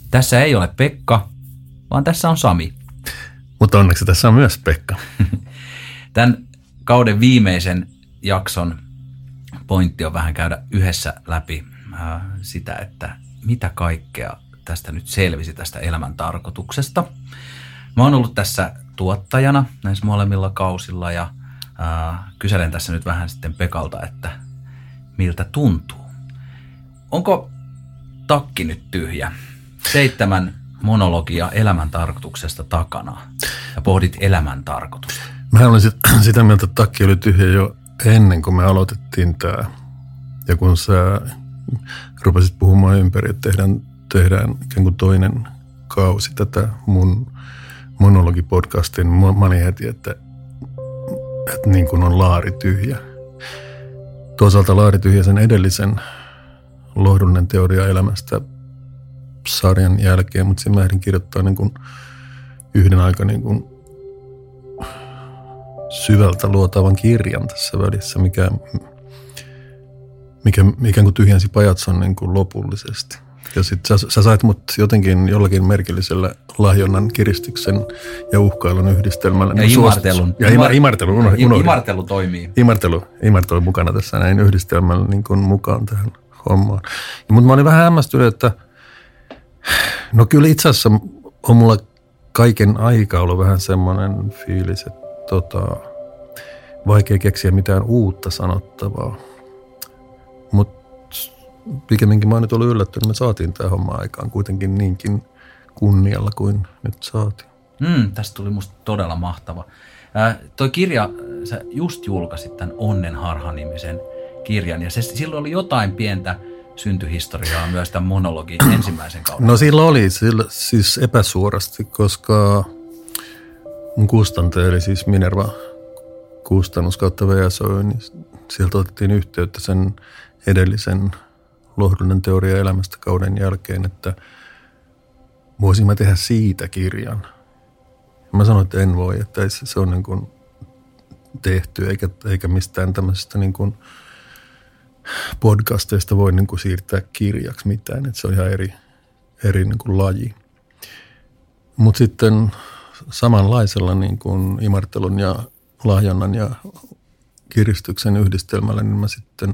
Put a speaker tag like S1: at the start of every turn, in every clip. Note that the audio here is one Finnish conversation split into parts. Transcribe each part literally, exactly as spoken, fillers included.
S1: Tässä ei ole Pekka, vaan tässä on Sami.
S2: Mutta onneksi tässä on myös Pekka.
S1: Tämän kauden viimeisen jakson pointti on vähän käydä yhdessä läpi äh, sitä, että mitä kaikkea tästä nyt selvisi tästä elämän tarkoituksesta. Mä oon ollut tässä tuottajana näissä molemmilla kausilla ja äh, kyselen tässä nyt vähän sitten Pekalta, että miltä tuntuu. Onko takki nyt tyhjä? Seitsemän monologia elämän tarkoituksesta takana ja pohdit elämän tarkoitusta.
S2: Mä olin sit, sitä mieltä, että takki oli tyhjä jo ennen kuin me aloitettiin tää. Ja kun sä rupesit puhumaan ympäri, että tehdään, tehdään ikään kuin toinen kausi tätä mun monologipodcastin, mä olin heti, että, että niin kuin on laari tyhjä. Toisaalta laari tyhjä sen edellisen lohdullinen teoria elämästä sarjan jälkeen, mutta siinä mä ehdin kirjoittaa niin kuin yhden aika niin kuin syvältä luotavan kirjan tässä välissä, mikä, mikä ikään kuin tyhjensi Pajatson niin kuin lopullisesti. Ja sit sä, sä sait mut jotenkin jollakin merkillisellä lahjonnan, kiristyksen ja uhkailun yhdistelmällä.
S1: Ja
S2: niin
S1: imartelun.
S2: Ja ima, imartelu. Unohdin.
S1: Ima, imartelu toimii.
S2: Imartelu. Imartelu mukana tässä näin yhdistelmällä niin kuin mukaan tähän hommaan. Mutta mä olin vähän hämmästynyt, että no kyllä itse asiassa on mulla kaiken aika ollut vähän semmoinen fiilis, että tota, vaikea keksiä mitään uutta sanottavaa. Mutta pikemminkin mä oon nyt ollut yllättynyt, että me saatiin tämä homma aikaan kuitenkin niinkin kunnialla kuin nyt saatiin.
S1: Mm, tästä tuli musta todella mahtava. Äh, toi kirja, sä just julkaisit tämän Onnenharha-nimisen kirjan ja se, silloin oli jotain pientä syntyhistoriaa myös tämän monologin ensimmäisen kauden.
S2: No silloin oli sillä, siis epäsuorasti, koska mun kustantaja eli siis Minerva kustannus kautta V S O, niin sieltä otettiin yhteyttä sen edellisen lohdullinen teoria elämästä kauden jälkeen, että voisin mä tehdä siitä kirjan. Mä sanoin, että en voi, että se on niin kuin tehty eikä, eikä mistään tämmöisestä niin kuin podcasteista voi niin kuin siirtää kirjaksi mitään, että se on ihan eri, eri niin kuin laji. Mutta sitten samanlaisella niin kuin imartelun ja lahjonnan ja kiristyksen yhdistelmällä, niin mä sitten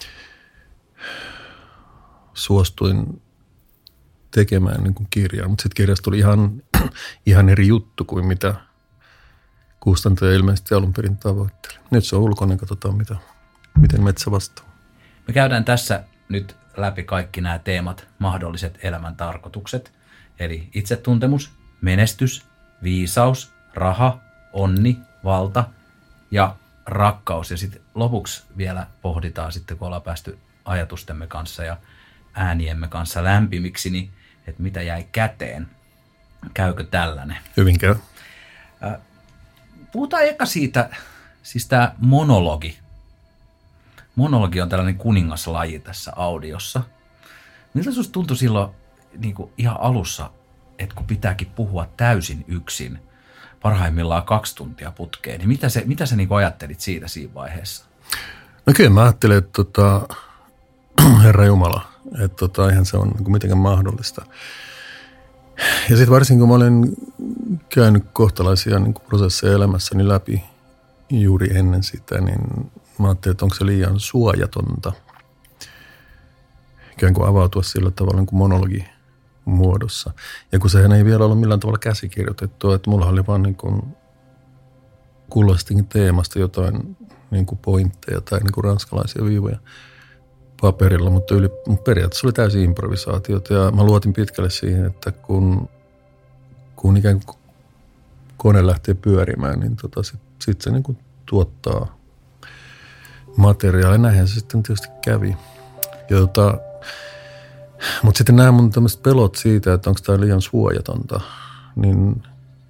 S2: suostuin tekemään niin kuin kirjan. Mutta sitten kirjasta tuli ihan, ihan eri juttu kuin mitä kustantaja ilmeisesti alun perin tavoitteli. Nyt se on ulkona, katsotaan mitä, miten metsä vastaa.
S1: Me käydään tässä nyt läpi kaikki nämä teemat, mahdolliset elämän tarkoitukset, eli itsetuntemus, menestys, viisaus, raha, onni, valta ja rakkaus. Ja sitten lopuksi vielä pohditaan sitten, kun ollaan päästy ajatustemme kanssa ja ääniemme kanssa lämpimiksi, niin että mitä jäi käteen. Käykö tällainen?
S2: Hyvin käy.
S1: Puhutaan eka siitä, siis tämä monologi. Monologi on tällainen kuningaslaji tässä audiossa. Miltä susta tuntui silloin niin kuin ihan alussa, että kun pitääkin puhua täysin yksin, parhaimmillaan kaksi tuntia putkeen, niin mitä, se, mitä sä niin kuin ajattelit siitä siinä vaiheessa?
S2: No kyllä mä ajattelin, että tota, Herra Jumala, että tota, eihän se ole niin kuin mitenkään mahdollista. Ja sitten varsinkin kun mä olen käynyt kohtalaisia niin kuin prosesseja elämässäni läpi juuri ennen sitä, niin mä ajattelin, että onko se liian suojatonta ikään kuin avautua sillä tavalla niin kuin monologimuodossa. Ja kun sehän ei vielä ollut millään tavalla käsikirjoitettua, että mulla oli vaan niin kuin kulloistakin teemasta jotain niin kuin pointteja tai niin kuin ranskalaisia viivoja paperilla, mutta, yli, mutta periaatteessa oli täysin improvisaatiota ja mä luotin pitkälle siihen, että kun, kun ikään kuin kone lähtee pyörimään, niin tota sitten sit se niin kuin tuottaa materiaalia. Näinhän se sitten tietysti kävi. Tota, mutta sitten nämä mun tämmöiset pelot siitä, että onko tämä liian suojatonta, niin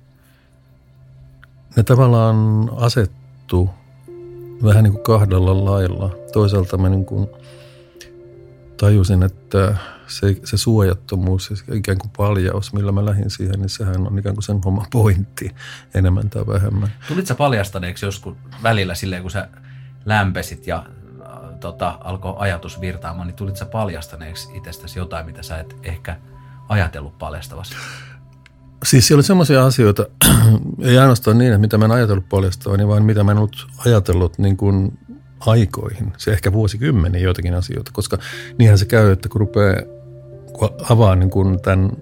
S2: ne tavallaan asettu vähän niin kuin kahdella lailla. Toisaalta mä niin kuin tajusin, että se, se suojattomuus ja ikään kuin paljaus, millä mä lähdin siihen, niin sehän on ikään kuin sen homman pointti enemmän tai vähemmän.
S1: Tulit sä paljastaneeksi joskus välillä silleen, kun sä lämpesit ja tota, alkoi ajatus virtaamaan, niin tulit sä paljastaneeksi itsestäsi jotain, mitä sä et ehkä ajatellut paljastavassa?
S2: Siis siellä oli semmoisia asioita, ei ainoastaan niin, että mitä mä en ajatellut paljastavani, vaan mitä mä en ollut ajatellut niin kuin aikoihin. Se ehkä vuosikymmeniä joitakin asioita, koska niinhän se käy, että kun rupeaa kun avaa niin kuin tämän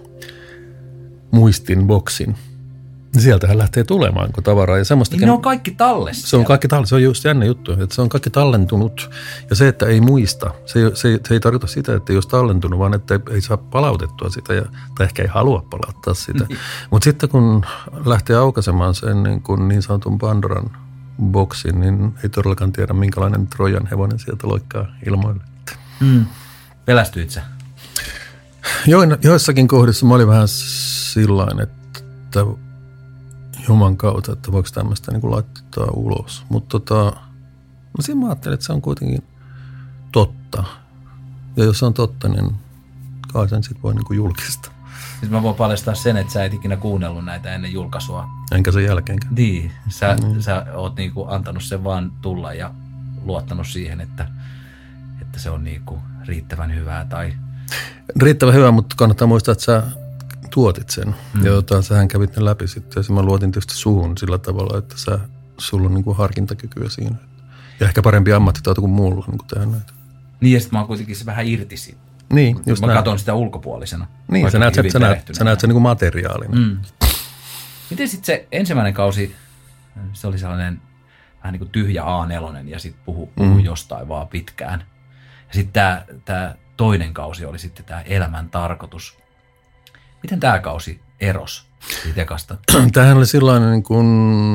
S2: muistin boksin, niin sieltähän lähtee tulemaan kun tavaraa. Ja
S1: niin ne on kaikki tallessa.
S2: Se on kaikki tallessa. Se on just jännä juttu, että se on kaikki tallentunut. Ja se, että ei muista, se ei, se ei, se ei tarkoita sitä, että ei olisi tallentunut, vaan että ei, ei saa palautettua sitä, ja, tai ehkä ei halua palauttaa sitä. Mutta sitten kun lähtee aukaisemaan sen niin, kuin niin sanotun Pandoran boksin, niin ei todellakaan tiedä, minkälainen Trojan hevonen sieltä loikkaa ilmoille.
S1: Mm. Pelästyit sä?
S2: Join, joissakin kohdissa mä olin vähän sillain, että Juman kautta, että voiko tämmöistä niin kuin laittaa ulos. Mutta tota, siinä mä ajattelin, että se on kuitenkin totta. Ja jos se on totta, niin kai sen sitten voi niin kuin julkistaa.
S1: Siis mä voin paljastaa sen, että sä et ikinä kuunnellut näitä ennen julkaisua.
S2: Enkä sen jälkeenkään.
S1: Niin, sä, mm. sä oot niin kuin antanut sen vaan tulla ja luottanut siihen, että, että se on niin kuin riittävän hyvää tai...
S2: Riittävän hyvä, mutta kannattaa muistaa, että sä tuotit sen. Mm. Ja jota, sähän kävit ne läpi sitten. Ja mä luotin tietysti suhun sillä tavalla, että sä, sulla on niin kuin harkintakykyä siinä. Ja ehkä parempi ammattitaito kuin muulla niin kuin tehdä näitä.
S1: Niin, ja sitten mä oon kuitenkin se vähän irti siitä.
S2: Niin, just
S1: mä
S2: näin.
S1: katson sitä ulkopuolisena.
S2: Niin, sä näet, sä, näet, sä näet sen niin kuin materiaalina. Mm.
S1: Miten sitten se ensimmäinen kausi, se oli sellainen vähän niin kuin tyhjä A neljä ja sitten puhu, puhu mm. jostain vaan pitkään. Ja sitten tämä, tämä toinen kausi oli sitten tämä elämän tarkoitus. Miten tämä kausi erosi siitä ekasta?
S2: Tämähän oli sellainen niin kuin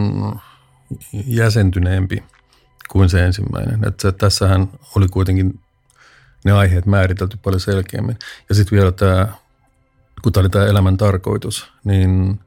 S2: jäsentyneempi kuin se ensimmäinen. Että tässähän oli kuitenkin ne aiheet määritelty paljon selkeämmin. Ja sitten vielä tämä, kun tämä oli tämä elämän tarkoitus, niin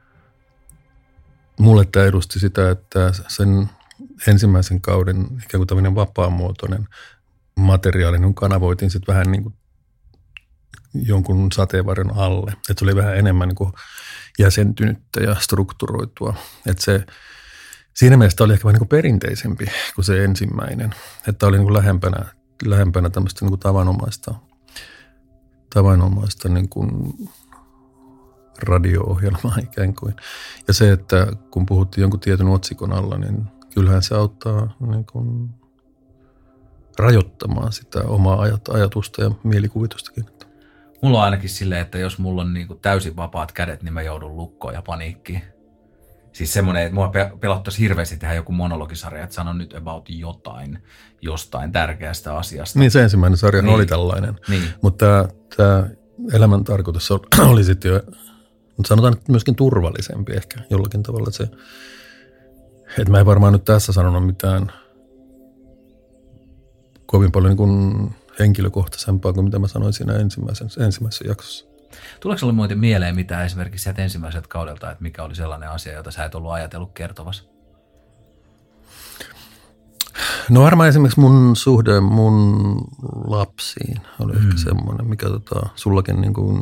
S2: mulle tämä edusti sitä, että sen ensimmäisen kauden ikään kuin tämmöinen vapaamuotoinen materiaali, niin kanavoitiin sitten vähän niin kuin jonkun sateenvarjon alle. Että se oli vähän enemmän niin kuin jäsentynyttä ja strukturoitua. Että se siinä mielessä oli ehkä vähän niin kuin perinteisempi kuin se ensimmäinen. Että oli niin kuin lähempänä, lähempänä tämmöistä niin kuin tavanomaista, tavanomaista niin kuin radio-ohjelmaa ikään kuin. Ja se, että kun puhuttiin jonkun tietyn otsikon alla, niin kyllähän se auttaa niin kuin rajoittamaan sitä omaa ajatusta ja mielikuvitustakin.
S1: Mulla on ainakin silleen, että jos mulla on niin kuin täysin vapaat kädet, niin mä joudun lukkoon ja paniikkiin. Siis semmoinen, että mua pelottaisi hirveästi tehdä joku monologisarja, että sanon nyt about jotain, jostain tärkeästä asiasta.
S2: Niin se ensimmäinen sarja niin oli tällainen.
S1: Niin.
S2: Mutta tämä elämän tarkoitus oli sitten jo, sanotaan että myöskin turvallisempi ehkä jollakin tavalla. Että, se, että mä en varmaan nyt tässä sanonut mitään kovin paljon niin kuin henkilökohtaisempaa kuin mitä mä sanoin siinä ensimmäisessä, ensimmäisessä jaksossa.
S1: Tuleeko sinulle muuten mieleen mitään esimerkiksi sieltä ensimmäiseltä kaudelta, että mikä oli sellainen asia, jota sä et ollut ajatellut kertovassa?
S2: No varmaan esimerkiksi mun suhde mun lapsiin oli mm. ehkä semmoinen, mikä tota, sullakin niin kuin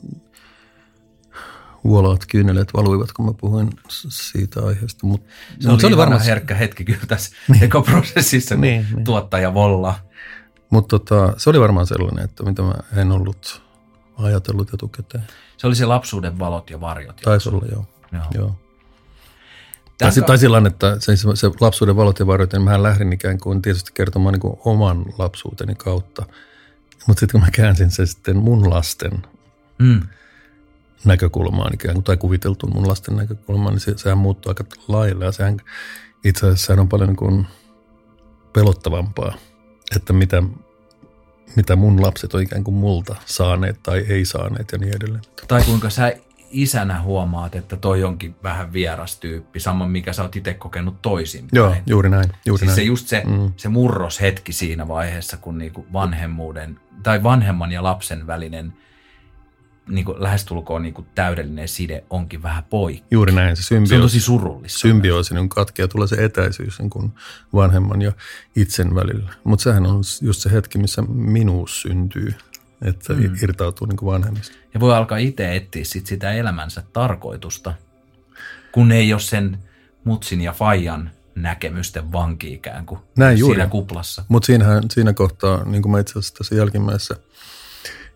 S2: vuolaat kyyneleet valuivat, kun mä puhuin siitä aiheesta. Mut,
S1: se, oli se oli varmaan herkkä hetki kyllä tässä niin. Ekoprosessissa, kun niin, niin. tuottaja vollaa.
S2: Mutta tota, se oli varmaan sellainen, että mitä mä en ollut ajatellut etukäteen.
S1: Se oli se lapsuuden valot ja varjot.
S2: Taisi olla, joo. joo. joo. Tai, ka- tai sillä että se, se lapsuuden valot ja varjot, niin mähän lähdin ikään kuin tietysti kertomaan niin kuin oman lapsuuteni kautta. Mutta sitten kun mä käänsin sen sitten mun lasten mm. näkökulmaan ikään kuin, tai kuviteltuun mun lasten näkökulmaan, niin se, sehän muuttuu aika lailla. Ja sehän itse asiassa sehän on paljon niin kuin pelottavampaa, että mitä... mitä mun lapset on ikään kuin multa saaneet tai ei saaneet ja niin edelleen.
S1: Tai kuinka sä isänä huomaat, että toi onkin vähän vieras tyyppi, saman mikä sä oot itse kokenut toisin.
S2: Joo, juuri näin. Juuri
S1: siis
S2: näin.
S1: se just se, mm. se murroshetki siinä vaiheessa, kun niinku vanhemmuuden tai vanhemman ja lapsen välinen niinku lähestulkoon niinku täydellinen side onkin vähän poikki.
S2: Juuri näin. Se, symbioosi,
S1: se on tosi surullista.
S2: Symbioosi niin katkeaa, tulee se etäisyys niin kuin vanhemman ja itsen välillä. Mutta sehän on just se hetki, missä minuus syntyy, että mm. irtautuu niin kuin vanhemmista.
S1: Ja voi alkaa itse etsiä sit sitä elämänsä tarkoitusta, kun ei ole sen mutsin ja faijan näkemysten vanki ikään kuin
S2: näin, juuri.
S1: Siinä kuplassa.
S2: Mutta siinä kohtaa, niin kuin mä itse asiassa tässä jälkimmäisessä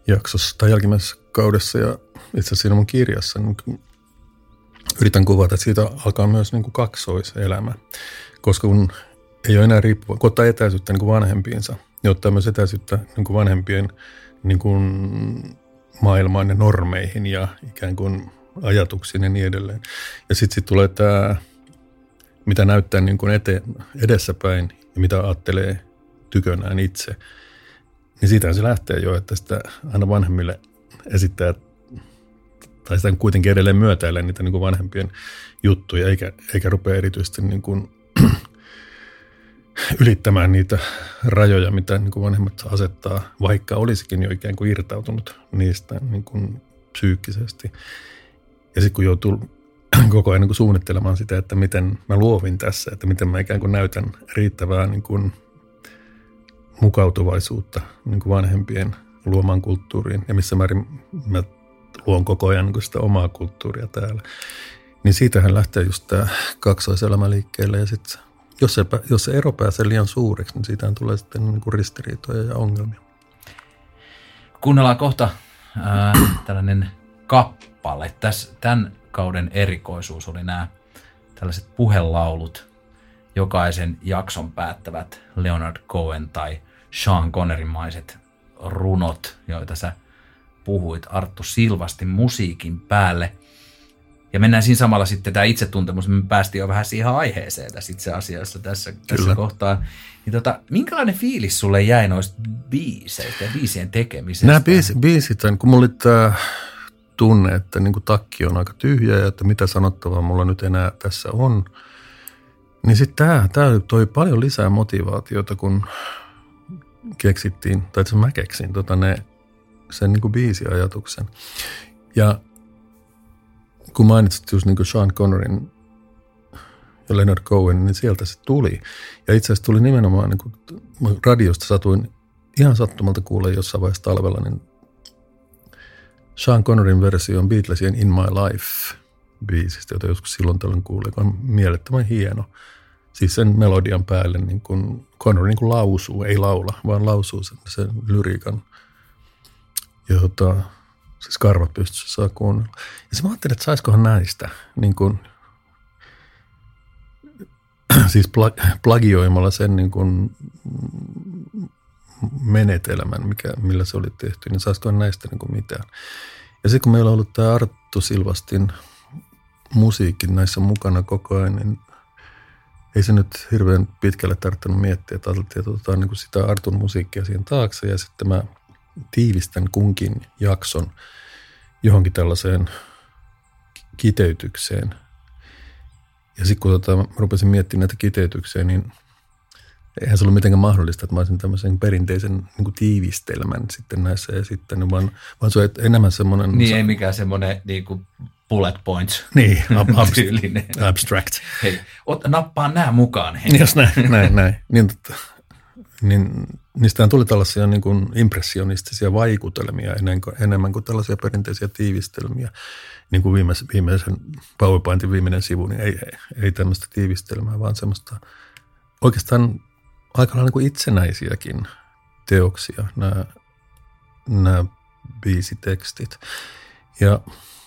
S2: jaksossa tai jälkimmäisessä kaudessa ja itse asiassa siinä mun kirjassa niin yritän kuvata, että siitä alkaa myös niin kuin kaksoiselämä, koska kun ei ole enää riippuva, kun ottaa etäisyyttä niin kuin vanhempiinsa, niin ottaa myös etäisyyttä niin kuin vanhempien niin kuin maailmaan ja normeihin ja ikään kuin ajatuksiin ja niin edelleen. Ja sitten sit tulee tämä, mitä näyttää niin kuin eteen, edessäpäin ja mitä ajattelee tykönään itse. Niin siitähän se lähtee jo, että sitä aina vanhemmille esittää, tai sitä kuitenkin edelleen myötäilee niitä niin kuin vanhempien juttuja, eikä, eikä rupea erityisesti niin kuin ylittämään niitä rajoja, mitä niin kuin vanhemmat asettaa, vaikka olisikin jo ikään kuin irtautunut niistä niin kuin psyykkisesti. Ja sitten kun joutuu koko ajan niin kuin suunnittelemaan sitä, että miten mä luovin tässä, että miten mä ikään kuin näytän riittävää niin kuin mukautuvaisuutta niin kuin vanhempien luomaan kulttuuriin ja missä määrin mä luon koko ajan niin kuin sitä omaa kulttuuria täällä. Niin siitähän lähtee just tämä kaksoiselämä liikkeelle ja sitten jos se, jos se ero pääsee liian suureksi, niin siitähän tulee sitten niin kuin ristiriitoja ja ongelmia.
S1: Kuunnellaan kohta ää, tällainen kappale. Täs, tämän kauden erikoisuus oli nämä tällaiset puhelaulut. Jokaisen jakson päättävät Leonard Cohen tai Sean Connery-maiset runot, joita sä puhuit Arttu Silvasti musiikin päälle. Ja mennään siinä samalla sitten tämä itsetuntemus, me päästiin jo vähän siihen aiheeseen tässä itse asiassa tässä, tässä kohtaa. Niin tota, minkälainen fiilis sulle jäi noista biiseistä ja biisien tekemisestä?
S2: Nämä biis, biisit, kun mulla oli tämä tunne, että niin kuin takki on aika tyhjä ja että mitä sanottavaa mulla nyt enää tässä on, niin sitten tämä, tämä toi paljon lisää motivaatiota, kun keksittiin, tai itse mä keksin tota ne, sen niin kuin biisiajatuksen. Ja kun mainitsit just niin kuin Sean Conneryn ja Leonard Cohen, niin sieltä se tuli. Ja itse asiassa tuli nimenomaan, niin kuin radiosta satuin ihan sattumalta kuulee jossain vaiheessa talvella, niin Sean Conneryn versio on Beatlesien In My Life-biisistä, jota joskus silloin tällöin kuulin, joka on mielettömän hieno. Siis sen melodian päälle niin kuin Connery niin kuin lausuu, ei laula, vaan lausuu sen, sen lyriikan, jota siis karvat pystyssä saa kuunnella. Ja mä ajattelin, että saisikohan näistä niin kuin, siis plagioimalla sen niin kuin menetelmän, mikä, millä se oli tehty, niin saisikohan näistä niin kuin mitään. Ja sitten kun meillä on ollut tämä Arttu Silvastin musiikin näissä mukana koko ajan, niin ei se nyt hirveän pitkälle tarvittanut miettiä, että ajateltiin, että otetaan niin kuin sitä Artun musiikkia siihen taakse ja sitten mä tiivistän kunkin jakson johonkin tällaiseen kiteytykseen. Ja sitten kun tota, mä rupesin miettimään näitä kiteytyksiä, niin eihän se ollut mitenkään mahdollista, että mä olisin tämmöisen perinteisen niin kuin tiivistelmän sitten näissä esittänyt, vaan, vaan se on enemmän semmoinen...
S1: Niin, ei mikään semmoinen niin kuin bullet points.
S2: Niin, ab- abstract.
S1: Hei, ot, nappaa nämä mukaan. Hei.
S2: Niin, jos näin, näin, näin. Niin, totta. Niin niistähän tuli tällaisia niin kuin impressionistisia vaikutelmia enemmän kuin tällaisia perinteisiä tiivistelmiä. Niin kuin viimeisen, viimeisen PowerPointin viimeinen sivu, niin ei, ei, ei tämmöistä tiivistelmää, vaan semmoista oikeastaan aika lailla niin kuin itsenäisiäkin teoksia, nämä, nämä biisitekstit. Ja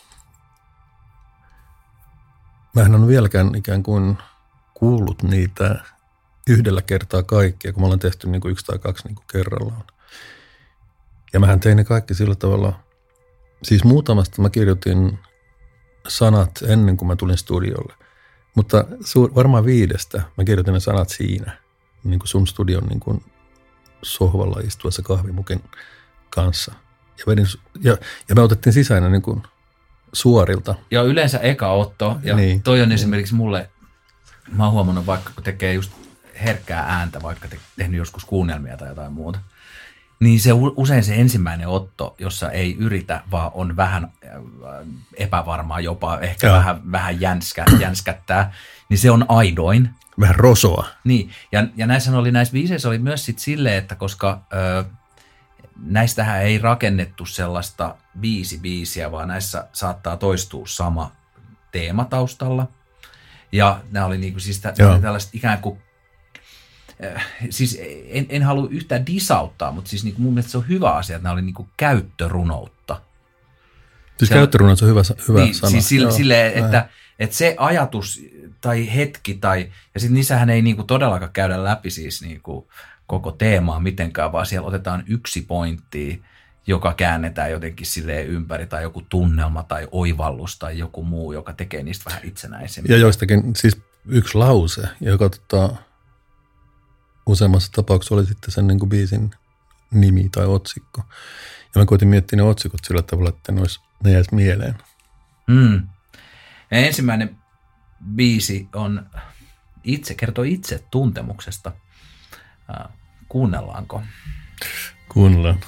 S2: mä en ole vieläkään ikään kuin kuullut niitä yhdellä kertaa kaikkia, kun mä olen tehty niin kuin yksi tai kaksi niin kuin kerrallaan. Ja mähän tein ne kaikki sillä tavalla, siis muutamasta mä kirjoitin sanat ennen kuin mä tulin studiolle, mutta suur, varmaan viidestä mä kirjoitin ne sanat siinä, niin kuin sun studion niin kuin sohvalla istuessa kahvimukin kanssa. Ja, vedin, ja, ja me otettiin sisään niin kuin suorilta.
S1: Ja yleensä eka otto, ja niin, toi on esimerkiksi mulle, mä oon huomannut vaikka kun tekee just herkkää ääntä, vaikka te, tehnyt joskus kuunnelmia tai jotain muuta, niin se usein se ensimmäinen otto, jossa ei yritä, vaan on vähän epävarmaa jopa, ehkä ja. vähän, vähän jänskä, jänskättää, niin se on aidoin.
S2: Vähän rosoa.
S1: Niin, ja, ja näissä oli, näissä biiseissä oli myös sit silleen, että koska ö, näistähän ei rakennettu sellaista biisi-biisiä, vaan näissä saattaa toistua sama teema taustalla. Ja nämä oli niinku siis tä- tällaiset ikään kuin äh, siis en, en halua yhtään disauttaa, mutta siis niin kuin mun mielestä se on hyvä asia, että nämä oli niin kuin käyttörunoutta.
S2: Siis käyttörunoutta on hyvä, hyvä
S1: niin,
S2: sana.
S1: Siis sille, silleen, että, että se ajatus tai hetki, tai, ja sitten niissähän ei niin kuin todellakaan käydä läpi siis niin kuin koko teemaa mitenkään, vaan siellä otetaan yksi pointti, joka käännetään jotenkin silleen ympäri, tai joku tunnelma tai oivallus tai joku muu, joka tekee niistä vähän itsenäisemmin.
S2: Ja joistakin, siis yksi lause, joka tota, useammassa tapauksessa oli sitten sen niin kuin biisin nimi tai otsikko. Ja mä koitin miettiä ne otsikot sillä tavalla, että ne, olisi, ne jäisi mieleen.
S1: Mm. Ja ensimmäinen biisi on itse, kertoo itse tuntemuksesta. Äh, kuunnellaanko?
S2: Kuunnellaan.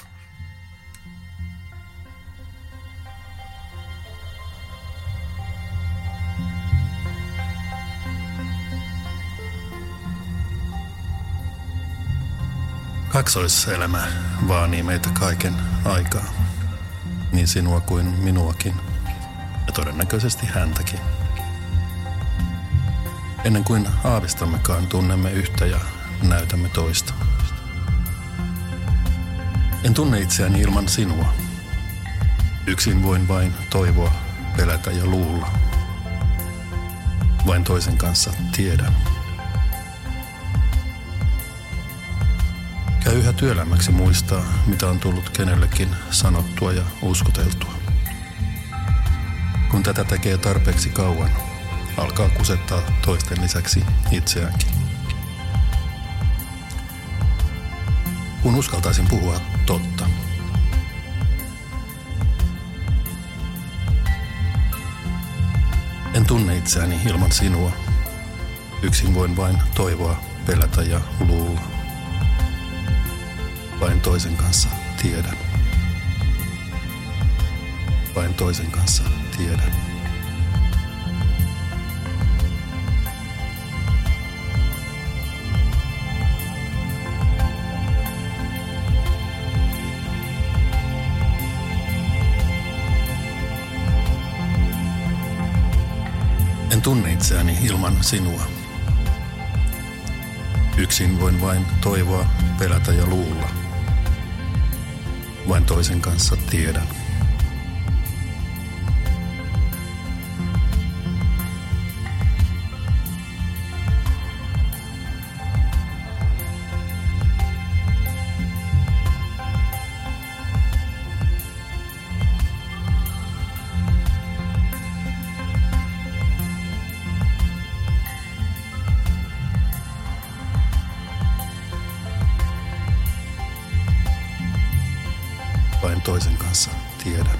S2: Kaksoiselämä vaanii meitä kaiken aikaa, niin sinua kuin minuakin, ja todennäköisesti häntäkin. Ennen kuin aavistammekaan, tunnemme yhtä ja näytämme toista. En tunne itseäni ilman sinua. Yksin voin vain toivoa, pelätä ja luulla. Vain toisen kanssa tiedän. Käy yhä työlämmäksi muistaa, mitä on tullut kenellekin sanottua ja uskoteltua. Kun tätä tekee tarpeeksi kauan, alkaa kusettaa toisten lisäksi itseäänkin. Kun uskaltaisin puhua totta. En tunne itseäni ilman sinua. Yksin voin vain toivoa, pelätä ja luulla. Vain toisen kanssa tiedän. Vain toisen kanssa tiedän. En tunne itseäni ilman sinua. Yksin voin vain toivoa, pelätä ja luulla. Vain toisen kanssa tiedän. Vain toisen kanssa tiedän.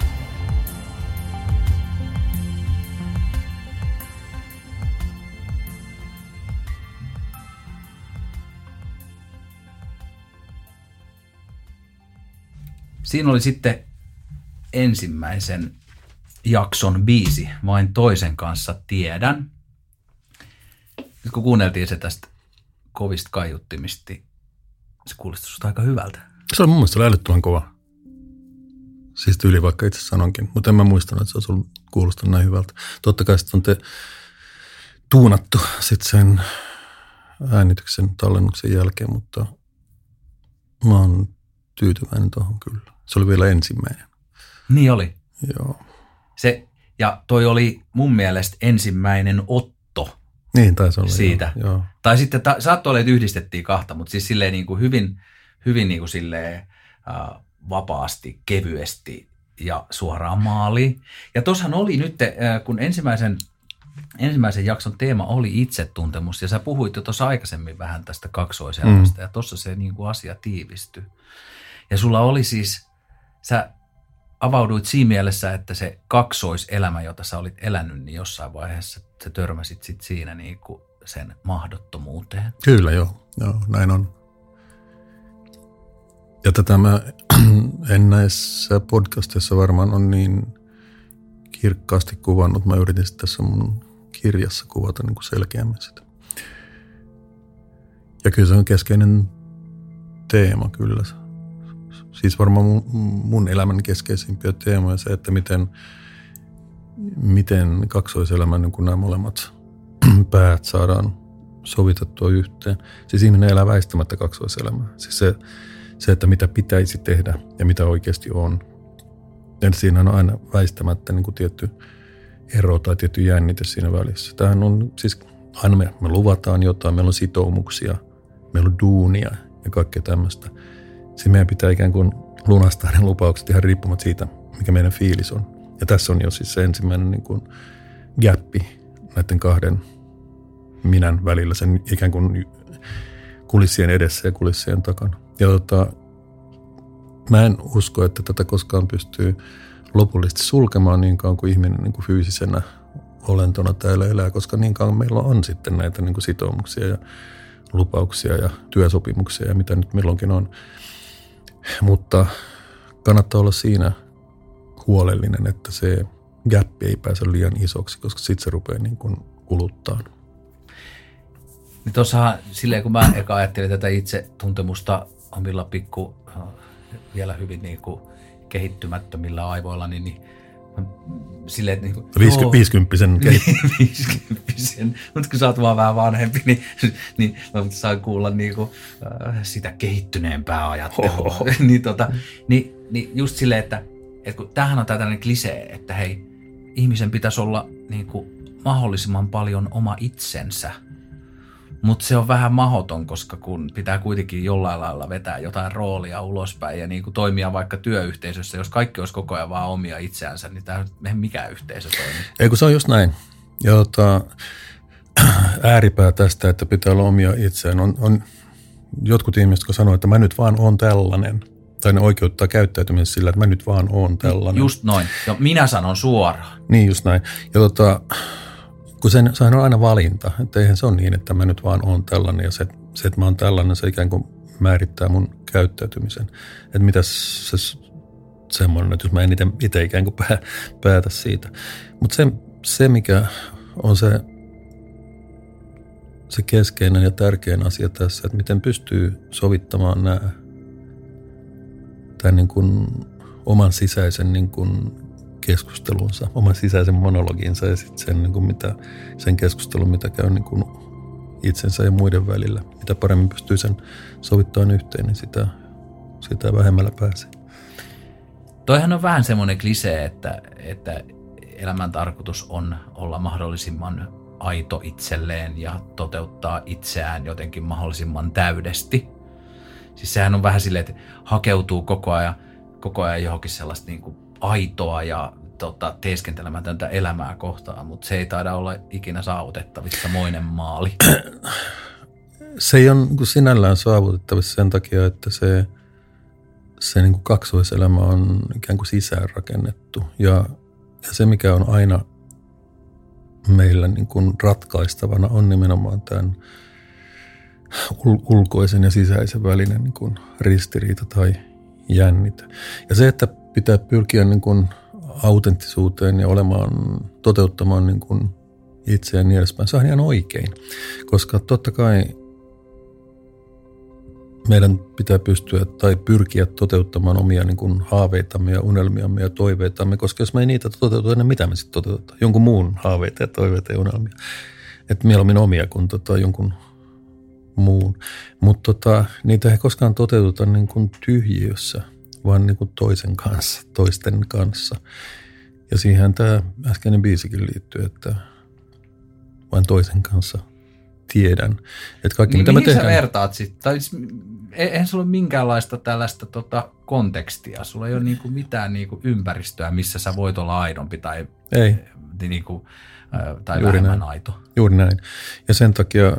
S1: Siinä oli sitten ensimmäisen jakson biisi, Vain toisen kanssa tiedän. Nyt kun kuunneltiin se tästä kovista kaiuttimista, se kuulosti susta aika hyvältä.
S2: Se on mun mielestä älyttömän kova. Siis tyyli vaikka itse sanonkin, mutta en mä muistanut, että se olisi ollut kuulostunut näin hyvältä. Totta kai sitten on te tuunattu sitten sen äänityksen tallennuksen jälkeen, mutta mä oon tyytyväinen tuohon kyllä. Se oli vielä ensimmäinen.
S1: Niin oli.
S2: Joo.
S1: Se, ja toi oli mun mielestä ensimmäinen otto.
S2: Niin, taisi olla.
S1: Siitä.
S2: Joo, joo.
S1: Tai sitten ta, saattoi olla, että yhdistettiin kahta, mutta siis silleen niin kuin hyvin, hyvin niin kuin silleen, äh, vapaasti, kevyesti ja suoraan maaliin. Ja tossahan oli nyt, kun ensimmäisen, ensimmäisen jakson teema oli itsetuntemus, ja sä puhuit jo tuossa aikaisemmin vähän tästä kaksoiselämästä, mm. ja tuossa se niin kuin asia tiivistyi. Ja sulla oli siis, sä avauduit siinä mielessä, että se kaksoiselämä, jota sä olit elänyt, niin jossain vaiheessa sä törmäsit sit siinä niin kuin sen mahdottomuuteen.
S2: Kyllä, joo. Joo, näin on. Ja tätä mä en näissä podcastissa varmaan on niin kirkkaasti kuvannut. Mä yritin tässä mun kirjassa kuvata niin kuin selkeämmin sitä. Ja kyllä se on keskeinen teema kyllä. Siis varmaan mun, mun elämän keskeisimpiä teemoja se, että miten, miten kaksoiselämän niin kuin nämä molemmat päät saadaan sovitettua yhteen. Siis ihminen elää väistämättä kaksoiselämää. Siis se, se, että mitä pitäisi tehdä ja mitä oikeasti on. Ja siinä on aina väistämättä niin kuin tietty ero tai tietty jännite siinä välissä. Tämähän on siis, aina me, me luvataan jotain, meillä on sitoumuksia, meillä on duunia ja kaikkea tämmöistä. Siis meidän pitää ikään kuin lunastaa ne lupaukset ihan riippumatta siitä, mikä meidän fiilis on. Ja tässä on jo siis se ensimmäinen niin kuin gäppi näiden kahden minän välillä, sen ikään kuin kulissien edessä ja kulissien takana. Ja tota, mä en usko, että tätä koskaan pystyy lopullisesti sulkemaan niin kauan kuin ihminen niin kuin fyysisenä olentona täällä elää, koska niin kauan meillä on sitten näitä niin kuin sitoumuksia ja lupauksia ja työsopimuksia ja mitä nyt milloinkin on. Mutta kannattaa olla siinä huolellinen, että se gäppi ei pääse liian isoksi, koska sitten se rupeaa niin kuin kuluttaa.
S1: Niin tuossahan silleen, kun mä eka ajattelin tätä itse tuntemusta omilla pikku, vielä hyvin niin kuin kehittymättömillä aivoilla, niin, niin silleen, että niin kuin,
S2: Viisky, viisikymppisen
S1: viisikymppisen, mutta kun sä oot vaan vähän vanhempi, niin, niin mä saan kuulla niin kuin, äh, sitä kehittyneempää ajattelua. niin, tota, niin, niin just silleen, että, että kun tämähän on tällainen klisee, että hei, ihmisen pitäisi olla niin kuin mahdollisimman paljon oma itsensä. Mutta se on vähän mahdoton, koska kun pitää kuitenkin jollain lailla vetää jotain roolia ulospäin ja niin kuin toimia vaikka työyhteisössä, jos kaikki olisi koko ajan vaan omia itseänsä, niin tämä ei mikään yhteisö toimi.
S2: Ei kun se on just näin. Ja tota, ääripää tästä, että pitää olla omia itseään, on, on jotkut ihmiset, jotka sanoo, että mä nyt vaan oon tällainen. Tai ne oikeuttaa käyttäytymisen sillä, että mä nyt vaan oon tällainen.
S1: Just noin. Ja minä sanon suoraan.
S2: Niin just näin. Ja tota... Kun sen, sehän on aina valinta, että eihän se ole niin, että mä nyt vaan oon tällainen ja se, se että mä oon tällainen, se ikään kuin määrittää mun käyttäytymisen. Että mitäs se semmoinen, että jos mä en itse ikään kuin päätä siitä. Mutta se, se, mikä on se, se keskeinen ja tärkein asia tässä, että miten pystyy sovittamaan nämä, tämän niin kuin oman sisäisen niin kuin keskustelunsa, oman sisäisen monologinsa ja sitten sen, niin kuin mitä, sen keskustelun, mitä käy niin kuin itsensä ja muiden välillä. Mitä paremmin pystyy sen sovittamaan yhteen, niin sitä, sitä vähemmällä pääsee.
S1: Toihan on vähän semmoinen klisee, että, että elämän tarkoitus on olla mahdollisimman aito itselleen ja toteuttaa itseään jotenkin mahdollisimman täydesti. Siis sehän on vähän silleen, että hakeutuu koko ajan, koko ajan johonkin sellaista niin kuin aitoa ja tota, teeskentelemätöntä elämää kohtaan, mutta se ei taida olla ikinä saavutettavissa moinen maali.
S2: Se ei ole niin sinällään saavutettavissa sen takia, että se, se niin kuin kaksoiselämä on ikään kuin sisäänrakennettu. Ja, ja se, mikä on aina meillä niin kuin ratkaistavana, on nimenomaan tämän ul- ulkoisen ja sisäisen välinen niin kuin ristiriita tai jännite. Ja se, että pitää pyrkiä niin kuin autenttisuuteen ja olemaan, toteuttamaan niin kuin itseään niin edespäin. Se on ihan oikein, koska totta kai meidän pitää pystyä tai pyrkiä toteuttamaan omia niin kuin haaveitamme ja unelmiamme ja toiveitamme, koska jos me ei niitä toteuta, niin mitä me sitten toteutetaan? Jonkun muun haaveita ja toiveita ja unelmia. Että mieluummin omia kuin tota jonkun muun. Mutta tota, niitä ei koskaan toteututa niin kuin tyhjiössä, vaan niin kuin toisen kanssa, toisten kanssa. Ja siihen tämä äskeinen biisikin liittyy, että vain toisen kanssa tiedän. Että kaikki,
S1: niin
S2: mitä
S1: mihin
S2: me
S1: sä
S2: tehdään,
S1: vertaat sitten? Tai eihän sulla ole minkäänlaista tällaista tota, kontekstia. Sulla ei ole niinku mitään niinku ympäristöä, missä sä voit olla aidompi tai,
S2: ei.
S1: Niinku, tai
S2: Juuri
S1: vähemmän
S2: näin.
S1: aito.
S2: Juuri näin. Ja sen takia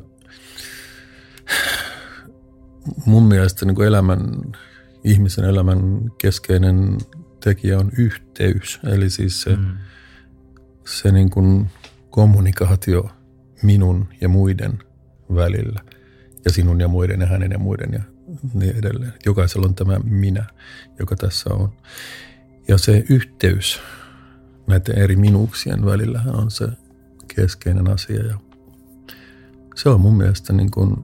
S2: mun mielestä niin kuin elämän, ihmisen elämän keskeinen tekijä on yhteys. Eli siis se, mm. se niin kuin kommunikaatio minun ja muiden välillä. Ja sinun ja muiden ja hänen ja muiden ja niin edelleen. Jokaisella on tämä minä, joka tässä on. Ja se yhteys näiden eri minuuksien välillä on se keskeinen asia. Ja se on mun mielestä niin kuin,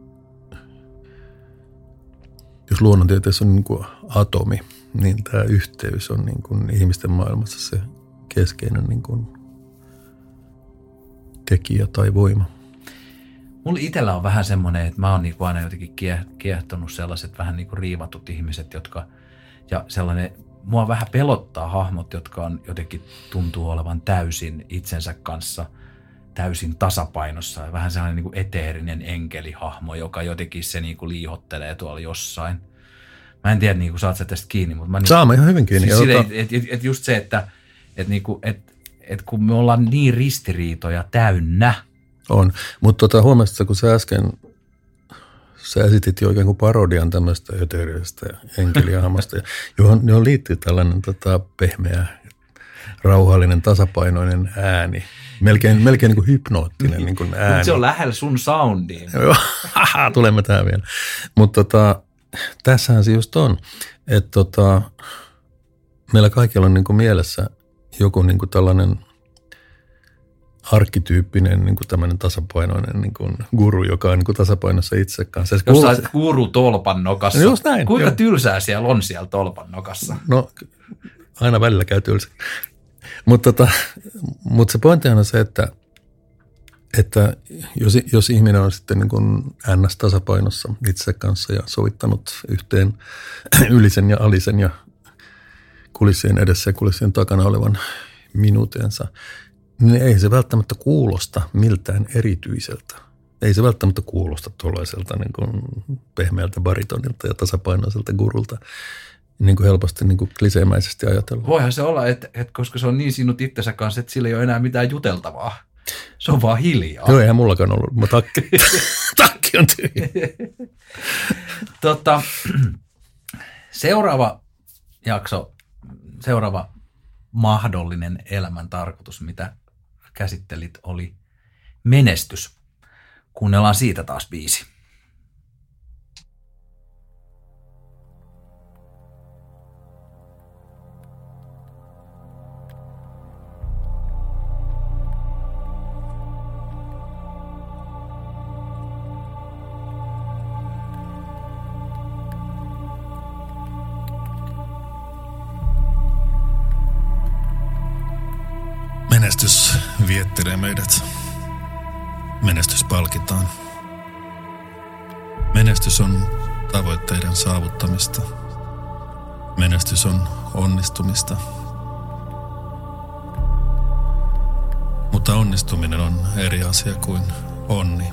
S2: jos luonnontieteessä on niin kuin atomi, niin tämä yhteys on niin kuin ihmisten maailmassa se keskeinen niin kuin tekijä tai voima.
S1: Mulla itsellä on vähän semmoinen, että mä oon niinku aina jotenkin kiehtonut sellaiset vähän niinku riivatut ihmiset, jotka, ja sellainen, mua vähän pelottaa hahmot, jotka on jotenkin tuntuu olevan täysin itsensä kanssa, täysin tasapainossa ja vähän sellainen niinku eteerinen enkelihahmo, joka jotenkin se niinku liihottelee tuolla jossain. Mä en tiedä, niinku, saat sä tästä kiinni, mutta mä... Niinku,
S2: Saamme ihan hyvin kiinni.
S1: Siis että et, et, et just se, että et niinku, et, et kun me ollaan niin ristiriitoja täynnä.
S2: On, mutta tota, huomasitko, kun sä äsken, sä esitit jo oikein kuin parodian tämmöistä eteerisestä ja enkelihahmosta, johon, johon liittyy tällainen tota, pehmeä, rauhallinen, tasapainoinen ääni. Melkein, melkein niin kuin hypnoottinen niin kuin ääni.
S1: Se on lähellä sun soundiin.
S2: Joo, tulemme tähän vielä. Mutta tota, tässähän se just on, että tota, meillä kaikilla on niin kuin mielessä joku niin kuin tällainen arkkityyppinen niin kuin tämmöinen tasapainoinen niin kuin guru, joka on niin kuin tasapainossa itse kanssa.
S1: Jos kuuluu... sä guru tolpan nokassa.
S2: No just näin.
S1: Kuinka
S2: jo.
S1: tylsää siellä on siellä tolpan nokassa?
S2: No aina välillä käy tylsä. Mutta tota, mut se pointti on se, että, että jos, jos ihminen on sitten niin kuin ns-tasapainossa itse kanssa ja sovittanut yhteen ylisen ja alisen ja kulissien edessä ja kulissien takana olevan minuutensa, niin ei se välttämättä kuulosta miltään erityiseltä. Ei se välttämättä kuulosta tuollaiselta niin kuin pehmeältä baritonilta ja tasapainoiselta gurulta, niin kuin helposti niin kuin kliseemäisesti ajatella.
S1: Voihan se olla, että, että koska se on niin sinut itsensä kanssa, että sillä ei ole enää mitään juteltavaa. Se on vaan hiljaa.
S2: Joo, eihän mullakaan ollut. Mä takki, takki on tyhjä.
S1: tota, seuraava jakso, seuraava mahdollinen elämän tarkoitus, mitä käsittelit, oli menestys. Kuunnellaan siitä taas biisi.
S2: Menestys viettelee meidät. Menestys palkitaan. Menestys on tavoitteiden saavuttamista. Menestys on onnistumista. Mutta onnistuminen on eri asia kuin onni.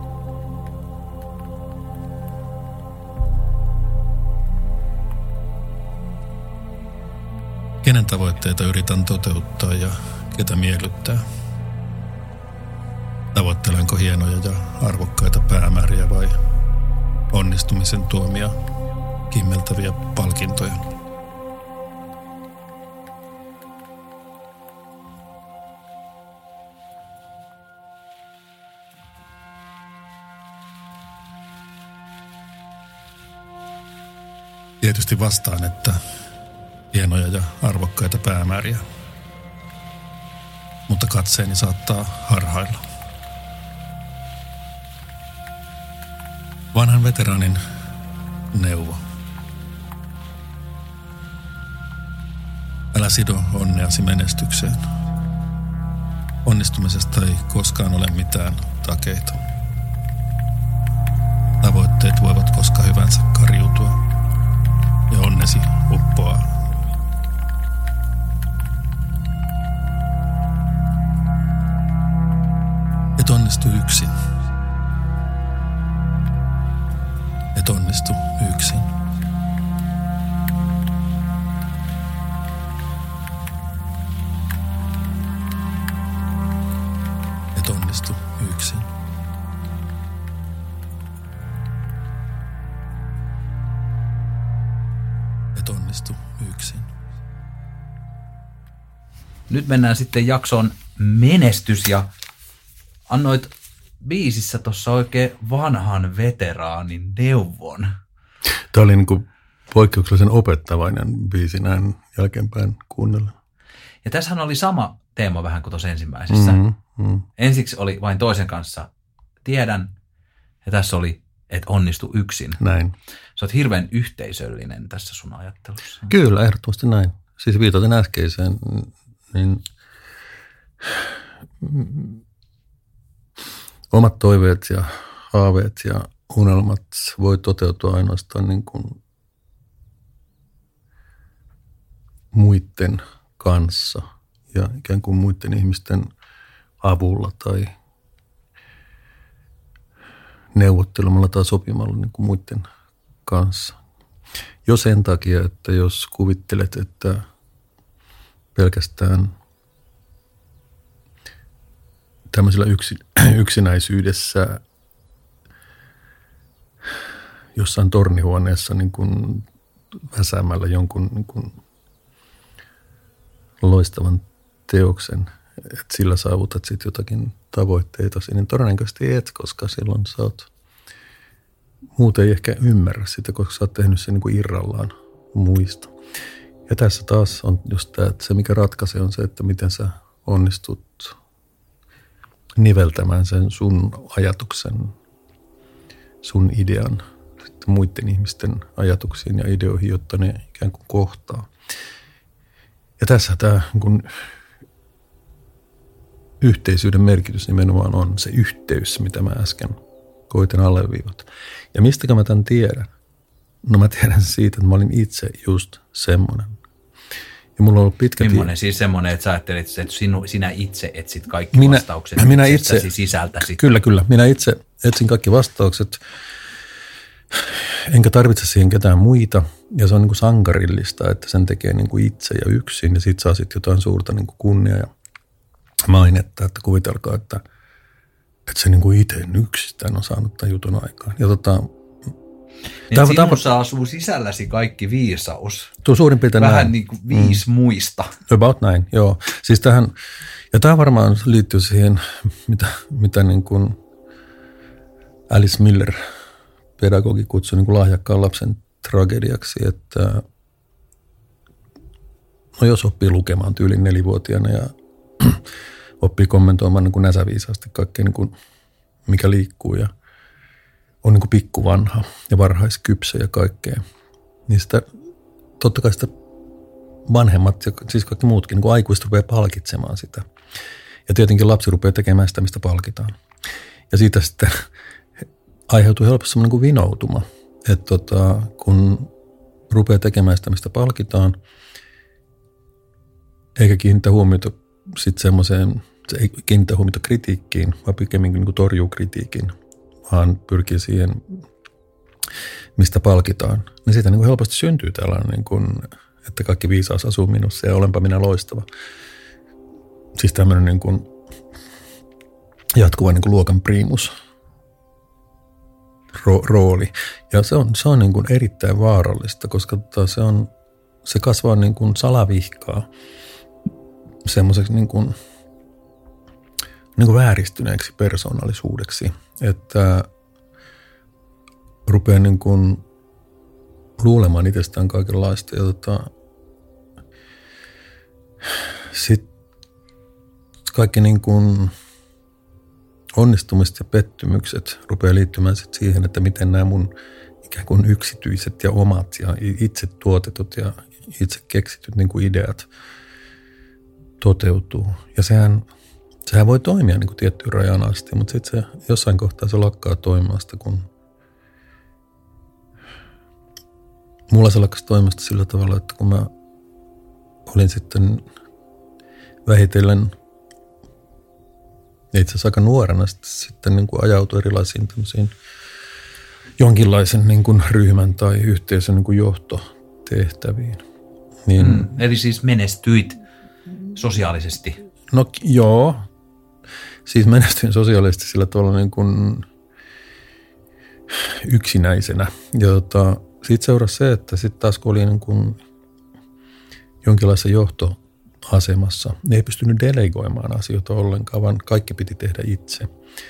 S2: Kenen tavoitteita yritän toteuttaa ja ketä miellyttää? Tavoittelenko hienoja ja arvokkaita päämääriä vai onnistumisen tuomia kimmeltäviä palkintoja? Tietysti vastaan, että hienoja ja arvokkaita päämääriä, mutta katseeni saattaa harhailla. Vanhan veteraanin neuvo. Älä sido onneasi menestykseen. Onnistumisesta ei koskaan ole mitään takeita. Tavoitteet voivat koska hyvänsä kariutua ja onnesi uppoaa. Et onnistu yksin. Et onnistu yksin. Et onnistu yksin. Et onnistu yksin.
S1: Nyt mennään sitten jakson menestys ja annoit biisissä tuossa oikein vanhan veteraanin neuvon.
S2: Tämä oli niin kuin poikkeuksellisen opettavainen biisi näin jälkeenpäin kuunnella.
S1: Ja tässähän oli sama teema vähän kuin tuossa ensimmäisessä. Mm-hmm, mm. Ensiksi oli vain toisen kanssa tiedän, ja tässä oli, et onnistu yksin.
S2: Näin.
S1: Sä oot hirveän yhteisöllinen tässä sun ajattelussa.
S2: Kyllä, ehdottomasti näin. Siis viitaten äskeiseen, niin omat toiveet ja haaveet ja unelmat voi toteutua ainoastaan niin kuin muiden kanssa ja ikään kuin muiden ihmisten avulla tai neuvottelemalla tai sopimalla niin kuin muiden kanssa. Jo sen takia, että jos kuvittelet, että pelkästään tämmöisellä yksi, yksinäisyydessä jossain tornihuoneessa niin kuin väsäämällä jonkun niin kuin loistavan teoksen, että sillä saavutat sitten jotakin tavoitteita, niin todennäköisesti et, koska silloin sä oot, muuten ei ehkä ymmärrä sitä, koska sä oot tehnyt sen niin kuin irrallaan muista. Ja tässä taas on just tämä, että se mikä ratkaisee on se, että miten sä onnistut niveltämään sen sun ajatuksen, sun idean muiden ihmisten ajatuksiin ja ideoihin, jotta ne ikään kuin kohtaa. Ja tässä tämä kun yhteisyyden merkitys nimenomaan on se yhteys, mitä mä äsken koitin alleviivata. Ja mistäkö mä tämän tiedän? No mä tiedän siitä, että mä olin itse just semmoinen. Ja mulla on ollut pitkä
S1: Millainen tie- siis semmoinen, että sä ajattelit, että sinu, sinä itse etsit kaikki
S2: minä,
S1: vastaukset
S2: minä itse,
S1: sisältäsi.
S2: Kyllä, kyllä. Minä itse etsin kaikki vastaukset, enkä tarvitse siihen ketään muita. Ja se on niin kuin sankarillista, että sen tekee niin kuin itse ja yksin. Ja sit saa sitten jotain suurta niin kuin kunnia ja mainetta, että kuvitelkaa, että, että se niin kuin itse yksistään on saanut tämän jutun aikaan. Ja tota,
S1: niin sinussa tämä, asuu sisälläsi kaikki viisaus.
S2: Tuo suurin piirtein
S1: vähän
S2: näin.
S1: niin kuin viisi mm. muista.
S2: About näin, joo. Siis tähän, ja tämä varmaan liittyy siihen, mitä, mitä niin kuin Alice Miller, pedagogi, kutsui niin kuin lahjakkaan lapsen tragediaksi, että no jos oppii lukemaan tyylin nelivuotiaana ja oppii kommentoimaan niin kuin näsäviisaasti kaikkea, niin kuin, mikä liikkuu ja on niin kuin pikkuvanha ja varhaiskypsä ja kaikkea, niin sitä, totta kai sitä vanhemmat ja siis kaikki muutkin, niin kuin aikuiset rupeaa palkitsemaan sitä. Ja tietenkin lapsi rupeaa tekemään sitä, mistä palkitaan. Ja siitä sitten aiheutuu helposti semmoinen kuin vinoutuma, että tota, kun rupeaa tekemään sitä, mistä palkitaan, eikä kiinnitä huomiota sitten semmoiseen, se ei kiinnitä huomiota kritiikkiin, vaan pikemminkin niin kuin torjuu kritiikin, vaan pyrkii siihen, mistä palkitaan. Niin siitä niin kuin helposti syntyy tällainen, niin kuin, että kaikki viisaus asuu minussa ja olenpa minä loistava. Siis tämmöinen niin kuin jatkuva niin kuin luokan priimus ro- rooli. Ja se on, se on niin kuin erittäin vaarallista, koska se, on, se kasvaa niin kuin salavihkaa semmoiseksi niin kuin, niin kuin vääristyneeksi persoonallisuudeksi, että rupeaa niin kuin luulemaan itsestään kaikenlaista. Ja tota, sitten kaikki niin kuin onnistumiset ja pettymykset rupeaa liittymään sit siihen, että miten nämä mun ikään kuin yksityiset ja omat ja itse tuotetut ja itse keksityt niin kuin ideat toteutuu. Ja sehän, sehän voi toimia niin kuin tiettyyn rajan asti, mutta sitten se jossain kohtaa se lakkaa toimimasta, kun mulla se lakkasi toimimasta sillä tavalla, että kun mä olin sitten vähitellen itse asiassa aika nuorena sitten, sitten niin kuin ajautui erilaisiin tämmöisiin jonkinlaisen niin kuin ryhmän tai yhteisön niin kuin johtotehtäviin. Niin,
S1: mm, eli siis menestyit sosiaalisesti?
S2: No joo, siis menestyin sosiaalisesti sillä tavalla niin kuin yksinäisenä. Ja tota, siitä seurasi se, että sitten taas kun oli niin kuin jonkinlaisessa johtoasemassa, niin ei pystynyt delegoimaan asioita ollenkaan, vaan kaikki piti tehdä itse.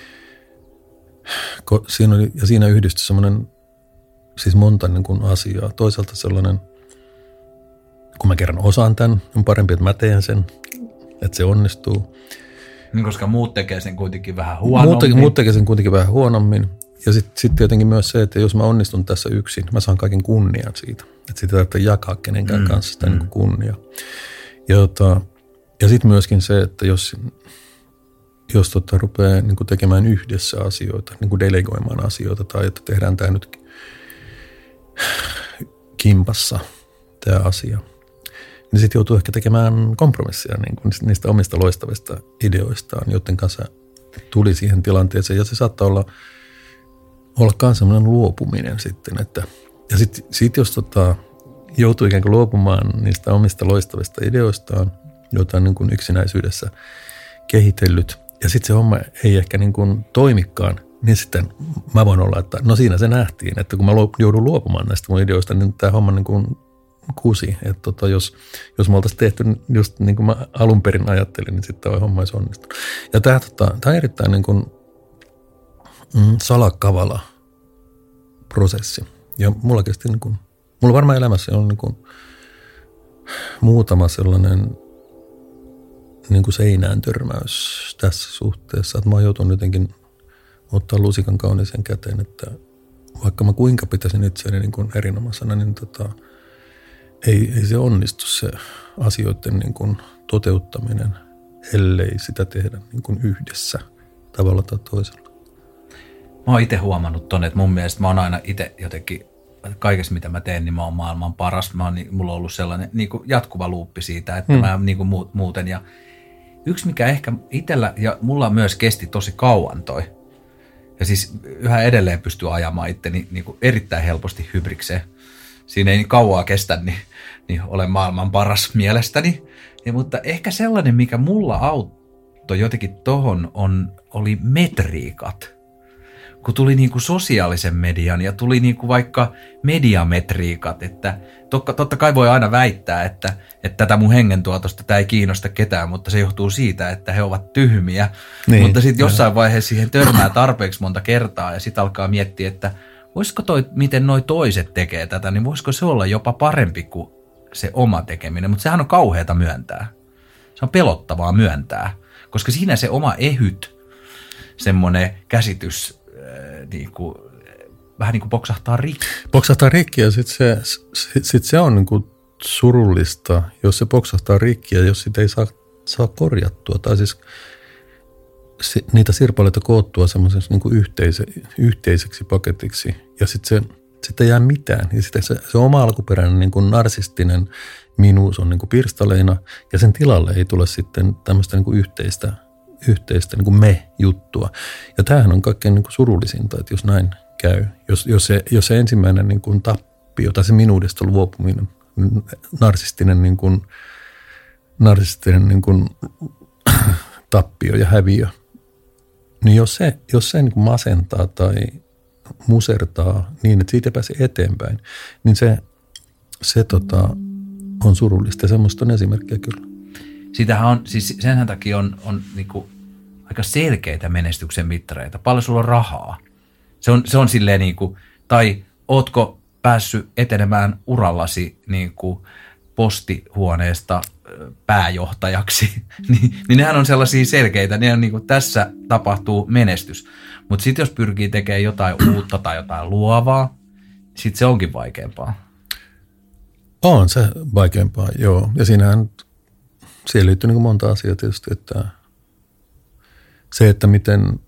S2: Siinä oli, ja siinä yhdistyi semmoinen, siis monta niin kuin asiaa. Toisaalta sellainen, kun mä kerran osaan tämän, on parempi, että mä teen sen, että se onnistuu.
S1: Koska muut tekee sen kuitenkin vähän huonommin.
S2: Muut, muut tekee sen kuitenkin vähän huonommin. Ja sitten sit tietenkin myös se, että jos mä onnistun tässä yksin, mä saan kaiken kunnian siitä. Että sitä ei tarvitse jakaa kenenkään mm, kanssa sitä mm. niin kunniaa. Ja, tota, ja sitten myöskin se, että jos jos tota rupeaa niin kuin tekemään yhdessä asioita, niin kuin delegoimaan asioita tai että tehdään tämä nyt kimpassa tämä asia, niin sitten joutuu ehkä tekemään kompromisseja niin kuin niistä omista loistavista ideoistaan, joiden kanssa tuli siihen tilanteeseen. Ja se saattaa olla, olla myös sellainen luopuminen sitten. Että, ja sitten sit jos tota, joutuu ikään kuin luopumaan niistä omista loistavista ideoistaan, joita on niin kuin yksinäisyydessä kehitellyt, ja sitten se homma ei ehkä niin kuin toimikaan, niin sitten mä voin olla, että no siinä se nähtiin, että kun mä joudun luopumaan näistä mun ideoista, niin tämä homma niin kuin kusi. Että tota, jos, jos me oltaisiin tehty just niin kuin mä alun perin ajattelin, niin sitten tämä homma olisi onnistunut. Ja tämä, tota, tämä on erittäin niin kuin, mm, salakavala prosessi. Ja mulla kesti niin kuin, mulla varmaan elämässä on niin kuin muutama sellainen niin kuin seinään törmäys tässä suhteessa, että mä oon joutunut jotenkin ottaa lusikan kauniiseen käteen, että vaikka mä kuinka pitäisin itseäni niin kuin erinomaisena, niin tota, ei, ei se onnistu se asioiden niin kuin toteuttaminen, ellei sitä tehdä niin kuin yhdessä tavalla tai toisella.
S1: Mä oon itse huomannut ton, että mun mielestä mä oon aina itse jotenkin, kaikessa mitä mä teen, niin mä oon maailman paras. Mä oon, mulla on ollut sellainen niin kuin jatkuva luuppi siitä, että hmm. mä niin kuin muuten. Ja yksi mikä ehkä itsellä ja mulla myös kesti tosi kauan toi. Ja siis yhä edelleen pystyy ajamaan itteni niin kuin erittäin helposti hybrikseen. Siinä ei niin kauaa kestä, niin, niin olen maailman paras mielestäni. Ja, mutta ehkä sellainen, mikä mulla auttoi jotenkin tohon, on, oli metriikat. Kun tuli niin kuin sosiaalisen median ja tuli niin kuin vaikka mediametriikat, että totta, totta kai voi aina väittää, että, että tätä mun hengentuotosta tämä ei kiinnosta ketään, mutta se johtuu siitä, että he ovat tyhmiä. Niin, mutta sitten jossain vaiheessa siihen törmää tarpeeksi monta kertaa ja sitten alkaa miettiä, että voisiko toi, miten noi toiset tekee tätä, niin voisiko se olla jopa parempi kuin se oma tekeminen, mutta sehän on kauheata myöntää. Se on pelottavaa myöntää, koska siinä se oma ehyt, semmoinen käsitys, äh, niin kuin, vähän niin kuin poksahtaa rikki.
S2: Poksahtaa rikki ja sitten se, sit, sit se on niin kuin surullista, jos se poksahtaa rikki ja jos sitä ei saa, saa korjattua. Tai siis se, niitä sirpaleita koottua semmoiseksi niin kuin yhteise, yhteiseksi paketiksi ja sitten se sitten ei jää mitään. Ja sitten se, se oma alkuperäinen niin kuin narsistinen minuus on niin kuin pirstaleina ja sen tilalle ei tule sitten tämmöistä niin kuin yhteistä, yhteistä niin kuin me-juttua. Ja tämähän on kaikkein niin kuin surullisinta, että jos näin käy. Jos, jos, se, jos se ensimmäinen niin kuin tappio tai se minuudesta luopuminen, narsistinen, niin kuin, narsistinen niin kuin tappio ja häviö, niin jos se, jos se niin kuin masentaa tai musertaa niin, että siitä ei pääse eteenpäin, niin se, se tota, on surullista ja semmoista on esimerkkiä kyllä.
S1: Sitähän on, siis senhän takia on, on niinku aika selkeitä menestyksen mittareita. Paljon sulla on rahaa. Se on, se on silleen niinku, tai ootko päässyt etenemään urallasi niinku postihuoneesta pääjohtajaksi, niin, niin nehän on sellaisia selkeitä, ne on niinku, tässä tapahtuu menestys. Mutta sitten jos pyrkii tekemään jotain uutta tai jotain luovaa, sitten se onkin vaikeampaa.
S2: On se vaikeampaa, joo. Ja siinähän, siihen liittyy niin monta asiaa tietysti, että se, että miten,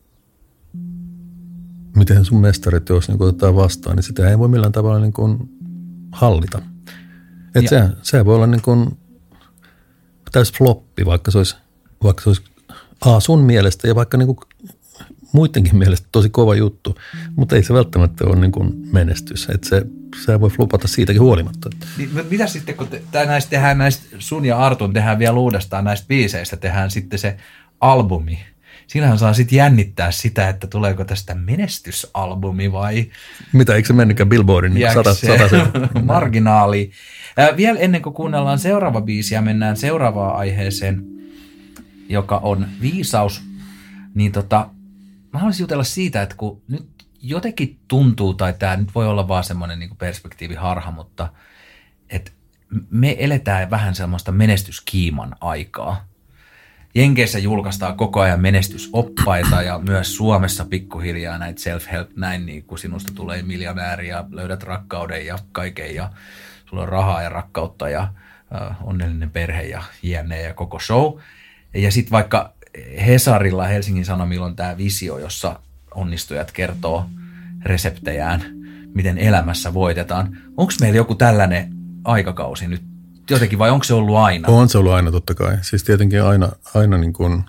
S2: miten sun mestariteos niin otetaan vastaan, niin sitä ei voi millään tavalla niin kuin hallita. Että se, se voi olla niin kuin täys floppi, vaikka se olisi, vaikka se olisi A sun mielestä ja vaikka niin kuin muidenkin mielestä tosi kova juttu, mutta ei se välttämättä ole niin kuin menestys. Että se, se voi flopata siitäkin huolimatta.
S1: Niin, mitä sitten, kun te, näistä tehdään näistä, sun ja Artun tehdään vielä uudestaan näistä biiseistä, tehdään sitten se albumi. Siinähän saa sitten jännittää sitä, että tuleeko tästä menestysalbumi vai...
S2: Mitä, eikö se mennytkään Billboardin niin sata, sata
S1: marginaali. Äh, vielä ennen kuin kuunnellaan seuraava biisi ja mennään seuraavaan aiheeseen, joka on viisaus, niin tota, mä haluaisin jutella siitä, että kun nyt jotenkin tuntuu, tai tämä nyt voi olla vaan semmoinen niin kuin perspektiiviharha, mutta että me eletään vähän semmoista menestyskiiman aikaa. Jenkeissä julkaistaan koko ajan menestysoppaita ja myös Suomessa pikkuhiljaa näitä self-help, näin niin kuin sinusta tulee miljonääri ja löydät rakkauden ja kaiken ja sulla on rahaa ja rakkautta ja äh, onnellinen perhe ja jne ja koko show. Ja sitten vaikka Hesarilla, Helsingin Sanomilla on tämä visio, jossa onnistujat kertoo reseptejään, miten elämässä voitetaan. Onko meillä joku tällainen aikakausi nyt jotenkin vai onko se ollut aina?
S2: On se ollut aina totta kai. Siis tietenkin aina, aina niin kuin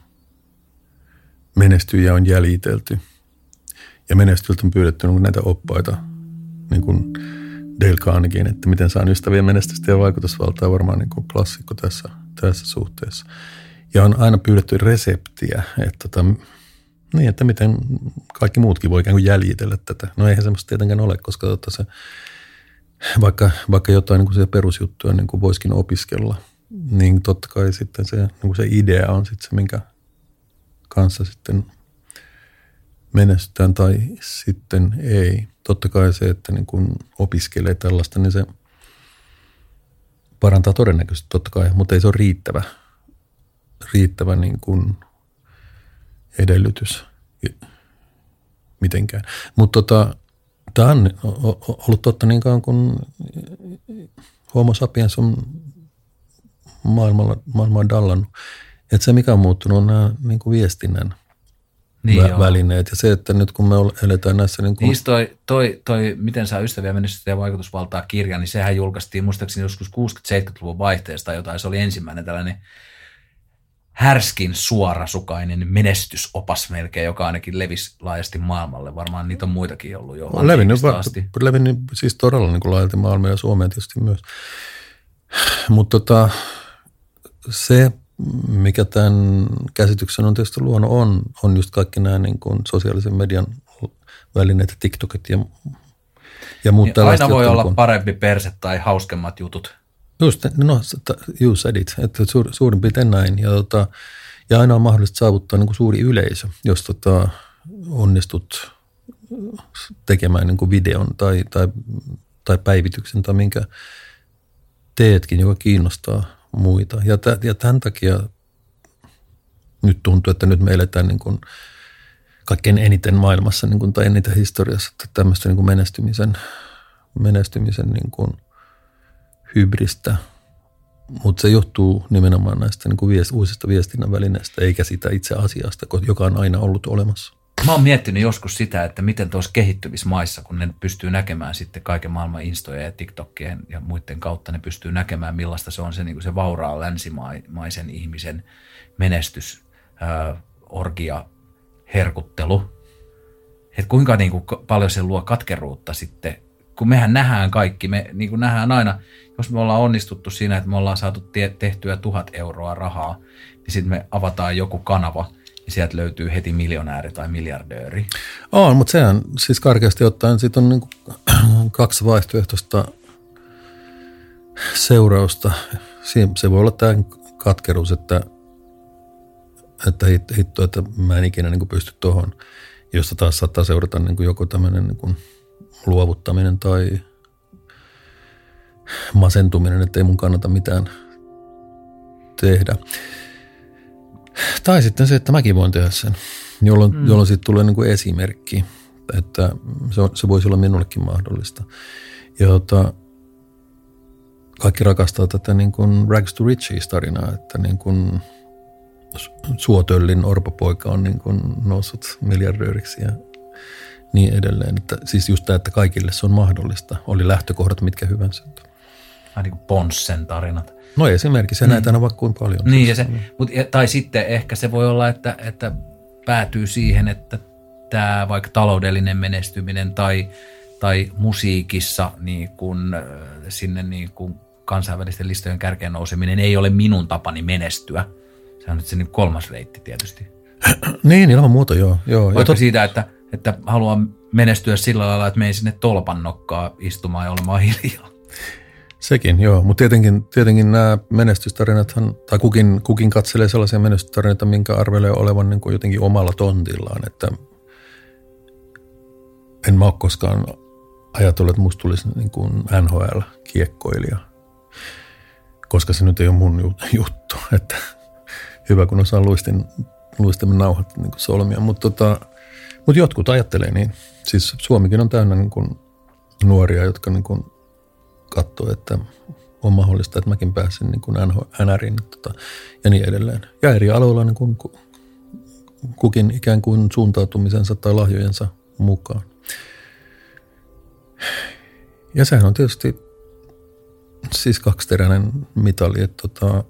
S2: menestyjiä on jäljitelty ja menestyjiltä on pyydetty niin kuin näitä oppaita, niin kuin Dale Carnegien, että miten saan ystäviä menestystä ja vaikutusvaltaa, varmaan niin kuin klassikko tässä, tässä suhteessa. Ja on aina pyydetty reseptiä, että, tota, niin, että miten kaikki muutkin voi ikään kuin jäljitellä tätä. No eihän semmoista tietenkään ole, koska tota se, vaikka, vaikka jotain niin kuin perusjuttuja niin kuin voisikin opiskella, niin totta kai sitten se, niin kuin se idea on sitten se, minkä kanssa sitten menestytään tai sitten ei. Totta kai se, että niin kun opiskelee tällaista, niin se parantaa todennäköisesti totta kai, mutta ei se ole riittävä, riittävä niin kuin edellytys mitenkään. Mutta tota, tämä on ollut totta niin kauan, kun Homo sapiens on maailmalla, maailmaa dallannut. Että se, mikä on muuttunut, on nämä niin kuin viestinnän niin vä- välineet. Ja se, että nyt kun me eletään näissä... Niin kuin...
S1: Niistä toi, toi, toi Miten saa ystäviä menestystä ja vaikutusvaltaa -kirja, niin sehän julkaistiin muistaakseni joskus kuusikymmentä-seitsemänkymmentäluvun vaihteesta jotain. Se oli ensimmäinen tällainen härskin suorasukainen menestysopas melkein, joka ainakin levisi laajasti maailmalle. Varmaan niitä on muitakin ollut jo
S2: on levinnyt, asti. Levinnyt siis todella niin kuin laajalti maailmalle ja Suomeen tietysti myös. Mutta tota, se... mikä tämän käsityksen on tietysti luonut, on, on just kaikki nämä niin kuin sosiaalisen median välineet, TikTokit ja, ja muut
S1: niin
S2: tällaiset.
S1: Aina voi olla
S2: kun...
S1: parempi perse tai hauskemmat jutut.
S2: Just, no you said it, että suur, suurin piirtein näin. Ja, tota, ja aina on mahdollista saavuttaa niin kuin suuri yleisö, jos tota, onnistut tekemään niin kuin videon tai, tai, tai päivityksen tai minkä teetkin, joka kiinnostaa muita. Ja, t- ja tämän takia nyt tuntuu, että nyt me eletään niin kuin kaikkein eniten maailmassa niin kuin, tai eniten historiassa tämmöistä niin kuin menestymisen, menestymisen niin kuin hybristä. Mutta se johtuu nimenomaan näistä niin kuin viest- uusista viestinnän välineistä, eikä sitä itse asiasta, joka on aina ollut olemassa.
S1: Mä oon miettinyt joskus sitä, että miten tuossa kehittyvissä maissa, kun ne pystyy näkemään sitten kaiken maailman Instoja ja TikTokien ja muiden kautta, ne pystyy näkemään millaista se on se, niin kuin se vauraa länsimaisen ihmisen menestys, äh, orgia, herkuttelu. Että kuinka niin kuin paljon se luo katkeruutta sitten, kun mehän nähdään kaikki, me niin kuin nähdään aina, jos me ollaan onnistuttu siinä, että me ollaan saatu te- tehtyä tuhat euroa rahaa, niin sitten me avataan joku kanava, ja sieltä löytyy heti miljonääri tai miljardööri.
S2: On, mutta sehän siis karkeasti ottaen siitä on niin kuin kaksi vaihtoehtoista seurausta. Se voi olla tämä katkeruus, että, että hitto, että mä en ikinä niin kuin pysty tuohon, josta taas saattaa seurata niin kuin joku tämmöinen niin kuin luovuttaminen tai masentuminen, että ei mun kannata mitään tehdä. Tai sitten se, että mäkin voin tehdä sen, jolloin, mm. jolloin siitä tulee niin kuin esimerkki, että se, se voisi olla minullekin mahdollista. Ja jota, kaikki rakastaa tätä niin kuin rags to riches -tarinaa, että niin kuin Suotöllin orpopoika on niin kuin noussut miljardööriksi ja niin edelleen. Että, siis just tämä, että kaikille se on mahdollista, oli lähtökohdat mitkä hyvänsä.
S1: Vähän niin kuin Ponssen tarinat.
S2: No esimerkiksi, ja näitä on vaikka kuin paljon.
S1: Niin, ja se, mut, tai sitten ehkä se voi olla, että, että päätyy siihen, että tämä vaikka taloudellinen menestyminen tai, tai musiikissa niin kun, sinne niin kun kansainvälisten listojen kärkeen nouseminen ei ole minun tapani menestyä. Se on nyt se niin kolmas reitti tietysti.
S2: Niin, ilman muuta, joo. joo.
S1: Vaikka tot... siitä, että, että haluan menestyä sillä lailla, että menen sinne tolpan nokkaan istumaan ja olemaan hiljaa.
S2: Sekin, joo. Mutta tietenkin, tietenkin nämä menestystarinathan, tai kukin, kukin katselee sellaisia menestystarinoita, minkä arvelee olevan niin kuin jotenkin omalla tontillaan. Että en mä ole koskaan ajatellut, että musta tulisi niin kuin N H L-kiekkoilija, koska se nyt ei ole mun juttu. Että hyvä, kun osaa luistin, luistimen nauhat niin kuin solmia. Mutta tota, mut jotkut ajattelee niin. Siis Suomikin on täynnä niin kuin nuoria, jotka niin kuin katsoo, että on mahdollista, että mäkin pääsin niin kuin N R Iin tota, ja niin edelleen. Ja eri aloilla niin kuin kukin ikään kuin suuntautumisensa tai lahjojensa mukaan. Ja sehän on tietysti siis kaksiteräinen mitali, että tota,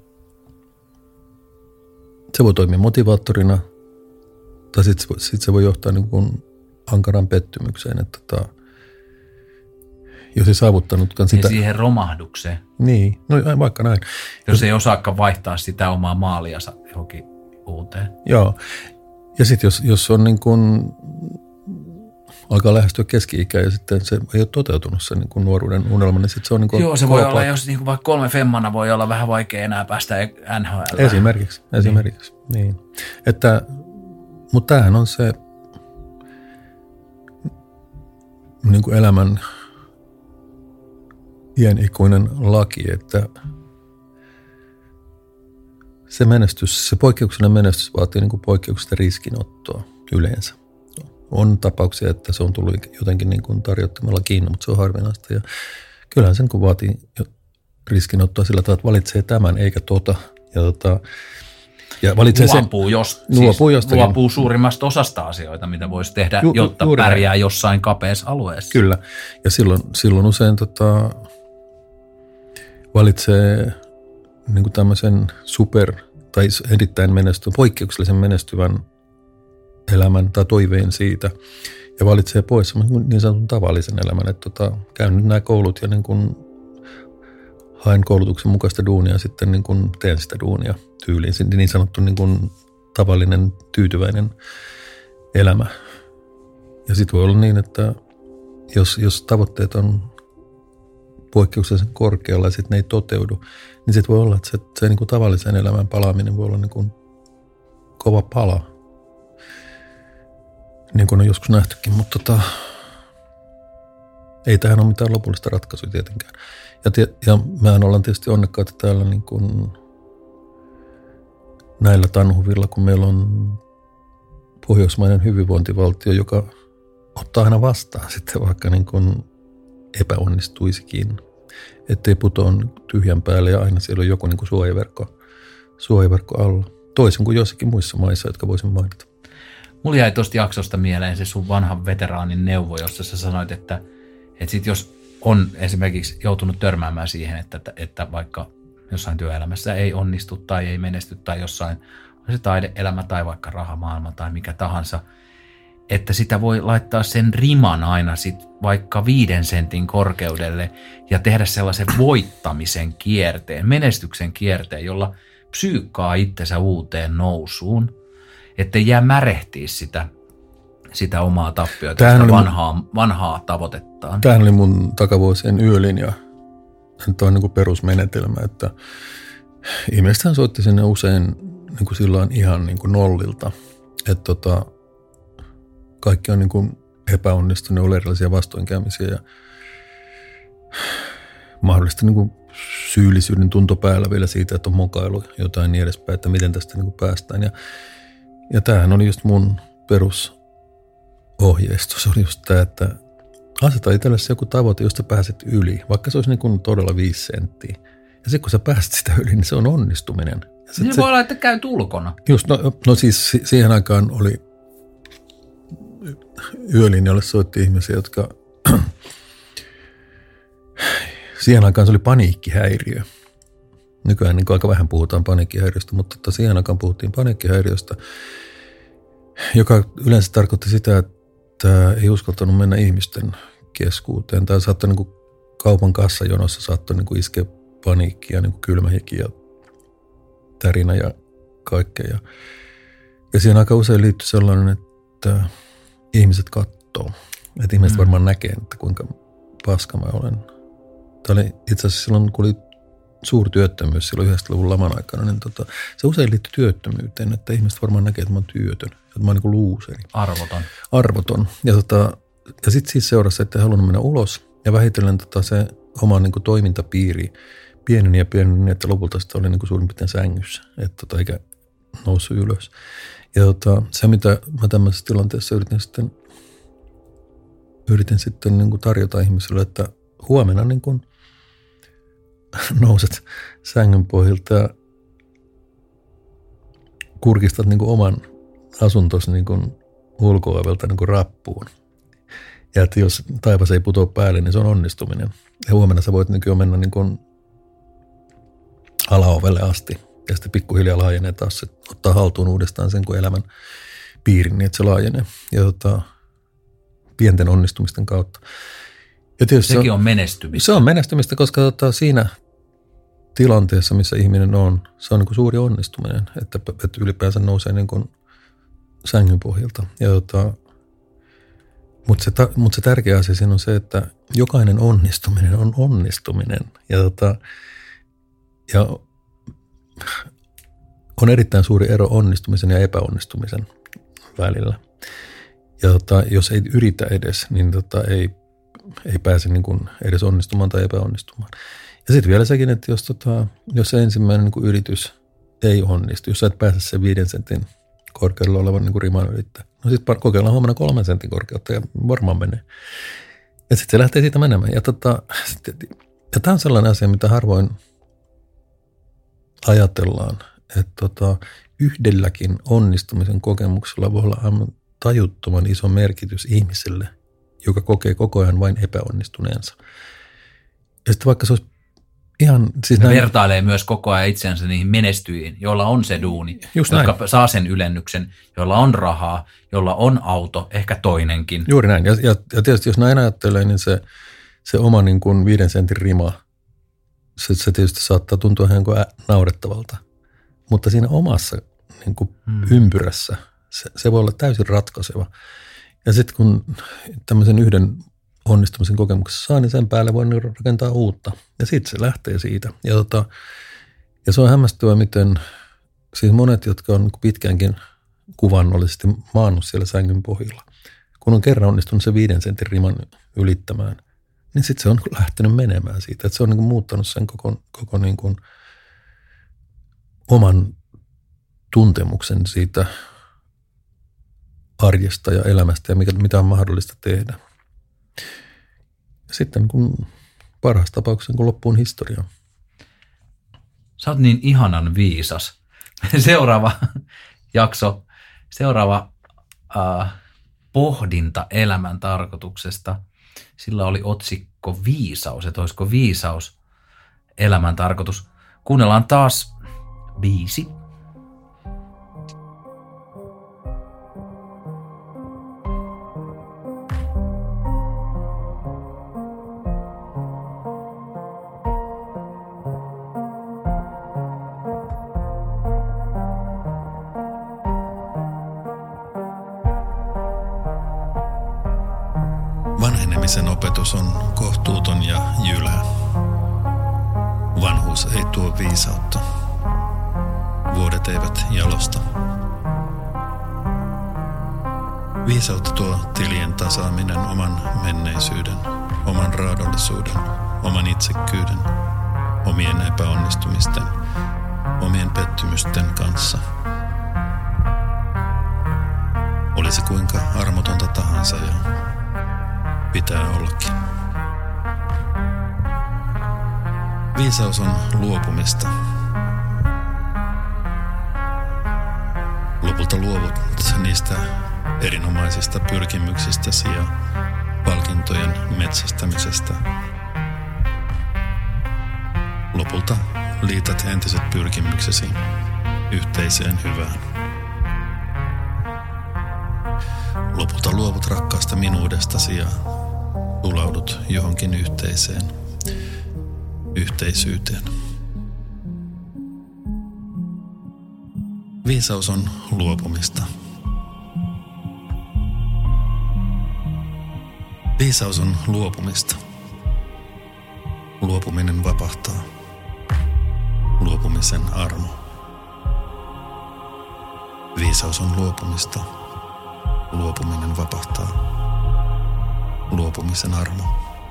S2: se voi toimia motivaattorina tai sitten sit se voi johtaa niin kuin ankaraan pettymykseen, että tota, jos ei saavuttanutkaan sitä.
S1: Ja siihen romahdukseen.
S2: Niin, no vaikka näin.
S1: Jos ei osaakaan vaihtaa sitä omaa maaliansa johonkin uuteen.
S2: Joo, ja sitten jos, jos on niin kuin, alkaa lähestyä keski-ikää ja sitten se ei ole toteutunut se niin kuin nuoruuden unelma, niin sitten se on niin kuin
S1: joo, se voi olla, jos niin kuin vaikka kolme femmana voi olla vähän vaikea enää päästä N H L.
S2: Esimerkiksi, esimerkiksi, niin. niin. Että, mutta tämähän on se niin kuin elämän iänikuinen laki, että se menestys, se poikkeuksellinen menestys vaatii niin kuin poikkeuksellista riskinottoa yleensä. On tapauksia, että se on tullut jotenkin niin kuin tarjottimella kiinni, mutta se on harvinaista. Ja kyllähän se niin kuin vaatii riskinottoa sillä tavalla, että valitsee tämän eikä tota. Ja, tota, ja valitsee
S1: luopuu,
S2: sen,
S1: jos,
S2: luopuu,
S1: siis luopuu suurimmasta osasta asioita, mitä voisi tehdä, ju, jotta pärjää näin. Jossain kapeassa alueessa.
S2: Kyllä. Ja silloin, silloin usein tota, valitsee niin kuin tämmöisen super tai erittäin menestyvän, poikkeuksellisen menestyvän elämän tai toiveen siitä ja valitsee pois niin sanotun tavallisen elämän, että tota, käyn nyt nämä koulut ja niin kuin haen koulutuksen mukaista duunia ja sitten niin kuin teen sitä duunia tyyliin. Niin sanottu niin kuin tavallinen tyytyväinen elämä. Ja sitten voi olla niin, että jos, jos tavoitteet on poikkeuksellisen korkealla ja sitten ne ei toteudu, niin sitten voi olla, että se, se niin kuin tavallisen elämän palaaminen voi olla niin kuin kova pala. Niin kuin on joskus nähtykin, mutta tota, ei tähän ole mitään lopullista ratkaisua tietenkään. Ja, tie, ja mehän ollaan tietysti onnekkaita täällä niin kuin näillä tanhuvilla, kun meillä on pohjoismainen hyvinvointivaltio, joka ottaa aina vastaan sitten vaikka niin kuin epäonnistuisikin. Ettei putoa tyhjän päälle ja aina siellä on joku niin kuin suojaverkko, suojaverkko alla. Toisin kuin jossakin muissa maissa, jotka voisin mainita.
S1: Mulla jäi tuosta jaksosta mieleen se sun vanhan veteraanin neuvo, jossa sä sanoit, että, että sit jos on esimerkiksi joutunut törmäämään siihen, että, että vaikka jossain työelämässä ei onnistu tai ei menesty tai jossain on se taideelämä tai vaikka rahamaailma tai mikä tahansa, että sitä voi laittaa sen riman aina sit vaikka viiden sentin korkeudelle ja tehdä sellaisen voittamisen kierteen, menestyksen kierteen, jolla psyykkaa itsensä uuteen nousuun. Ettei jää märehtiä sitä, sitä omaa tappioita, sitä vanhaa, mun, vanhaa tavoitettaan.
S2: Tämähän oli mun takavuosien yölinja. Tämä on niin kuin perusmenetelmä, että ihmisethän soitti sinne usein niin kuin silloin ihan niin kuin nollilta. Että tota, kaikki on niin kuin epäonnistunut, oli erilaisia vastoinkäymisiä ja mahdollisesti niin kuin syyllisyyden tunto päällä vielä siitä, että on mokailu jotain niin edespäin, että miten tästä niin kuin päästään. Ja Ja tämähän oli just mun perusohjeistus, oli just tämä, että aseta itsellesi joku tavoite, josta pääset yli, vaikka se olisi niin kuin todella viisi senttiä. Ja sitten kun sä pääset sitä yli, niin se on onnistuminen. Ja
S1: niin se voi olla, että käy ulkona.
S2: Just, no, no siis siihen aikaan oli yölinjalle soitti ihmisiä, jotka siihen aikaan se oli paniikkihäiriö. Nykyään niin aika vähän puhutaan paniikkihäiriöstä, mutta tota siihen aikaan puhuttiin paniikkihäiriöstä, joka yleensä tarkoitti sitä, että ei uskaltanut mennä ihmisten keskuuteen. Tai saattoi niin kuin kaupan kassajonossa saattoi niin kuin iskeä paniikkia, niin kuin kylmä hiki ja tärinä ja kaikkea. Ja siihen aika usein liittyi sellainen, että ihmiset katsoo. Että ihmiset mm. varmaan näkee, että kuinka paska mä olen. Tämä oli itse asiassa silloin, kun oli suurtyöttömyys silloin yhdeksänkymmentäluvun laman aikana, niin tota, se usein liittyy työttömyyteen, että ihmiset varmaan näkee, että mä oon työtön, että mä oon niin kuin luuseri.
S1: Arvoton.
S2: Arvoton. Ja, tota, ja sitten siis seurasi, että ei halunnut mennä ulos ja vähitellen tota, se oma niin kuin toimintapiiri pieneni ja pieneni, että lopulta sitä oli niin kuin suurin piirtein sängyssä, että tota, eikä noussut ylös. Ja tota, se, mitä mä tämmöisessä tilanteessa yritin sitten, yritin sitten niin kuin tarjota ihmisille, että huomenna niin kuin nouset sängyn pohjilta ja kurkistat niin kuin oman asun tuossa niin kuin ulko-ovelta niin kuin rappuun. Ja että jos taivas ei putoa päälle, niin se on onnistuminen. Ja huomenna sä voit nykyään mennä niin kuin alaovelle asti. Ja sitten pikkuhiljaa laajenee taas, ottaa haltuun uudestaan sen kuin elämän piirin, niin että se laajenee. Ja tota, pienten onnistumisten kautta. Ja
S1: sekin se on, on menestymistä.
S2: Se on menestymistä, koska tota, siinä tilanteessa, missä ihminen on, se on niin kuin suuri onnistuminen, että, että ylipäänsä nousee niin kuin sängyn pohjalta. Ja tota, mutta se, mut se tärkeä asia siinä on se, että jokainen onnistuminen on onnistuminen. Ja, tota, ja on erittäin suuri ero onnistumisen ja epäonnistumisen välillä. Ja tota, jos ei yritä edes, niin tota, ei, ei pääse niin kuin edes onnistumaan tai epäonnistumaan. Ja sitten vielä sekin, että jos, tota, jos se ensimmäinen niin kuin yritys ei onnistu, jos sä et pääse sen viiden sentin korkeudella olevan niin kuin riman ylittää, no sitten kokeillaan huomenna kolmen sentin korkeutta ja varmaan menee. Ja sitten se lähtee siitä menemään. Ja, tota, ja tämä on sellainen asia, mitä harvoin ajatellaan, että tota, yhdelläkin onnistumisen kokemuksella voi olla aivan tajuttoman iso merkitys ihmiselle, joka kokee koko ajan vain epäonnistuneensa. Ja sitten vaikka se olisi ihan... Siis
S1: näin, vertailee myös koko ajan itseänsä niihin menestyjiin, joilla on se duuni,
S2: just
S1: jotka
S2: näin.
S1: Saa sen ylennyksen, jolla on rahaa, jolla on auto, ehkä toinenkin.
S2: Juuri näin. Ja, ja, ja tietysti jos näin ajattelee, niin se, se oma niin kuin viiden sentin rima, se, se tietysti saattaa tuntua ihan kuin naurettavalta. Mutta siinä omassa niin kuin hmm. ympyrässä se, se voi olla täysin ratkaiseva. Ja sitten kun tämmöisen yhden onnistumisen kokemuksessa saa, niin sen päälle voi rakentaa uutta. Ja sitten se lähtee siitä. Ja, tota, ja se on hämmästyvä, miten siis monet, jotka on pitkäänkin kuvannollisesti maannut siellä sängyn pohjalla, kun on kerran onnistunut se viiden sentin riman ylittämään, niin sitten se on lähtenyt menemään siitä. Että se on niin kuin muuttanut sen koko, koko niin kuin oman tuntemuksen siitä arjesta ja elämästä ja mikä, mitä on mahdollista tehdä. Ja sitten kun parhaassa tapauksessa kun loppuun historia.
S1: Sä oot niin ihanan viisas. Seuraava jakso, seuraava äh, pohdinta elämän tarkoituksesta. Sillä oli otsikko viisaus, että olisiko viisaus elämän tarkoitus. Kuunnellaan taas biisi.
S2: Vanhenemisen opetus on kohtuuton ja jylä. Vanhuus ei tuo viisautta. Vuodet eivät jalosta. Viisautta tuo tilien tasaaminen oman menneisyyden, oman raadollisuuden, oman itsekkyyden, omien epäonnistumisten, omien pettymysten kanssa. Olisi kuinka armotonta tahansa ja pitää ollakin. Viisaus on luopumista. Lopulta luovut niistä erinomaisista pyrkimyksistäsi ja palkintojen metsästämisestä. Lopulta liität entiset pyrkimyksesi yhteiseen hyvään. Lopulta luovut rakkaasta minuudestasi ja sulaudut johonkin yhteiseen, yhteisyyteen. Viisaus on luopumista. Viisaus on luopumista. Luopuminen vapahtaa. Luopumisen armo. Viisaus on luopumista. Luopuminen vapahtaa. Luopumisen armo.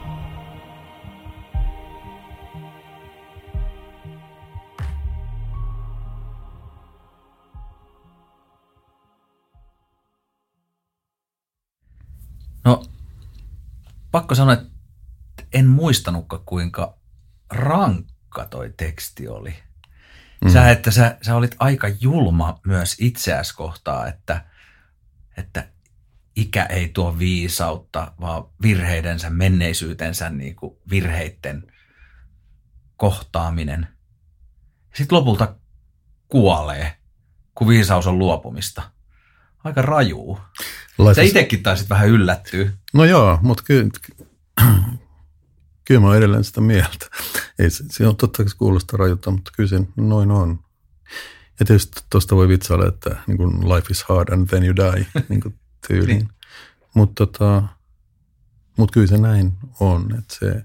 S1: No, pakko sanoa, että en muistanutkaan kuinka rankka toi teksti oli. Mm. Sä, että sä, sä olit aika julma myös itseäsi kohtaa, että, että ikä ei tuo viisautta, vaan virheidensä, menneisyytensä niin kuin virheiden kohtaaminen. Sitten lopulta kuolee, kun viisaus on luopumista. Aika rajuu. Laitas... Sä itsekin taisit vähän yllättyä.
S2: No joo, mutta kyllä, kyllä mä oon edelleen sitä mieltä. Ei, se on totta, että se kuulostaa rajulta, mutta kyllä se noin on. Ja tietysti tuosta voi vitsailla, että niin kuin life is hard and then you die, niin kuin tyyliin. Niin. Mutta tota, mut kyllä se näin on, että se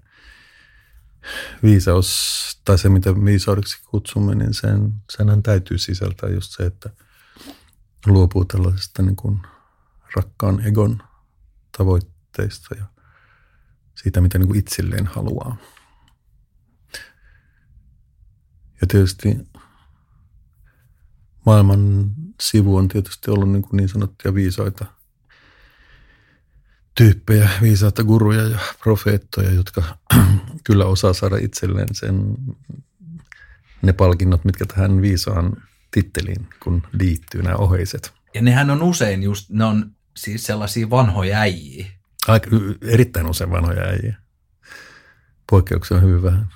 S2: viisaus, tai se mitä viisaudeksi kutsumme, niin sen, senhän täytyy sisältää just se, että luopuu tällaisesta niin kuin rakkaan egon tavoitteista ja siitä, mitä niin kuin itselleen haluaa. Ja tietysti maailman sivu on tietysti ollut niin, kuin niin sanottuja viisaita tyyppejä, viisaita guruja ja profeettoja, jotka kyllä osaa saada itselleen sen, ne palkinnot, mitkä tähän viisaan titteliin, kun liittyy nämä oheiset.
S1: Ja nehän on usein just, ne on siis sellaisia vanhoja äijiä.
S2: Aika, erittäin usein vanhoja äijiä. Poikkeuksia on hyvin vähän.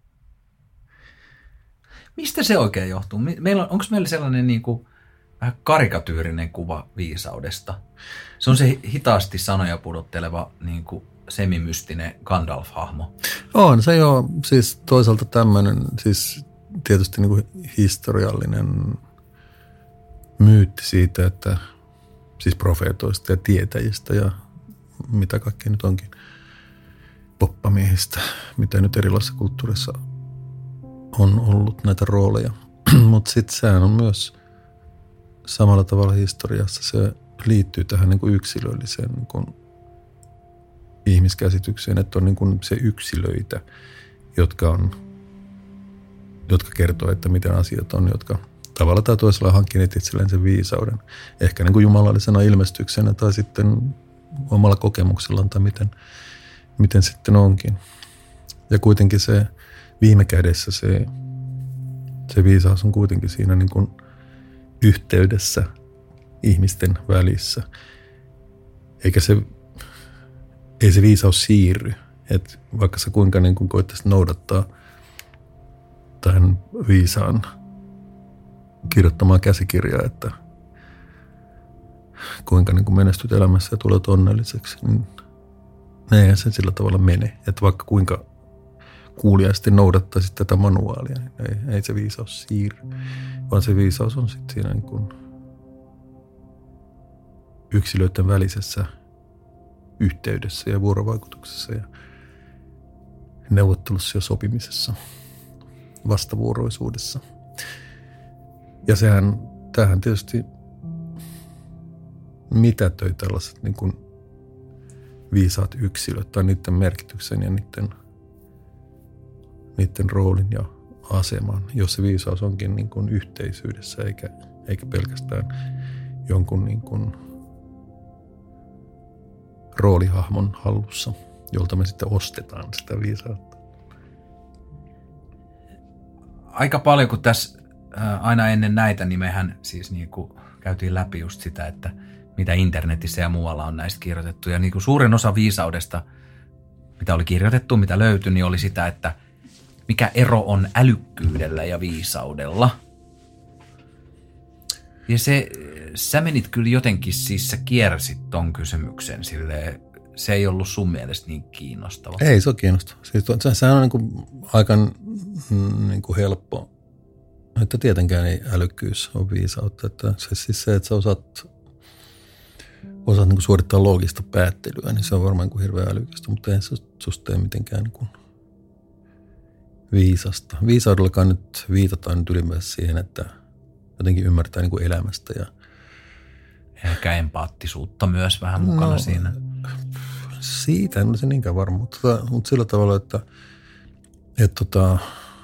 S1: Mistä se oikein johtuu? Meillä on, onko meillä sellainen niin kuin vähän karikatyyrinen kuva viisaudesta? Se on se hitaasti sanoja pudotteleva niin kuin semimystinen Gandalf-hahmo.
S2: On, se jo siis toisaalta tämmöinen, siis tietysti niin kuin historiallinen myytti siitä, että siis profeetoista ja tietäjistä ja mitä kaikkea nyt onkin, poppamiehistä, mitä nyt erilaisissa kulttuurissa on ollut näitä rooleja. Mutta sitten sehän on myös samalla tavalla historiassa, se liittyy tähän niin kuin yksilölliseen niin kuin ihmiskäsitykseen, että on niin kuin se yksilöitä, jotka on, jotka kertoo, että miten asiat on, jotka tavalla tai toisella hankkineet itselleen sen viisauden. Ehkä niin kuin jumalallisena ilmestyksenä tai sitten omalla kokemuksellaan tai miten, miten sitten onkin. Ja kuitenkin se viime kädessä se, se viisaus on kuitenkin siinä niin kuin yhteydessä ihmisten välissä. Eikä se, ei se viisaus siirry. Että vaikka sä kuinka niin kuin koittaisit noudattaa tämän viisaan kirjoittamaa käsikirjaa, että kuinka niin kuin menestyt elämässä ja tulet onnelliseksi, niin eihän se sillä tavalla mene. Että vaikka kuinka kuuliaisesti noudattaisit tätä manuaalia, niin ei, ei se viisaus siirry, vaan se viisaus on sitten siinä niin kuin yksilöiden välisessä yhteydessä ja vuorovaikutuksessa ja neuvottelussa ja sopimisessa, vastavuoroisuudessa. Ja sehän, tämähän tietysti mitätöi tällaiset niin kuin viisaat yksilöt tai niiden merkityksen ja niiden, niiden roolin ja aseman, jos se viisaus onkin niin kuin yhteisyydessä eikä, eikä pelkästään jonkun niin kuin roolihahmon hallussa, jolta me sitten ostetaan sitä viisautta.
S1: Aika paljon, kun tässä aina ennen näitä, niin mehän siis niin kuin käytiin läpi just sitä, että mitä internetissä ja muualla on näistä kirjoitettu. Ja niin kuin suurin osa viisaudesta, mitä oli kirjoitettu, mitä löytyi, niin oli sitä, että mikä ero on älykkyydellä ja viisaudella. Ja se, sä menit kyllä jotenkin, siis sä kiersit ton kysymyksen silleen, se ei ollut sun mielestä niin kiinnostava.
S2: Ei se ole kiinnostava. Siis sehän on niin kuin aika niin kuin helppo, että tietenkään ei älykkyys ole viisautta. Että se, siis se, että sä osaat, osaat niin kuin suorittaa loogista päättelyä, niin se on varmaan niin kuin hirveän älykästä, mutta ei se susta tee mitenkään niin kuin viisasta. Viisaudellakaan nyt viitataan nyt ylipäänsä siihen, että jotenkin ymmärtää niin kuin elämästä. Ja
S1: ehkä empaattisuutta myös vähän mukana
S2: no,
S1: siinä.
S2: Siitä en ole se niinkään varma, mutta, mutta sillä tavalla, että, että, että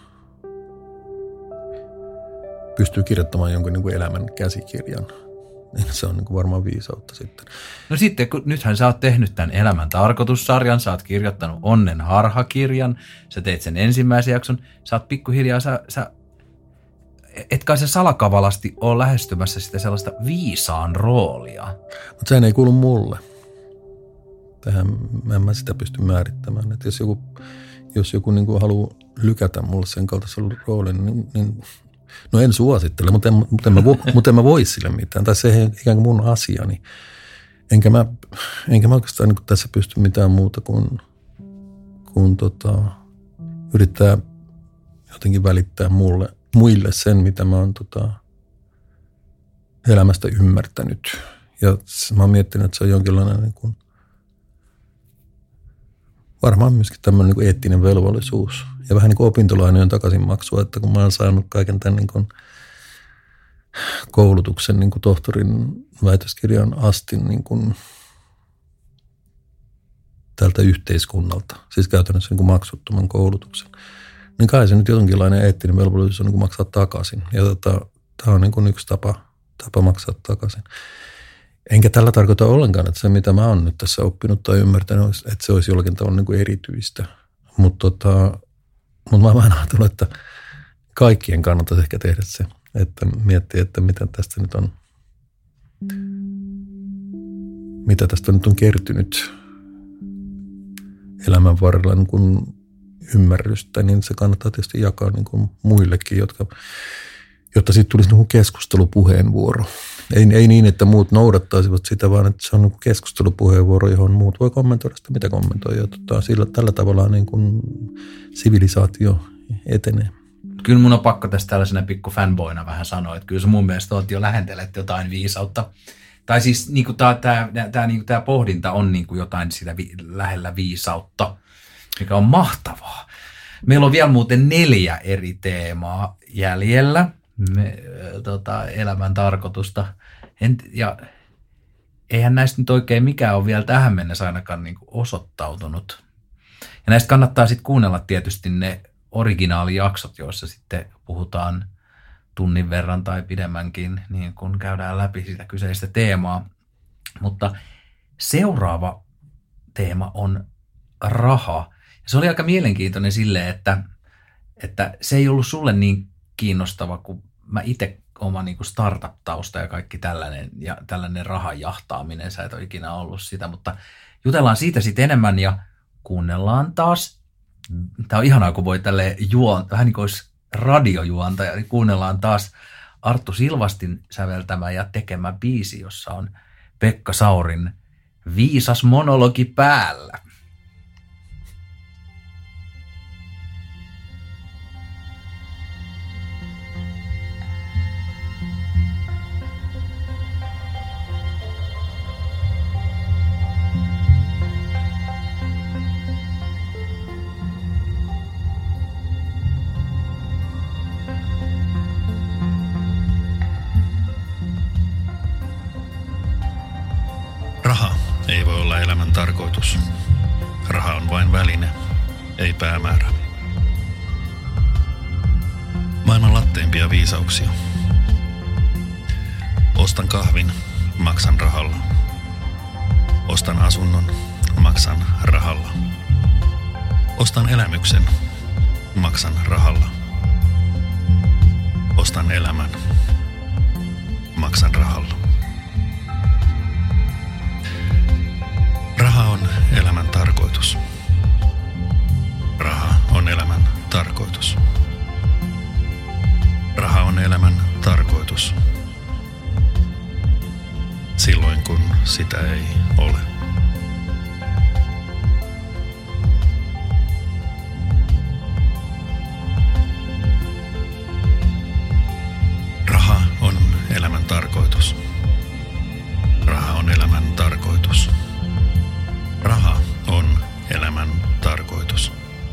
S2: pystyy kirjoittamaan jonkun niin kuin elämän käsikirjan. Se on niin kuin varmaan viisautta sitten.
S1: No sitten, kun nythän sä oot tehnyt tämän Elämän tarkoitussarjan, sä oot kirjoittanut Onnen harhakirjan, sä teit sen ensimmäisen jakson, sä oot pikkuhiljaa, sä, sä et kai se salakavalasti ole lähestymässä sitä sellaista viisaan roolia.
S2: Mutta sehän ei kuulu mulle. Tähän en mä sitä pysty määrittämään. Että jos joku, jos joku niin kuin haluaa lykätä mulle sen kaltaisen roolin, niin, niin no en suosittele, mutta en, mutta en, mä, vo, mutta en mä voi sille mitään. Tai se ei ikään kuin mun asiani. Enkä mä, enkä mä oikeastaan niin tässä pysty mitään muuta kuin, kuin tota, yrittää jotenkin välittää mulle, muille sen, mitä mä oon tota, elämästä ymmärtänyt. Ja mä oon miettinyt, että se on jonkinlainen niin kuin, varmaan myöskin tämmöinen niin kuin eettinen velvollisuus. Ja vähän niin kuin opintolainojen takaisinmaksua, että kun mä oon saanut kaiken tämän niin kuin koulutuksen niin kuin tohtorin väitöskirjan asti niin kuin tältä yhteiskunnalta, siis käytännössä niin kuin maksuttoman koulutuksen, niin kai se nyt jonkinlainen eettinen velvollisuus on niin kuin maksaa takaisin. Ja tota, tämä on niin kuin yksi tapa, tapa maksaa takaisin. Enkä tällä tarkoita ollenkaan, että se mitä mä oon nyt tässä oppinut tai ymmärtänyt, että se olisi jollakin tavalla niin kuin erityistä. Mutta tota, mut mä oon vähän ajatellut, että kaikkien kannattaisi ehkä tehdä se, että miettii, että mitä tästä nyt on, mitä tästä nyt on kertynyt elämän varrella niin kuin ymmärrystä, niin se kannattaa tietysti jakaa niin kuin muillekin, jotka, jotta siitä tulisi niin kuin keskustelupuheenvuoro. Ei, ei niin, että muut noudattaisivat sitä, vaan että se on niin kuin keskustelupuheenvuoro, johon muut voi kommentoida sitä, mitä kommentoi. Ja tota, sillä, tällä tavalla niin kuin sivilisaatio etenee.
S1: Kyllä mun on pakko tästä tällaisena pikku fanboyna vähän sanoa, että kyllä se mun mielestä oot jo lähentelet jotain viisautta. Tai siis niin tämä tää, tää, niinku, tää pohdinta on niinku jotain sitä vi, lähellä viisautta, mikä on mahtavaa. Meillä on vielä muuten neljä eri teemaa jäljellä, me, tota, elämän tarkoitusta. En, ja eihän näistä nyt oikein mikään ole vielä tähän mennessä ainakaan niinku osoittautunut. Ja näistä kannattaa sitten kuunnella tietysti ne originaalijaksot, joissa sitten puhutaan tunnin verran tai pidemmänkin, niin kun käydään läpi sitä kyseistä teemaa. Mutta seuraava teema on raha. Ja se oli aika mielenkiintoinen silleen, että, että se ei ollut sulle niin kiinnostava kuin mä itse oma niin kuin startup-tausta ja kaikki tällainen, ja tällainen rahan jahtaaminen. Sä et ole ikinä ollut sitä, mutta jutellaan siitä sitten enemmän ja kuunnellaan taas. Tämä on ihanaa, kun voi tälleen juontaa, vähän niin kuin olisi radiojuontaja, niin kuunnellaan taas Arttu Silvastin säveltämä ja tekemä biisi, jossa on Pekka Saurin viisas monologi päällä.
S2: Raha ei voi olla elämän tarkoitus. Raha on vain väline, ei päämäärä. Maailman latteimpia viisauksia. Ostan kahvin, maksan rahalla. Ostan asunnon, maksan rahalla. Ostan elämyksen, maksan rahalla. Ostan elämän, maksan rahalla. Raha on elämän tarkoitus. Raha on elämän tarkoitus. Raha on elämän tarkoitus. Silloin kun sitä ei ole. Raha on elämän tarkoitus. Raha on elämän tarkoitus. Raha on elämän tarkoitus.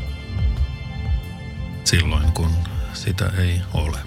S2: Silloin kun sitä ei ole.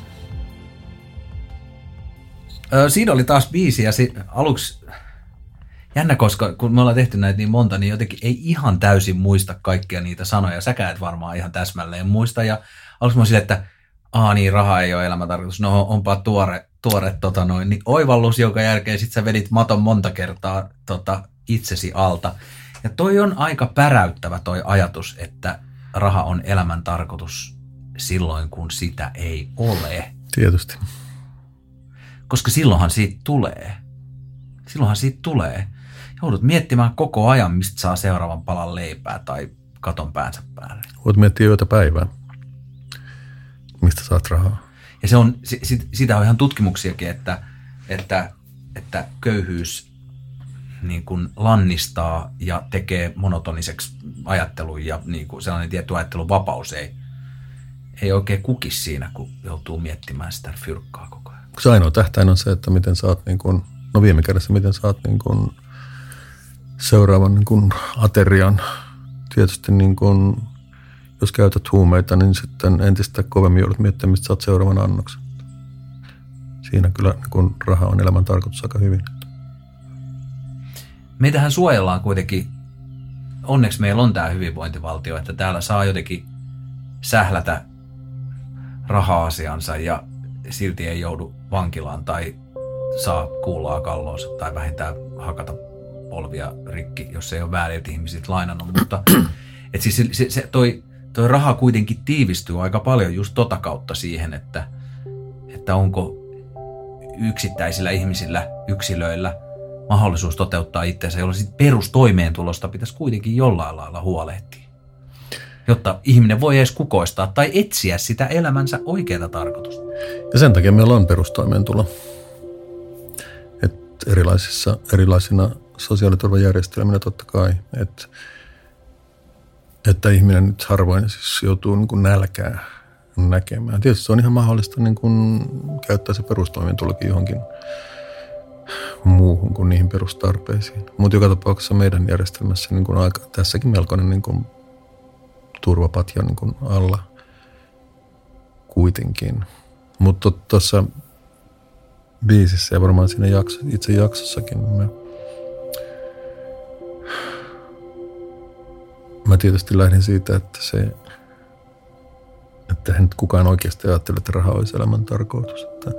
S1: Öö, siinä oli taas biisi ja si- aluksi jännä, koska kun me ollaan tehty näitä niin monta, niin jotenkin ei ihan täysin muista kaikkia niitä sanoja. Säkään et varmaan ihan täsmälleen muista. Ja aluksi mä silleen, että aa niin, raha ei ole elämän tarkoitus. No onpa tuore, tuore tota noin, niin oivallus, jonka jälkeen sit sä vedit maton monta kertaa tota, itsesi alta. Ja toi on aika päräyttävä toi ajatus, että raha on elämän tarkoitus silloin, kun sitä ei ole.
S2: Tietysti.
S1: Koska silloinhan siitä tulee. Silloinhan siitä tulee. Joudut miettimään koko ajan, mistä saa seuraavan palan leipää tai katon päänsä päälle.
S2: Voit miettiä yötä päivää, mistä saat rahaa.
S1: Ja se on, sit, sitä on ihan tutkimuksiakin, että, että, että köyhyys niin kuin lannistaa ja tekee monotoniseksi ajattelun ja niin kuin sellainen tietty ajattelun vapaus ei, ei oikein kukisi siinä, kun joutuu miettimään sitä fyrkkaa koko ajan.
S2: Se ainoa tähtäin on se, että miten saat, niin kuin, no viime kädessä, miten saat niin kuin seuraavan niin kuin aterian. Tietysti niin kuin, jos käytät huumeita, niin sitten entistä kovemmin joudut miettimään, mistä saat seuraavan annoksen. Siinä kyllä niin kuin raha on elämän tarkoitus aika hyvin.
S1: Meitähän suojellaan kuitenkin, onneksi meillä on tämä hyvinvointivaltio, että täällä saa jotenkin sählätä raha-asiansa ja silti ei joudu vankilaan tai saa kuulaa kalloonsa tai vähintään hakata polvia rikki, jos ei ole vääriltä ihmisiltä lainannut. Mutta et siis se, se, se, toi, toi raha kuitenkin tiivistyy aika paljon just tota kautta siihen, että, että onko yksittäisillä ihmisillä, yksilöillä mahdollisuus toteuttaa itseänsä, jolloin sit perustoimeentulosta pitäisi kuitenkin jollain lailla huolehtia, jotta ihminen voi edes kukoistaa tai etsiä sitä elämänsä oikeaa tarkoitusta.
S2: Ja sen takia meillä on perustoimeentulo. Et erilaisissa, erilaisina sosiaaliturvajärjestelminä totta kai, että, että ihminen nyt harvoin siis joutuu niin kuin nälkää näkemään. Tietysti se on ihan mahdollista niin kuin käyttää se perustoimeentulokin johonkin muuhun kuin niihin perustarpeisiin. Mutta joka tapauksessa meidän järjestelmässä niin kuin aika, tässäkin melkoinen niin kuin turvapatja niin kuin alla kuitenkin. Mutta tuossa biisissä ja varmaan siinä jakso, itse jaksossakin mä, mä tietysti lähdin siitä, että se että eihän nyt kukaan oikeasti ajattele, että raha olisi elämän tarkoitus. Että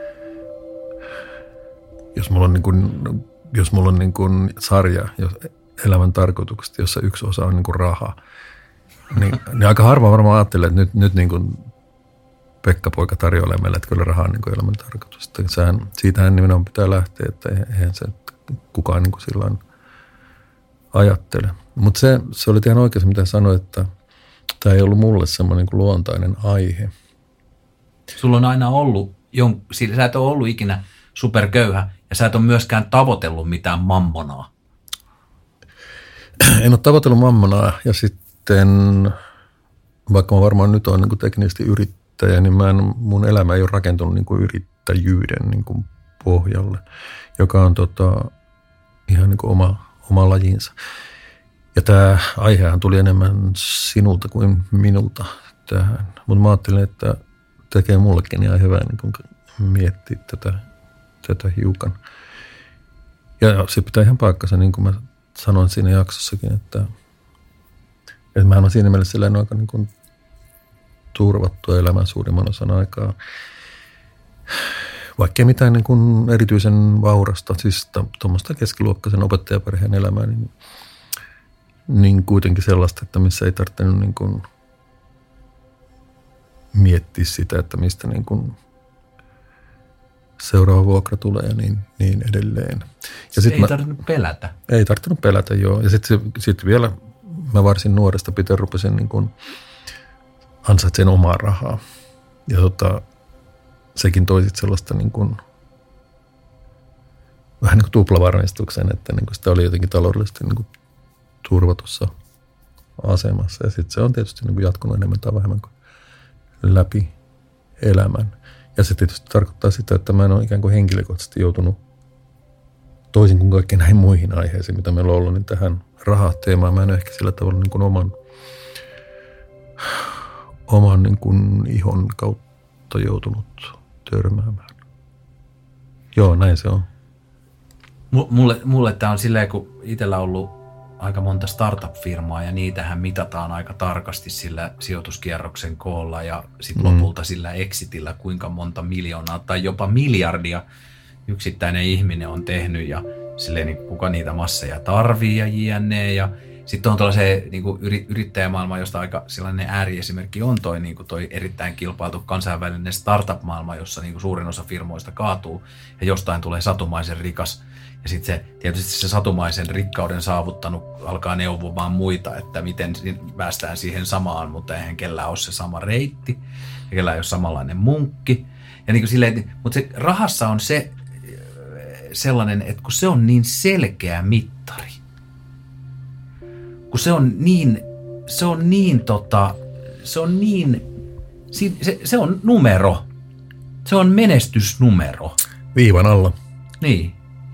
S2: jos mulla on, niin kuin, jos mulla on niin kuin sarja jos elämän tarkoituksesta, jossa yksi osa on niin kuin raha, niin, niin aika harva varmaan ajattelee, että nyt, nyt niin kuin Pekka-poika tarjoilee meille, että kyllä raha on niin kuin elämän tarkoitus. Sehän, siitähän nimenomaan pitää lähteä, että eihän se kukaan niin kuin silloin ajattele. Mutta se, se oli ihan oikein, mitä sanoit, että tämä ei ollut mulle semmoinen niin kuin luontainen aihe.
S1: Sulla on aina ollut, jon, sä et ole ollut ikinä superköyhä ja sä et ole myöskään tavoitellut mitään mammonaa.
S2: En ole tavoitellut mammonaa ja sitten vaikka mä varmaan nyt olen niin kuin teknisesti yrittäjä, niin mä en, mun elämä ei ole rakentunut niin kuin yrittäjyyden niin kuin pohjalle, joka on tota, ihan niin kuin oma, oma lajinsa. Ja tämä aihehan tuli enemmän sinulta kuin minulta tähän. Mutta mä ajattelin, että tekee mullekin ihan hyvää niin kun miettiä tätä, tätä hiukan. Ja se pitää ihan paikkansa, niin kuin mä sanoin siinä jaksossakin, että, että mä oon siinä mielessä elänyt aika niin kuin turvattua elämän suurimman osan aikaa. Vaikkei mitään niin kuin erityisen vaurasta, siis tuommoista keskiluokkaisen opettajaperheen elämää, niin niin kuitenkin sellaista, että missä ei tarvinnut niin kuin miettiä sitä, että mistä niin kuin seuraava vuokra tulee ja niin, niin edelleen. Ja sit
S1: ei
S2: mä,
S1: tarvinnut pelätä.
S2: Ei tarvinnut pelätä, joo. Ja sitten sit vielä mä varsin nuoresta pitäen rupesin niin kuin ansaitsemaan omaa rahaa. Ja tota, sekin toi sit sellaista niin kuin vähän niin kuin tuplavarmistuksen, että niin kuin sitä oli jotenkin taloudellisesti niin kuin turvatussa asemassa. Ja sitten se on tietysti niin kuin jatkunut enemmän tai vähemmän kuin läpi elämän. Ja se tietysti tarkoittaa sitä, että mä en ole ikään kuin henkilökohtaisesti joutunut toisin kuin kaikkiin näihin muihin aiheisiin, mitä meillä on ollut, niin tähän rahateemaan mä en ole ehkä sillä tavalla niin kuin oman, oman niin kuin ihon kautta joutunut törmäämään. Joo, näin se on.
S1: Mulle, mulle tämä on silleen, kun itsellä on ollut aika monta startup-firmaa ja niitähän mitataan aika tarkasti sillä sijoituskierroksen koolla ja sitten mm. lopulta sillä exitillä, kuinka monta miljoonaa tai jopa miljardia yksittäinen ihminen on tehnyt ja silleen, niin kuka niitä masseja tarvii ja jne. Ja Sitten on tuollainen niin kuin yrittäjämaailma, josta aika sellainen ääriesimerkki on toi, niin kuin toi erittäin kilpailtu kansainvälinen startup-maailma, jossa niin kuin suurin osa firmoista kaatuu ja jostain tulee satumaisen rikas. Ja sitten se, tietysti se satumaisen rikkauden saavuttanut alkaa neuvomaan muita, että miten päästään siihen samaan, mutta eihän kellään ole se sama reitti ja kellään ei ole samanlainen munkki. Ja niin kuin silleen, mutta se rahassa on se sellainen, että kun se on niin selkeä mittari, kun se on niin, se on niin tota, se on niin, se, se on numero, se on menestysnumero.
S2: Viivan alla.
S1: Niin.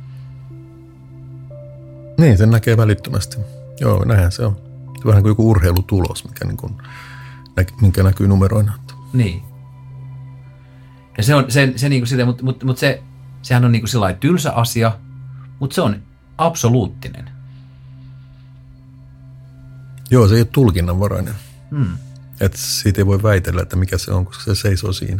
S2: Niin, sen näkee välittömästi. Joo, näinhän se on. Se vähän kuin joku urheilutulos, mikä, niin kuin, minkä näkyy numeroina.
S1: Niin. Ja se on se, se niin kuin sitä, mutta, mutta, mutta se, sehän on niin kuin sellainen tylsä asia, mutta se on absoluuttinen.
S2: Joo, se ei ole tulkinnanvarainen.
S1: Hmm.
S2: Että siitä ei voi väitellä, että mikä se on, koska se seisoo siinä.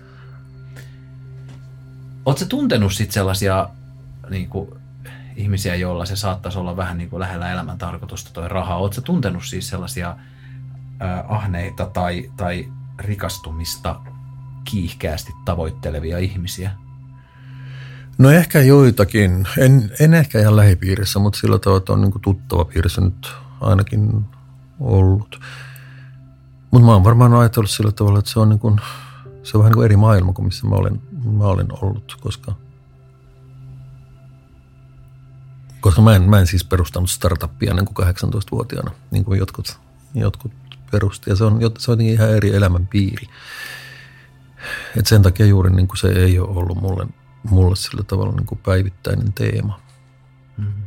S1: Oletko sä tuntenut sitten sellaisia niin kuin, ihmisiä, joilla se saattaisi olla vähän niin kuin lähellä elämän tarkoitusta toi raha? Oletko sä tuntenut siis sellaisia äh, ahneita tai, tai rikastumista kiihkeästi tavoittelevia ihmisiä?
S2: No ehkä joitakin. En, en ehkä ihan lähipiirissä, mutta sillä tavalla, että on niin kuin tuttava piirissä nyt ainakin ollut. Mutta mä oon varmaan ajatellut sillä tavalla, että se on, niin kuin, se on vähän niin kuin eri maailma kuin missä mä olen, mä olen ollut, koska, koska mä, en, mä en siis perustanut startuppia ennen kuin kahdeksantoistavuotiaana, niin kuin jotkut, jotkut perusti. Ja se on, se on ihan eri elämän piiri. Et sen takia juuri niin kuin se ei ole ollut mulle, mulle sillä tavalla niin kuin päivittäinen teema.
S1: Mm-hmm.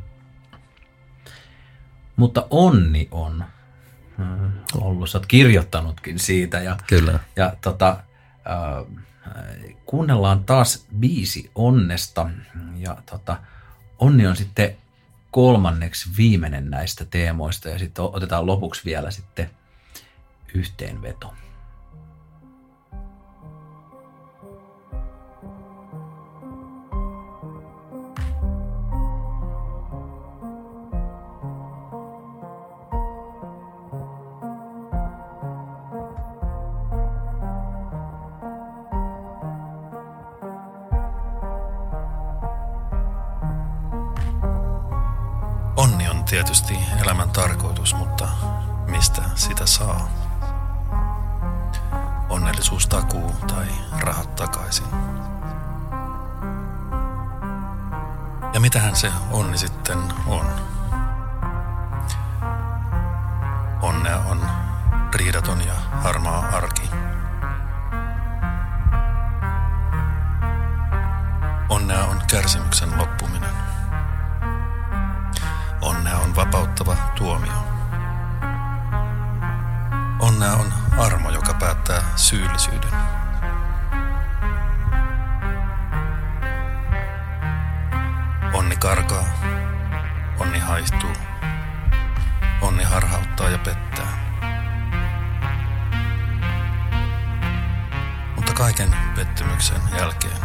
S1: Mutta onni on mm, ollut. Sä oot kirjoittanutkin siitä. Ja,
S2: Kyllä.
S1: Ja tota, äh, kuunnellaan taas biisi onnesta. Ja tota, onni on sitten kolmanneksi viimeinen näistä teemoista. Ja sitten otetaan lopuksi vielä sitten yhteenveto.
S2: Onni on tietysti elämän tarkoitus, mutta mistä sitä saa? Onnellisuus takuu tai rahat takaisin. Ja mitähän se onni sitten on? Onnea on riidaton ja harmaa arki. Onnea on kärsimyksen loppuminen. Onnea on vapauttava tuomio. Onnea on armo, joka päättää syyllisyyden. Onni karkaa, onni haihtuu, onni harhauttaa ja pettää. Mutta kaiken pettymyksen jälkeen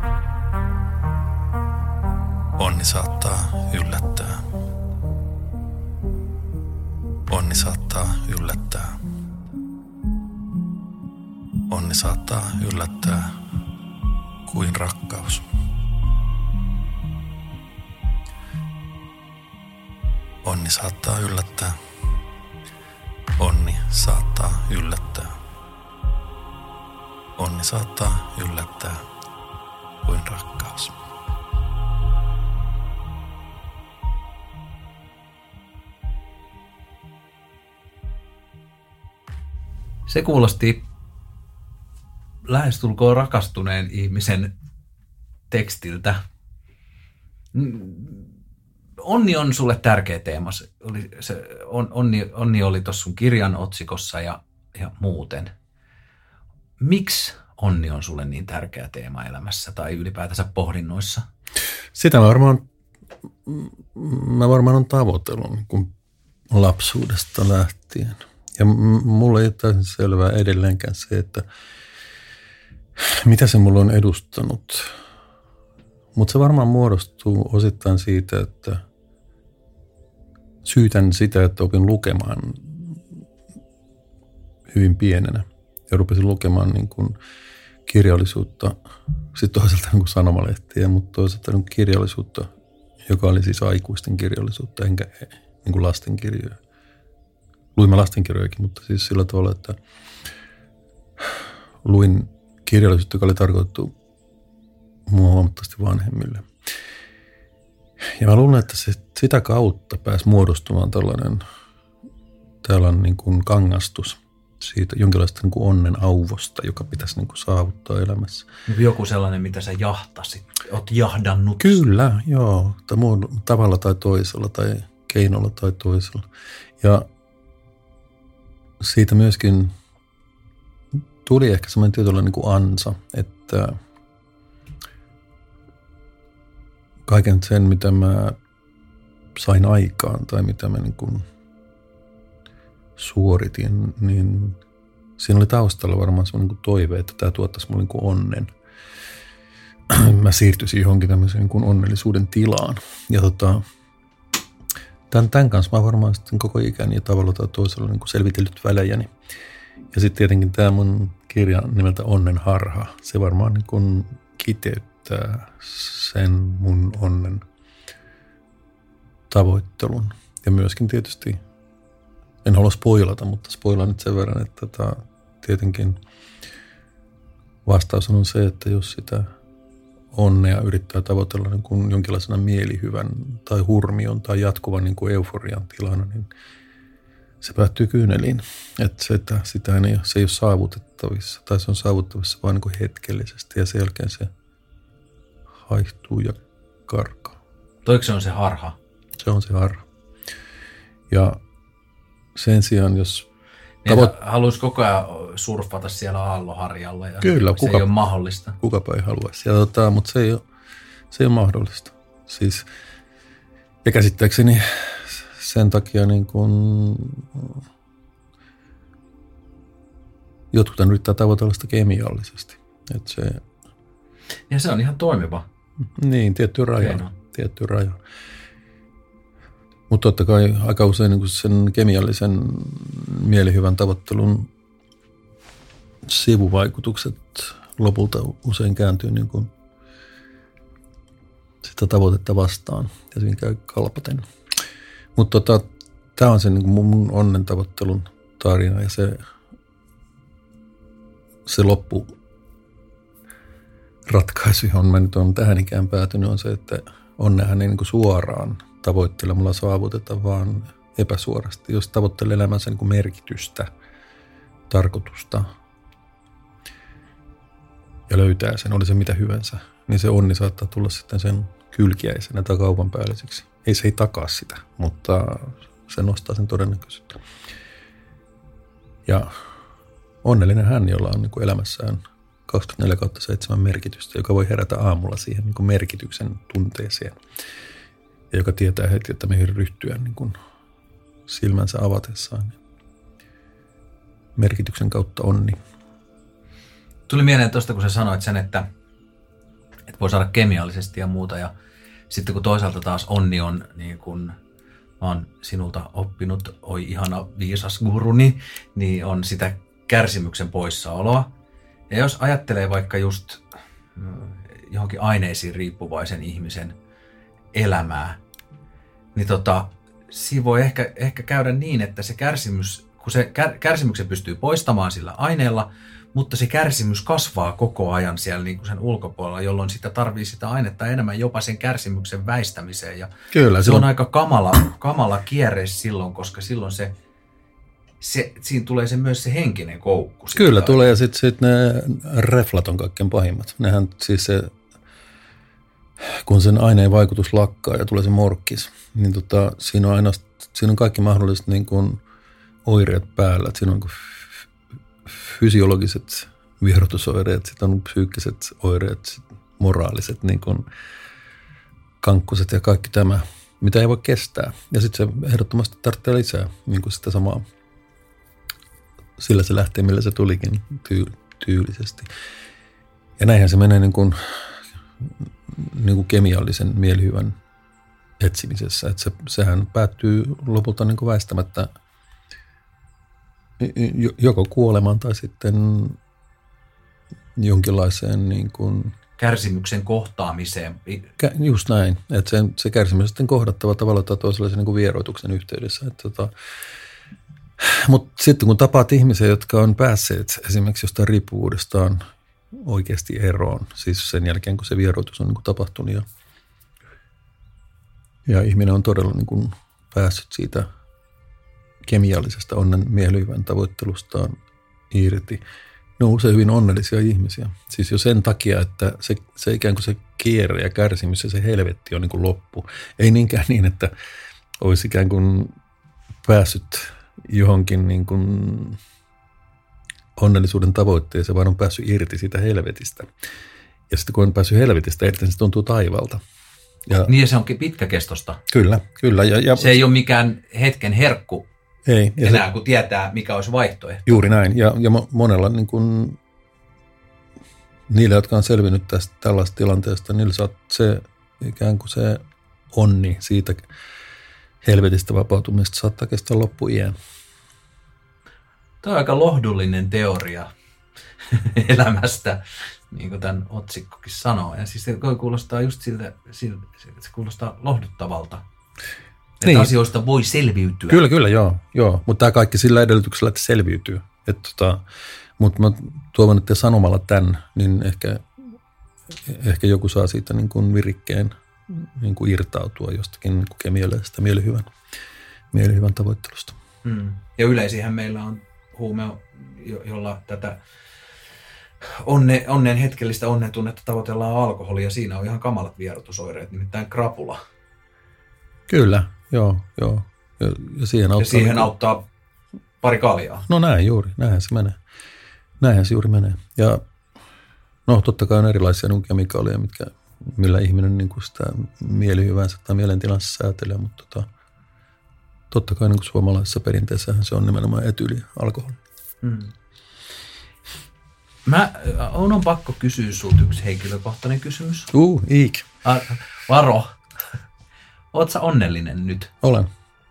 S2: onni saattaa yllättää. Onni saattaa yllättää. Onni saattaa yllättää kuin rakkaus. Onni saattaa yllättää. Onni saattaa yllättää. Onni saattaa yllättää kuin rakkaus.
S1: Se kuulosti lähestulkoon rakastuneen ihmisen tekstiltä. Onni on sulle tärkeä teema. Se oli, se, on, onni, onni oli tuossa sun kirjan otsikossa ja, ja muuten. Miksi onni on sulle niin tärkeä teema elämässä tai ylipäätänsä pohdinnoissa?
S2: Sitä mä varmaan, mä varmaan on tavoitellut niin kuin lapsuudesta lähtien. Ja mulle ei ole täysin selvää edelleenkään se, että mitä se mulle on edustanut. Mutta se varmaan muodostuu osittain siitä, että syytän sitä, että opin lukemaan hyvin pienenä ja rupesin lukemaan niin kuin kirjallisuutta, sitten toisaalta niin kuin sanomalehtiä, mutta toisaalta niin kuin kirjallisuutta, joka oli siis aikuisten kirjallisuutta, enkä niin kuin lastenkirjoja. Luin mä lastenkirjojakin, mutta siis sillä tavalla, että luin kirjallisuutta, joka oli tarkoitettu mua huomattavasti vanhemmille. Ja mä luulen, että se, sitä kautta pääsi muodostumaan tällainen, tällainen niin kuin kangastus siitä jonkinlaista niin kuin onnen auvosta, joka pitäisi niin kuin saavuttaa elämässä.
S1: Joku sellainen, mitä sä jahtasit, oot jahdannut.
S2: Kyllä, joo, tavalla tai toisella tai keinolla tai toisella. Ja siitä myöskin tuli ehkä semmoinen tietynlainen niin kuin ansa, että kaiken sen, mitä mä sain aikaan tai mitä mä niin kuin suoritin, niin siinä oli taustalla varmaan semmoinen niin kuin toive, että tämä tuottaisi mulle niin kuin onnen. Mä siirtyisin johonkin tämmöiseen niin kuin onnellisuuden tilaan. Ja tota, tämän, tämän kanssa mä varmaan sitten koko ikäni ja tavalla tai toisella niin kuin selvitellyt välejäni. Ja sitten tietenkin tämä mun kirja nimeltä Onnen harha, se varmaan niin kuin kiteyttää sen mun onnen tavoittelun. Ja myöskin tietysti, en halua spoilata, mutta spoilaan nyt sen verran, että tota, tietenkin vastaus on se, että jos sitä onnea yrittää tavoitella niin kuin jonkinlaisena mielihyvän tai hurmion tai jatkuvan niin kuin euforian tilana, niin se päättyy kyyneliin. Että se, että sitä ei, se ei ole saavutettavissa tai se on saavuttavissa vain niin kuin hetkellisesti ja sen jälkeen se haihtuu ja karkaa.
S1: Toiko se on se harha?
S2: Se on se harha. Ja sen sijaan, jos
S1: niin tavoit... haluaisi koko ajan surffata siellä aallonharjalla ja
S2: kyllä,
S1: se
S2: kuka,
S1: ei ole mahdollista.
S2: Kukapa ei haluaisi, ja, tota, mutta se ei, ole, se ei ole mahdollista. Siis, ja käsittääkseni sen takia niin kun jotkut yrittää tavoitella sitä kemiallisesti. Että se,
S1: ja se on ihan toimiva.
S2: Niin, tietty raja. Tietty raja. Mutta totta kai aika usein niin sen kemiallisen mielihyvän tavoittelun sivuvaikutukset lopulta usein kääntyy niin kuin sitä tavoitetta vastaan ja siinä käy kalpaten. Mutta tota, tämä on se niin kuin mun onnen tavoittelun tarina ja se, se loppu ratkaisu, johon mä nyt olen tähän ikään päätynyt, on se, että onnehan ei niin kuin suoraan tavoittelemalla saavuteta, vaan epäsuorasti. Jos tavoittelee elämänsä niin kuin merkitystä, tarkoitusta ja löytää sen, oli se mitä hyvänsä, niin se onni saattaa tulla sitten sen kylkiäisenä tai kaupan päälliseksi. Ei se ei takaa sitä, mutta se nostaa sen todennäköisyyttä. Ja onnellinen hän, jolla on niin kuin elämässään kaksikymmentäneljä kautta seitsemän merkitystä, joka voi herätä aamulla siihen niin kuin merkityksen tunteeseen. Ja joka tietää heti, että mihin ryhtyä niin kuin silmänsä avatessaan. Merkityksen kautta onni.
S1: Tuli mieleen tuosta, kun sä sanoit sen, että, että voi saada kemiallisesti ja muuta. Ja sitten kun toisaalta taas onni on, niin kuin mä oon sinulta oppinut, oi ihana viisas guruni, niin on sitä kärsimyksen poissaoloa. Ja jos ajattelee vaikka just johonkin aineisiin riippuvaisen ihmisen elämää, niin tota, siinä voi ehkä, ehkä käydä niin, että se kärsimys, kun se kär, kärsimyksen pystyy poistamaan sillä aineella, mutta se kärsimys kasvaa koko ajan siellä niin kuin sen ulkopuolella, jolloin sitä tarvii sitä ainetta enemmän jopa sen kärsimyksen väistämiseen. Ja
S2: kyllä,
S1: se on aika kamala, kamala kierre silloin, koska silloin se, se, siinä tulee se myös se henkinen koukku.
S2: Kyllä tulee, ja sitten sit ne reflat on kaikkein pahimmat. Nehän siis se, kun sen aineen vaikutus lakkaa ja tulee se morkkis, niin tota, siinä on aina, siinä on kaikki mahdolliset niin kuin oireet päällä. Siinä on fysiologiset vierotusoireet, sitten on psyykkiset oireet, moraaliset niin kuin kankkuset ja kaikki tämä, mitä ei voi kestää. Ja sitten se ehdottomasti tarvitsee lisää niin kuin sitä samaa. Sillä se lähtee, millä se tulikin tyy- tyylisesti. Ja näinhän se menee niin kuin, niin kuin kemiallisen mielihyvän etsimisessä. Että se, sehän päättyy lopulta niin kuin väistämättä joko kuolemaan tai sitten jonkinlaiseen niin kuin
S1: kärsimyksen kohtaamiseen.
S2: Just näin, että se, se kärsimys on sitten kohdattava tavalla tai toisella niin kuin vieroituksen yhteydessä. Tota, mutta sitten kun tapaat ihmisiä, jotka on päässeet esimerkiksi jostain riippuvuudestaan oikeasti eroon, siis sen jälkeen kun se vieroitus on niin kuin tapahtunut ja, ja ihminen on todella niin kuin päässyt siitä kemiallisesta onnen mielihyvän tavoittelustaan irti. Ne on usein hyvin onnellisia ihmisiä. Siis jo sen takia, että se, se ikään kuin se kierre ja kärsimys ja se helvetti on niin kuin loppu. Ei niinkään niin, että olisi ikään kuin päässyt johonkin niin kuin onnellisuuden tavoitteeseen, vaan on päässyt irti siitä helvetistä. Ja sitten kun on päässyt helvetistä irti, niin se tuntuu taivalta.
S1: Ja, niin ja se onkin pitkäkestosta.
S2: Kyllä, kyllä. Ja, ja
S1: se ei ole mikään hetken herkku.
S2: Ei.
S1: Ja enää se, kun tietää, mikä olisi vaihtoehto.
S2: Juuri näin. Ja, ja monella niin kuin, niillä, jotka on selvinnyt tästä tällaista tilanteesta, niillä saa se ikään kuin se onni siitä helvetistä vapautumista saattaa kestää loppuiän.
S1: Tämä on aika lohdullinen teoria elämästä, niin kuin tämän otsikkokin sanoo. Ja siis se kuulostaa just siltä, siltä se kuulostaa lohduttavalta. Että niin. Asioista voi selviytyä.
S2: Kyllä, kyllä, joo. joo. Mutta tämä kaikki sillä edellytyksellä, että selviytyy. Tota, mutta mä toivon, että sanomalla tämän, niin ehkä, ehkä joku saa siitä niin kuin virikkeen niin kuin irtautua jostakin niin kuin kemiallisesta mielihyvän, mielihyvän tavoittelusta.
S1: Hmm. Ja yleisihän meillä on huume, jolla tätä onne, onnen hetkellistä onnen tunnetta tavoitellaan alkoholia. Siinä on ihan kamalat vierotusoireet, nimittäin krapula.
S2: Kyllä, joo, joo. Ja, ja siihen, auttaa,
S1: ja siihen niin, auttaa pari kaljaa.
S2: No näin juuri, näinhän se menee. Näinhän se juuri menee. Ja no totta kai on erilaisia niin kemikaaleja, mitkä, millä ihminen niin kuin sitä mielihyvänsä tai mielentilansa säätelee, mutta tota, totta kai niin kuin suomalaisessa perinteessähän se on nimenomaan etyyli alkoholi. Hmm.
S1: Mä on, on pakko kysyä sulta yksi henkilökohtainen kysymys.
S2: Uu, iik.
S1: Varo. Oot sä onnellinen nyt?
S2: Olen.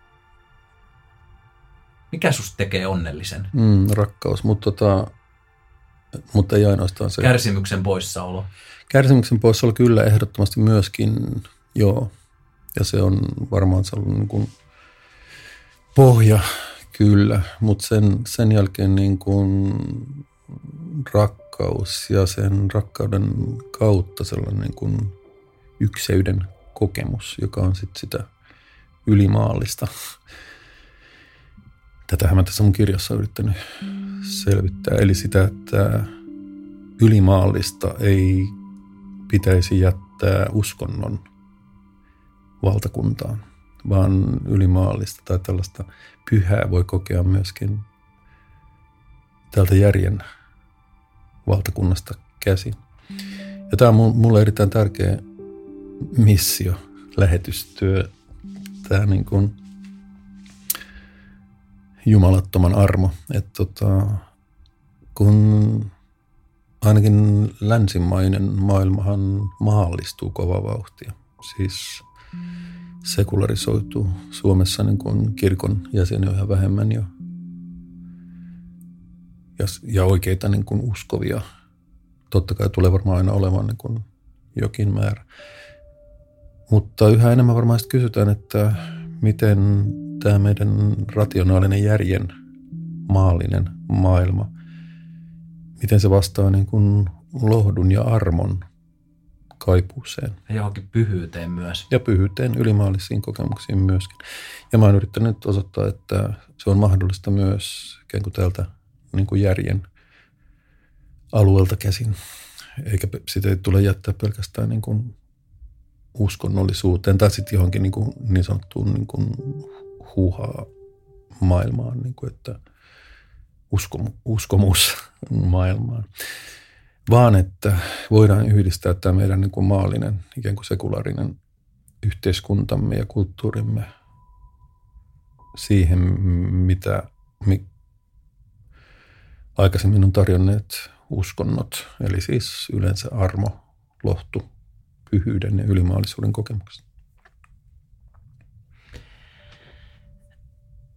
S1: Mikä susta tekee onnellisen?
S2: Mm, rakkaus, mutta, tota, mutta ei ainoastaan se.
S1: Kärsimyksen poissaolo.
S2: Kärsimyksen poissaolo kyllä ehdottomasti myöskin, joo. Ja se on varmaan sellainen niin kuin pohja, kyllä. Mutta sen, sen jälkeen niin kuin rakkaus ja sen rakkauden kautta sellainen niin kuin ykseyden kokemus, joka on sitten sitä ylimaallista. Tätähän mä tässä mun kirjassa olen yrittänyt selvittää. Eli sitä, että ylimaallista ei pitäisi jättää uskonnon valtakuntaan, vaan ylimaallista tai tällaista pyhää voi kokea myöskin tältä järjen valtakunnasta käsin. Ja tämä on mulle erittäin tärkeä missio, lähetystyö, tämä niin kuin jumalattoman armo. Että tota, kun ainakin länsimainen maailmahan maallistuu kovaa vauhtia, siis sekularisoituu. Suomessa niin kuin kirkon jäseniä on ihan vähemmän jo. Ja, ja oikeita niin kuin uskovia. Totta kai tulee varmaan aina olemaan niin kuin jokin määrä. Mutta yhä enemmän varmaan sitten kysytään, että miten tämä meidän rationaalinen järjen maallinen maailma, miten se vastaa niin kuin lohdun ja armon kaipuuseen.
S1: Ja johonkin pyhyyteen myös.
S2: Ja pyhyyteen, ylimaallisiin kokemuksiin myöskin. Ja mä oon yrittänyt osoittaa, että se on mahdollista myös ikään kuin täältä niin kuin järjen alueelta käsin. Eikä sitä ei tule jättää pelkästään niin kuin uskonnollisuuteen tai sitten johonkin niin, kuin niin sanottuun niin kuin huuhaa maailmaan, niin kuin että uskomu, uskomus maailmaan. Vaan että voidaan yhdistää tämä meidän niin kuin maallinen, ikään kuin sekulaarinen yhteiskuntamme ja kulttuurimme siihen, mitä mi, aikaisemmin on tarjonneet uskonnot, eli siis yleensä armo, lohtu, pyhyyden ja ylimaallisuuden kokemukset.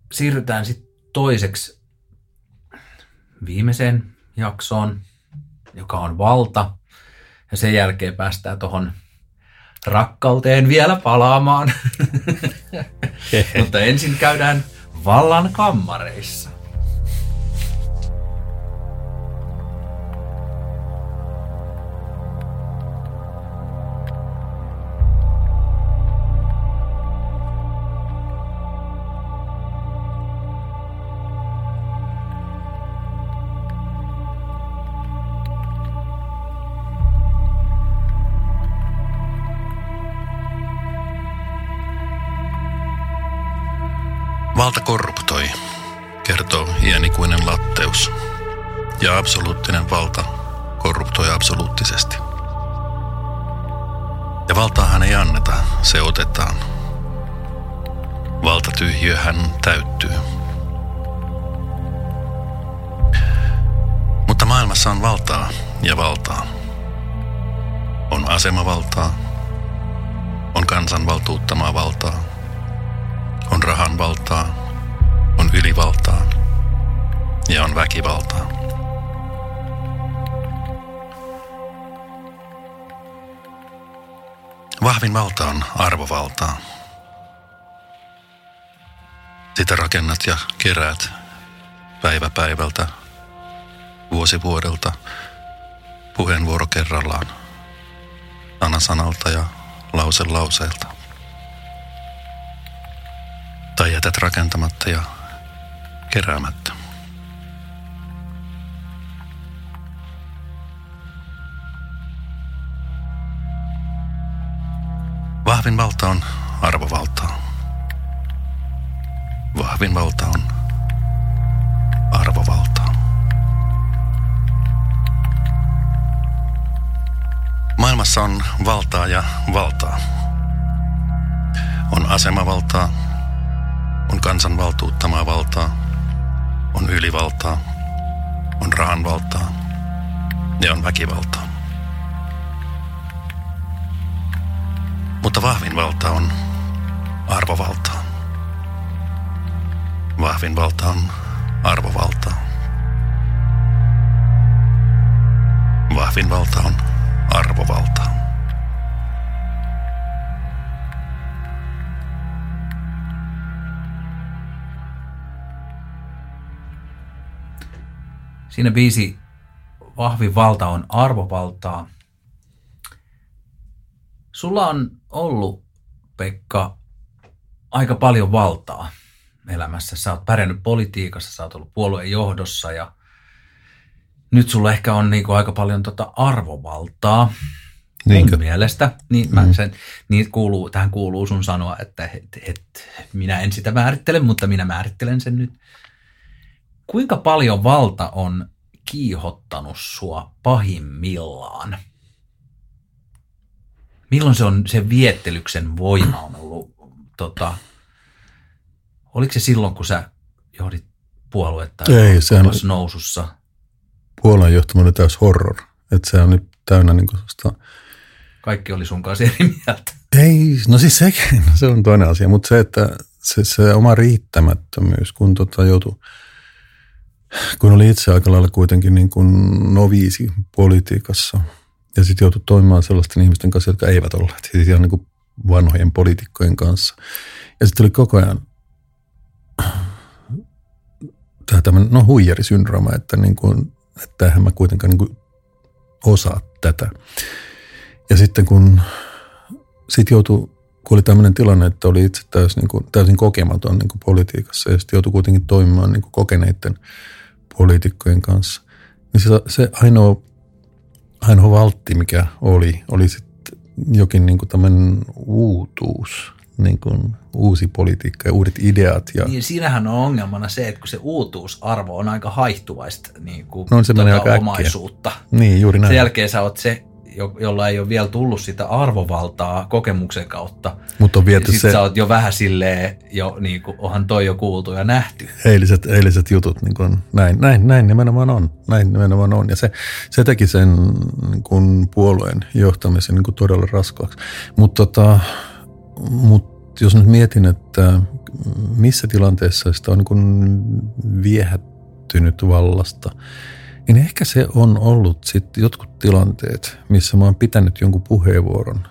S1: siirrytään sitten toiseksi viimeiseen jaksoon, joka on valta. Ja sen jälkeen päästään tuohon rakkauteen vielä palaamaan. Mutta ensin käydään vallan kammareissa.
S2: Valta korruptoi, kertoo iänikuinen latteus, ja absoluuttinen valta korruptoi absoluuttisesti. Ja valtaahan ei anneta, se otetaan. Valtatyhjiöhän täyttyy. Mutta maailmassa on valtaa ja valtaa. On asemavaltaa, on kansan valtuuttamaa valtaa. On rahan valtaa, on ylivaltaa ja on väkivaltaa. Vahvin valta on arvovaltaa. Sitä rakennat ja keräät päivä päivältä, vuosi vuodelta, puheenvuoro kerrallaan, sana sanalta ja lause lauseelta. Tai jätät rakentamatta ja keräämättä. Vahvin valta on arvovaltaa. Vahvin valta on arvovaltaa. Maailmassa on valtaa ja valtaa. On asemavaltaa. On kansan valtuuttamaa valtaa, on ylivaltaa, on rahan valtaa ja on väkivaltaa. Mutta vahvin valta on arvovaltaa. Vahvin valta on arvovaltaa. Vahvin valta on arvovaltaa.
S1: Siinä biisi Vahvin valta on arvovaltaa. Sulla on ollut, Pekka, aika paljon valtaa elämässä. Sä oot pärjännyt politiikassa, sä oot ollut puolueen johdossa ja nyt sulla ehkä on niinku aika paljon tota arvovaltaa. Niinkö? Mun mielestä. Niin, mä sen, niin kuuluu, tähän kuuluu sun sanoa, että et, et, minä en sitä määrittele, mutta minä määrittelen sen nyt. Kuinka paljon valta on kiihottanut sua pahimmillaan? Milloin se on se viettelyksen voima on ollut? Tota, oliko se silloin, kun sä johdit puoluetta
S2: Ei, sehän
S1: nousussa?
S2: Puolueen johtaminen oli täys horror. Että se on nyt täynnä niin kuin sellaista...
S1: Kaikki oli sun kanssa eri mieltä.
S2: Ei, no siis sekin, se on toinen asia. Mutta se, että se, se oma riittämättömyys, kun tota joutui... Kun oli itse aika lailla kuitenkin niin kuin noviisi politiikassa ja sitten joutui toimimaan sellaisten ihmisten kanssa, jotka eivät olleet. Siis ihan niin kuin vanhojen poliitikkojen kanssa. Ja sitten oli koko ajan tämä tämmöinen, no huijarisyndrooma, että, niin kuin, että eihän mä kuitenkaan niin kuin osaa tätä. Ja sitten kun sit joutui, kun oli tämmöinen tilanne, että oli itse täysin, niin kuin, täysin kokematon niin kuin politiikassa ja sitten joutui kuitenkin toimimaan niin kuin kokeneiden poliitikkojen kanssa, niin se, se ainoa, ainoa valtti, mikä oli, oli sitten jokin niin kuin tämmöinen uutuus, niin kuin uusi politiikka ja uudet ideat. Ja
S1: niin siinähän on ongelmana se, että kun se uutuusarvo on aika haihtuvaista niin kuin
S2: no, se
S1: tuota omaisuutta.
S2: Niin, juuri näin.
S1: Sen jälkeen sä oot se, jolla ei ole vielä tullut sitä arvovaltaa kokemuksen kautta.
S2: Mutta on viety
S1: sitten
S2: se...
S1: sä oot jo vähän silleen, jo, niin kuin, onhan toi jo kuultu ja nähty.
S2: Eiliset, eiliset jutut, niin kuin, näin, näin, näin nimenomaan on. Näin nimenomaan on. Ja se, se teki sen niin kuin puolueen johtamisen niin kuin todella raskaaksi. Mutta tota, mut jos nyt mietin, että missä tilanteessa sitä on niin kuin viehättynyt vallasta, niin ehkä se on ollut sitten jotkut tilanteet, missä mä oon pitänyt jonkun puheenvuoron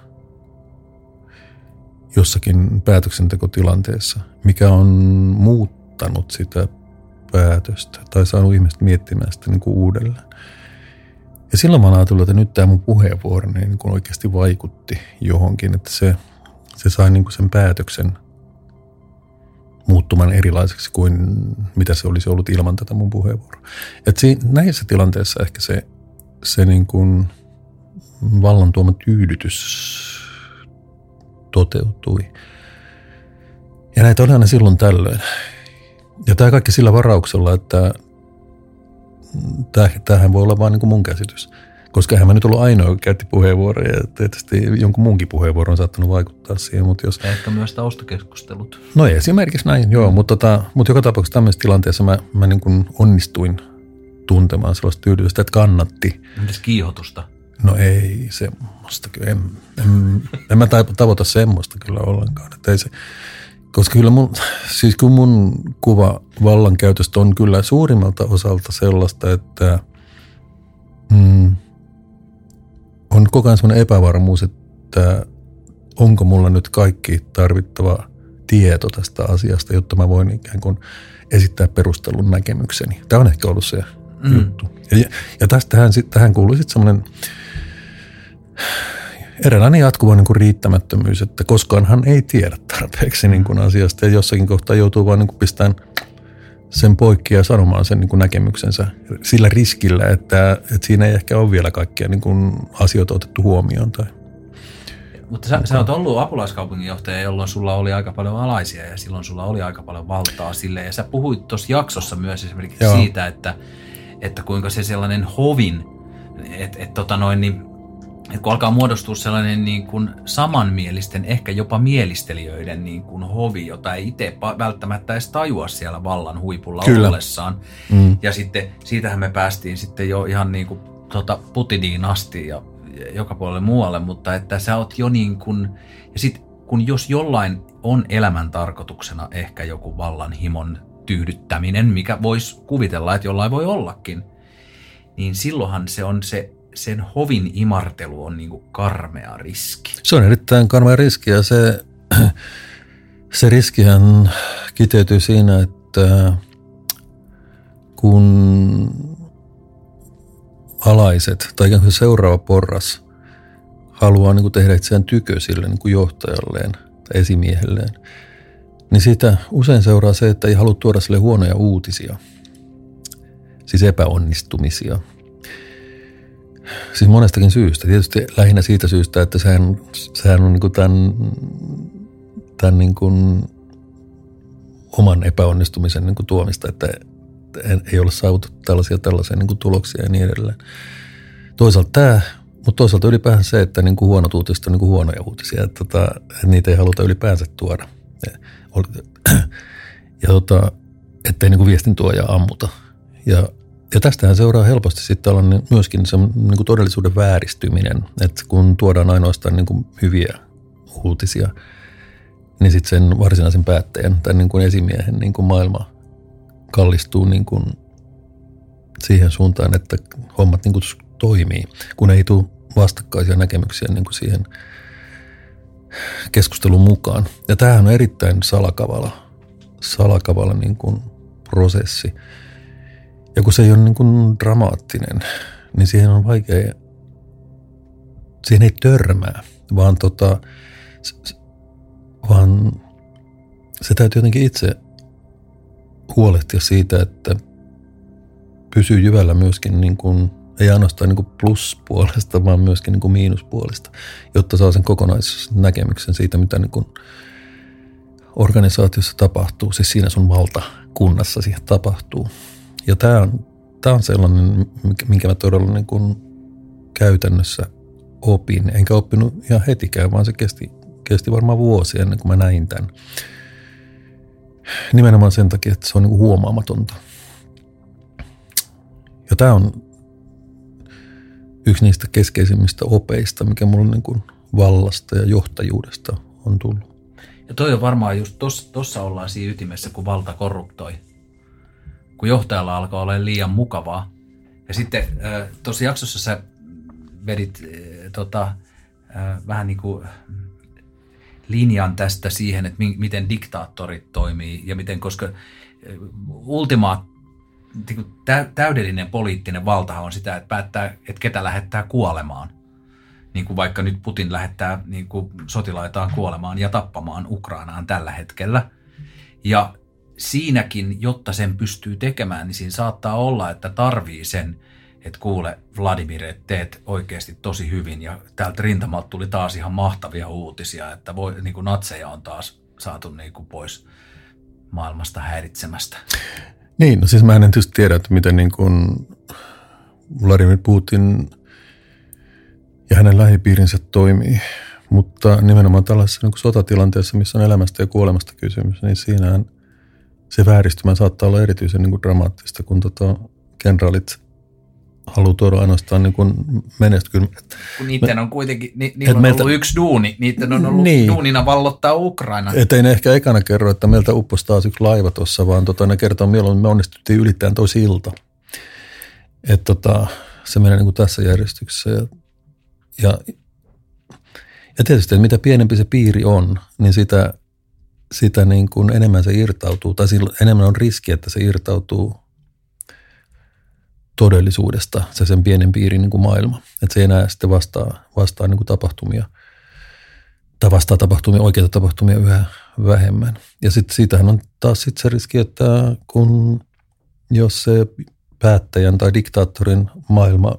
S2: jossakin päätöksentekotilanteessa, mikä on muuttanut sitä päätöstä tai saanut ihmiset miettimään sitä niin kuin uudelleen. Ja silloin mä oon ajatellut, että nyt tämä mun puheenvuoro niin kuin oikeasti vaikutti johonkin, että se, se sai niin kuin sen päätöksen muuttumaan erilaiseksi kuin mitä se olisi ollut ilman tätä mun puheenvuoroa. Että näissä tilanteissa ehkä se, se niin kuin vallan tuoma tyydytys toteutui. Ja näitä oli aina silloin tällöin. Ja tämä kaikki sillä varauksella, että tämähän voi olla vain niin kuin mun käsitys. Koska eihän mä nyt ollut ainoa, joka käytti puheenvuoroja. Ja tietysti jonkun muunkin puheenvuoro on saattanut vaikuttaa siihen. Mutta jos...
S1: Ja ehkä myös taustakeskustelut.
S2: No esimerkiksi näin, joo. Mutta, tota, mutta joka tapauksessa tämmöisessä tilanteessa mä, mä niin kuin onnistuin tuntemaan sellaista tyydytystä, että kannatti.
S1: Entäs kiihotusta?
S2: No ei semmoista kyllä. En, en, en mä tavoita semmoista kyllä ollenkaan. Että ei se, koska kyllä mun, siis kun mun kuva vallankäytöstä on kyllä suurimmalta osalta sellaista, että mm, on koko ajan semmoinen epävarmuus, että onko mulla nyt kaikki tarvittava tieto tästä asiasta, jotta mä voin ikään kuin esittää perustelun näkemykseni. Tämä on ehkä ollut se mm. juttu. Ja, ja tästähän, tähän kuului sitten semmoinen eräänlainen jatkuva niin kuin riittämättömyys, että koskaanhan ei tiedä tarpeeksi niin kuin asiasta ja jossakin kohtaa joutuu vaan niin kuin pistämään sen poikki ja sanomaan sen niin kuin näkemyksensä sillä riskillä, että, että siinä ei ehkä ole vielä kaikkia niin kuin asioita otettu huomioon. Tai.
S1: Mutta sä, sä oot ollut apulaiskaupunginjohtaja, jolloin sulla oli aika paljon alaisia ja silloin sulla oli aika paljon valtaa sille. Ja sä puhuit tuossa jaksossa myös esimerkiksi Joo. siitä, että, että kuinka se sellainen hovin, että et, tota noin, niin, et kun alkaa muodostua sellainen niin kuin samanmielisten, ehkä jopa mielistelijöiden niin kuin hovi, jota ei itse välttämättä edes tajua siellä vallan huipulla Kyllä. ollessaan. Mm. Ja sitten siitähän me päästiin sitten jo ihan niin kuin tota Putiniin asti ja joka puolelle muualle, mutta että sä oot jo niin kuin, ja sit kun jos jollain on elämän tarkoituksena ehkä joku vallanhimon tyydyttäminen, mikä voisi kuvitella, että jollain voi ollakin, niin silloinhan se on se, sen hovin imartelu on niin kuin karmea riski.
S2: Se on erittäin karmea riski ja se, se riskihän kiteytyy siinä, että kun alaiset tai ikään kuin seuraava porras haluaa niin kuin tehdä itseään tykö sille niin kuin johtajalleen tai esimiehelleen, niin siitä usein seuraa se, että ei halua tuoda sille huonoja uutisia, siis epäonnistumisia. Siis monestakin syystä. Tietysti lähinnä siitä syystä, että sehän, sehän on niin kuin tämän, tämän niin kuin oman epäonnistumisen niin kuin tuomista, että ei ole saavutettu tällaisia tällaisia niin kuin tuloksia ja niin edelleen. Toisaalta tämä, mutta toisaalta ylipäänsä se, että niin kuin huonot uutiset on niin kuin huonoja uutisia, että, että niitä ei haluta ylipäänsä tuoda. Ja, ja tota, ettei niin kuin viestin tuoja ammuta. Ja, ja tästähän seuraa helposti sitten tällainen myöskin se niin kuin todellisuuden vääristyminen, että kun tuodaan ainoastaan niin kuin hyviä uutisia, niin sitten sen varsinaisen päättäjän tai niin kuin esimiehen niin kuin maailma kallistuu niin kuin siihen suuntaan, että hommat niin kuin toimii, kun ei tule vastakkaisia näkemyksiä niin kuin siihen keskustelun mukaan. Ja tämähän on erittäin salakavala, salakavala niin kuin prosessi. Ja kun se ei ole niin kuin dramaattinen, niin siihen on vaikea, siihen ei törmää, vaan, tota, vaan se täytyy jotenkin itse huolehtia siitä, että pysyy jyvällä myöskin niin kuin, ei ainoastaan niin kuin pluspuolesta, vaan myöskin niin kuin miinuspuolesta, jotta saa sen kokonaisnäkemyksen siitä, mitä niin kuin organisaatiossa tapahtuu, siis siinä sun valtakunnassa siihen tapahtuu. Ja tämä on, tämä on sellainen, minkä mä todella niin kuin käytännössä opin, enkä oppinut ihan hetikään, vaan se kesti, kesti varmaan vuosia ennen kuin mä näin tämän. Nimenomaan sen takia, että se on niin kuin huomaamatonta. Ja tämä on yksi niistä keskeisimmistä opeista, mikä mulla niin kuin vallasta ja johtajuudesta on tullut.
S1: Ja toi on varmaan just tossa, tossa ollaan siinä ytimessä, kun valta korruptoi. Kun johtajalla alkaa olla liian mukavaa. Ja sitten äh, tuossa jaksossa sä vedit äh, tota, äh, vähän niin kuin linjan tästä siihen, että mi- miten diktaattorit toimii ja miten, koska äh, ultimaat, niin tä- täydellinen poliittinen valtahan on sitä, että päättää, että ketä lähettää kuolemaan. Niin kuin vaikka nyt Putin lähettää niin kuin sotilaitaan kuolemaan ja tappamaan Ukrainaan tällä hetkellä. Ja siinäkin, jotta sen pystyy tekemään, niin siinä saattaa olla, että tarvii sen, että kuule Vladimir, että teet oikeasti tosi hyvin. Ja täältä rintamalta tuli taas ihan mahtavia uutisia, että voi, niin kuin natseja on taas saatu niin kuin pois maailmasta häiritsemästä.
S2: Niin, no siis mä en tietysti tiedä, että miten niin kuin Vladimir Putin ja hänen lähipiirinsä toimii, mutta nimenomaan tällaisessa niin kuin sotatilanteessa, missä on elämästä ja kuolemasta kysymys, niin siinähän se vääristymä saattaa olla erityisen niin kuin dramaattista, kun tota, kenraalit haluaa tuoda ainoastaan niin kuin menestykymään.
S1: Kun niiden on kuitenkin, ni, niillä on meiltä, ollut yksi duuni, niiden on ollut niin, duunina vallottaa Ukraina.
S2: Että ei ne ehkä ekana kerro, että meiltä upposi taas yksi laiva tuossa, vaan tota, ne kertoo milloin me onnistuttiin ylittämään toi silta. Että tota, se menee niin kuin tässä järjestyksessä. Ja, ja, ja tietysti, että mitä pienempi se piiri on, niin sitä, sitä niin kuin enemmän se irtautuu, tai enemmän on riski, että se irtautuu todellisuudesta, se sen pienen piirin niin kuin maailma. Että se ei enää sitten vastaa, vastaa niin kuin tapahtumia, tai vastaa tapahtumia, oikeita tapahtumia yhä vähemmän. Ja sitten siitähän on taas sitten se riski, että kun jos se päättäjän tai diktaattorin maailma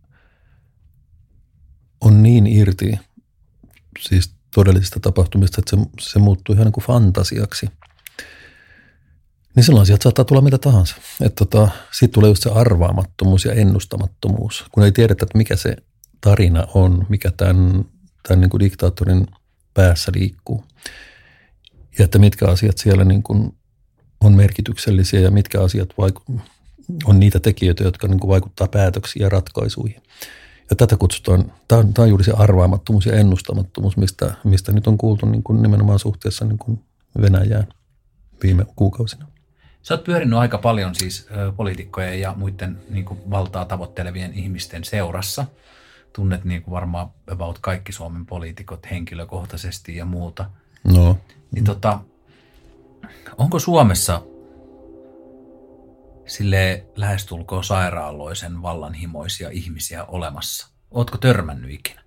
S2: on niin irti siis todellisista tapahtumista, että se, se muuttuu ihan niin kuin fantasiaksi, niin silloin sieltä saattaa tulla mitä tahansa. Että tota, siitä tulee just se arvaamattomuus ja ennustamattomuus, kun ei tiedetä, että mikä se tarina on, mikä tämän, tämän niin kuin diktaattorin päässä liikkuu. Ja että mitkä asiat siellä niin kuin on merkityksellisiä ja mitkä asiat vaiku- on niitä tekijöitä, jotka niin kuin vaikuttaa päätöksiin ja ratkaisuihin. Ja tätä kutsutaan, tämä on, tämä on juuri se arvaamattomuus ja ennustamattomuus, mistä, mistä nyt on kuultu niin kuin nimenomaan suhteessa niin kuin Venäjään viime kuukausina.
S1: Sä oot pyörinyt aika paljon siis ö, poliitikkojen ja muiden niin kuin valtaa tavoittelevien ihmisten seurassa. Tunnet niin kuin varmaan about kaikki Suomen poliitikot henkilökohtaisesti ja muuta.
S2: No.
S1: Niin tota, onko Suomessa silleen lähestulkoon sairaaloisen vallanhimoisia ihmisiä olemassa? Ootko törmännyt ikinä?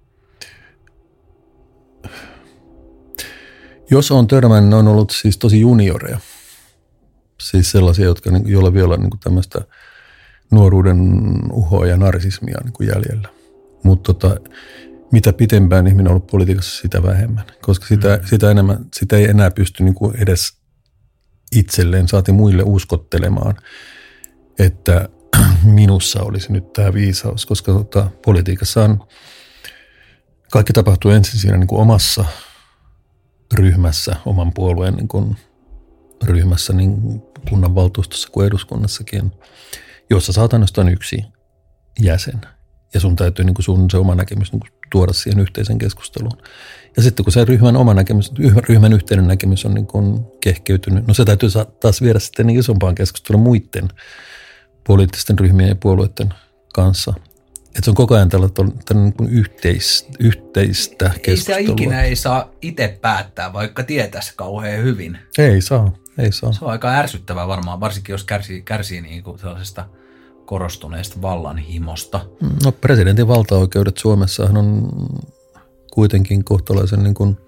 S2: Jos on törmännyt, ne on ollut siis tosi junioreja. Siis sellaisia, jotka, joilla vielä on niin kuin tämmöistä nuoruuden uhoa ja narsismia niin kuin jäljellä. Mutta tota, mitä pitempään ihminen on ollut politiikassa, sitä vähemmän. Koska sitä, mm. sitä, enemmän, sitä ei enää pysty niin kuin edes itselleen, saati muille uskottelemaan, että minussa olisi nyt tämä viisaus. Koska tota, politiikassa on, kaikki tapahtuu ensin siinä niin kuin omassa ryhmässä, oman puolueen niin kuin ryhmässä niin kunnanvaltuustossa kuin eduskunnassakin, jossa saat ainoastaan yksi jäsen. Ja sun täytyy niin kuin sun se oma näkemys niin kuin tuoda siihen yhteisen keskusteluun. Ja sitten kun se ryhmän oma näkemys, ryhmän yhteinen näkemys on niin kuin kehkeytynyt, no se täytyy taas viedä sitten niin isompaan keskusteluun muiden poliittisten ryhmien ja puolueiden kanssa. Että se on koko ajan tällainen niin yhteis, yhteistä keskustelua.
S1: Ei se ikinä ei saa itse päättää, vaikka tietäisi kauhean hyvin.
S2: Ei saa, ei saa.
S1: Se on aika ärsyttävää varmaan, varsinkin jos kärsii, kärsii niin kuin sellaisesta korostuneesta vallanhimosta.
S2: No presidentin valtaoikeudet Suomessahan on kuitenkin kohtalaisen niin kuin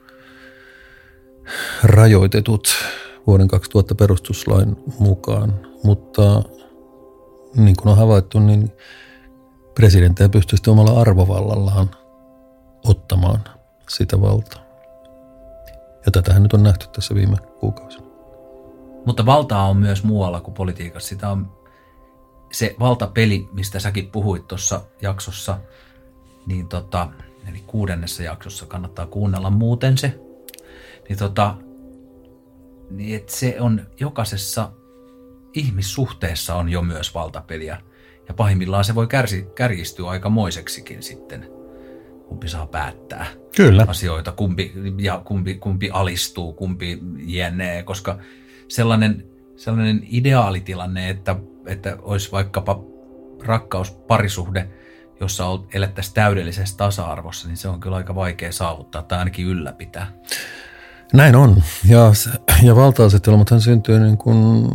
S2: rajoitetut vuoden kaksituhatta perustuslain mukaan, mutta niin kuin on havaittu, niin presidenttejä pystyy sitten omalla arvovallallaan ottamaan sitä valtaa. Ja tätähän nyt on nähty tässä viime kuukausina.
S1: Mutta valtaa on myös muualla kuin politiikassa. Sitä on se valtapeli, mistä säkin puhuit tuossa jaksossa, niin tota, eli kuudennessa jaksossa kannattaa kuunnella muuten se. Niin tota, niin että se on jokaisessa ihmissuhteessa on jo myös valtapeliä. Ja pahimmillaan se voi kärsi, kärjistyä aikamoiseksikin sitten kumpi saa päättää
S2: Kyllä.
S1: asioita, kumpi, ja kumpi, kumpi alistuu, kumpi jänee, koska sellainen, sellainen ideaalitilanne, että, että olisi vaikkapa rakkaus, parisuhde, jossa elettäisiin täydellisessä tasa-arvossa, niin se on kyllä aika vaikea saavuttaa tai ainakin ylläpitää.
S2: Näin on. Ja, ja valta-asetelmathan syntyy niin kuin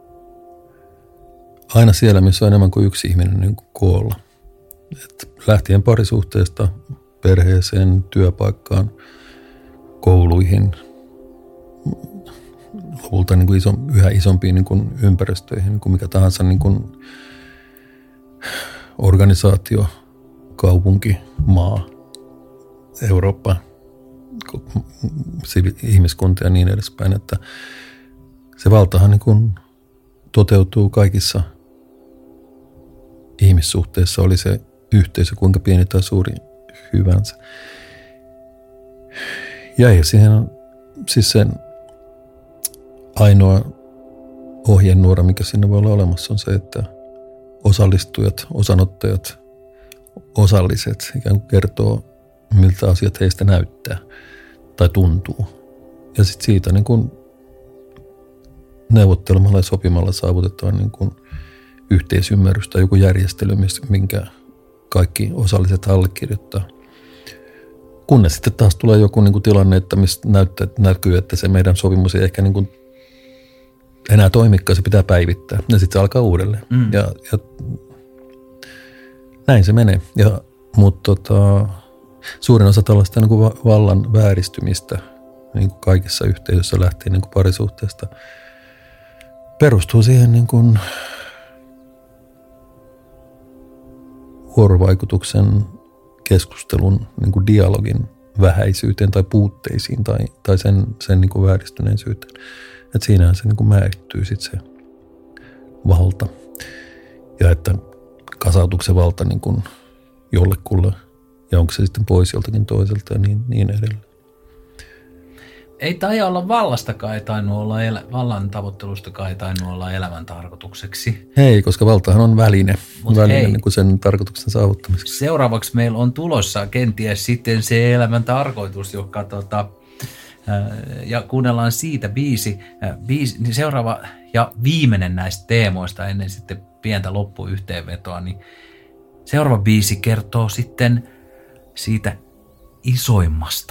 S2: aina siellä, missä on enemmän kuin yksi ihminen niin kuin koolla. Et lähtien parisuhteesta perheeseen, työpaikkaan, kouluihin, lopulta niin kuin iso, yhä isompiin niin kuin ympäristöihin, niin kuin mikä tahansa niin kuin organisaatio, kaupunki, maa, Eurooppa, ihmiskunta ja niin edespäin, että se valtahan niin kuin toteutuu kaikissa ihmissuhteissa, oli se yhteisö kuinka pieni tai suuri hyvänsä. Ja ei siihen, siis sen ainoa ohjenuora, mikä siinä voi olla olemassa, on se, että osallistujat, osanottajat, osalliset ikään kuin kertoo, miltä asiat heistä näyttää tai tuntuu. Ja sitten siitä niin kuin neuvottelemalla ja sopimalla saavutetaan niin kuin yhteisymmärrys tai joku järjestely, minkä kaikki osalliset allekirjoittaa. Kunnes sitten taas tulee joku niin kuin tilanne, että mistä näyttää, näkyy, että se meidän sopimus ei ehkä niin kuin enää toimikaan, se pitää päivittää. Ja sitten se alkaa uudelleen. Mm. Ja, ja näin se menee. Ja, mutta tota, suurin osa tällaista niin kuin vallan vääristymistä niin kuin kaikissa yhteisöissä lähtien niin kuin parisuhteesta perustuu siihen niin kuin vuorovaikutuksen, keskustelun, niin kuin dialogin vähäisyyteen tai puutteisiin tai, tai sen, sen niin kuin vääristyneisyyteen. Että siinähän se niin kuin määrittyy sitten se valta. Ja että kasautuksen valta niin kuin jollekulle ja onko se sitten pois joltakin toiselta ja niin, niin edelleen.
S1: Ei taida olla vallastakaan, ei tainnut olla, elä, vallan tavoittelustakaan ei tainnut olla elämän tarkoitukseksi.
S2: Ei, koska valtahan on väline, väline niin kuin sen tarkoituksen saavuttamiseksi.
S1: Seuraavaksi meillä on tulossa kenties sitten se elämän tarkoitus, joka tota, ja kuunnellaan siitä biisi, biisi niin seuraava ja viimeinen näistä teemoista ennen sitten pientä loppuyhteenvetoa, niin seuraava biisi kertoo sitten siitä isoimmasta.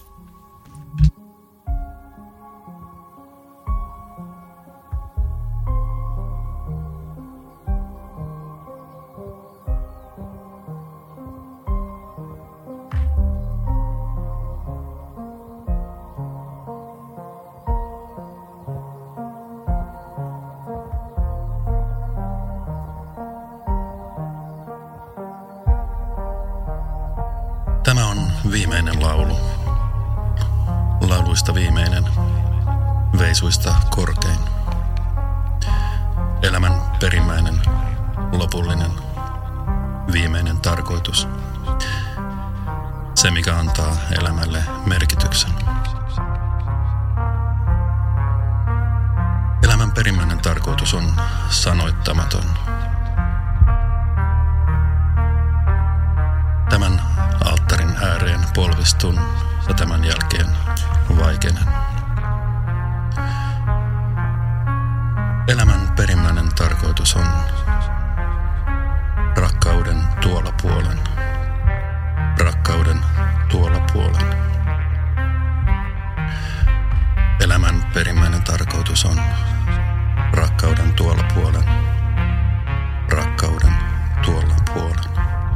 S2: Tämä on viimeinen laulu. Lauluista viimeinen, veisuista korkein. Elämän perimmäinen, lopullinen, viimeinen tarkoitus. Se, mikä antaa elämälle merkityksen. Elämän perimmäinen tarkoitus on sanoittamaton. Tämän alttarin ääreen polvistun ja tämän jälkeen vaikenen. Elämän perimmäinen tarkoitus on rakkauden tuolla puolen, rakkauden tuolla puolen. Elämän perimmäinen tarkoitus on rakkauden tuolla puolen, rakkauden tuolla puolen.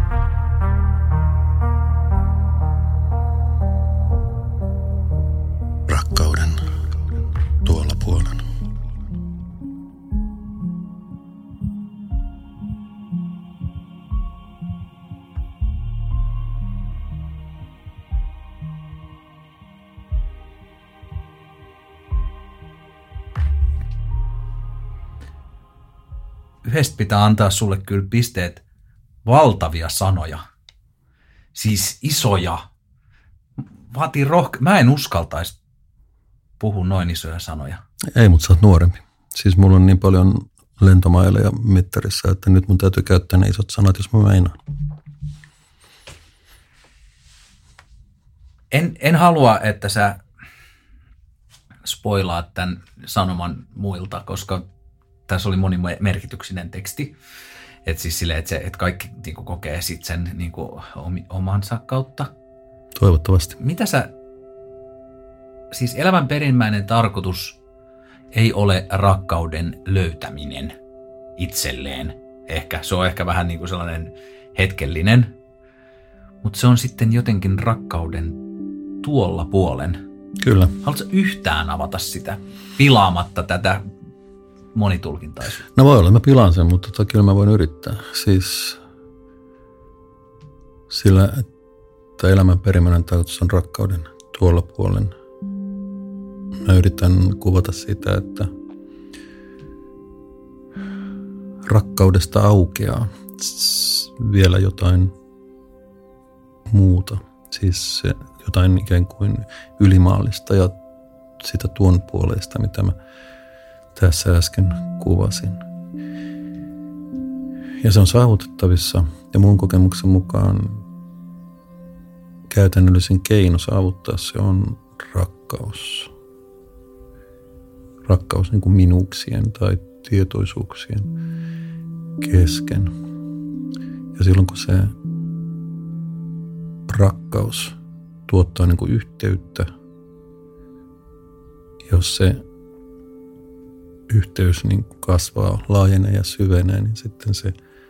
S2: Rakkauden tuolla puolen.
S1: Yhdestä pitää antaa sulle kyllä pisteet, valtavia sanoja. Siis isoja. Vaatii rohke... Mä en uskaltaisi puhua noin isoja sanoja.
S2: Ei, mutta sä oot nuorempi. Siis mulla on niin paljon lentomaileja mittarissa, että nyt mun täytyy käyttää ne isot sanat, jos mä meinaan.
S1: En, en halua, että sä spoilaat tämän sanoman muilta, koska tässä oli monimerkityksinen teksti. Että siis silleen, että, se, että kaikki niin kuin, kokee sit sen niin kuin, omansa kautta.
S2: Toivottavasti.
S1: Mitä sä, siis elämän perimmäinen tarkoitus ei ole rakkauden löytäminen itselleen. Ehkä, se on ehkä vähän niin kuin sellainen hetkellinen, mutta se on sitten jotenkin rakkauden tuolla puolen.
S2: Kyllä.
S1: Haluatko yhtään avata sitä pilaamatta tätä monitulkintaisuutta?
S2: No voi olla, mä pilaan sen, mutta tota, kyllä mä voin yrittää. Siis sillä, että elämän perimmäinen tarkoitus on rakkauden tuolla puolen. Mä yritän kuvata sitä, että rakkaudesta aukeaa vielä jotain muuta. Siis se, jotain ikään kuin ylimaallista ja sitä tuon puoleista, mitä mä tässä äsken kuvasin. Ja se on saavutettavissa ja mun kokemuksen mukaan käytännöllisin keino saavuttaa se on rakkaus. Rakkaus niin kuin minuuksien tai tietoisuuksien kesken. Ja silloin kun se rakkaus tuottaa niin kuin yhteyttä, jos se yhteys niin kuin kasvaa, laajenee ja syvenee, niin sitten se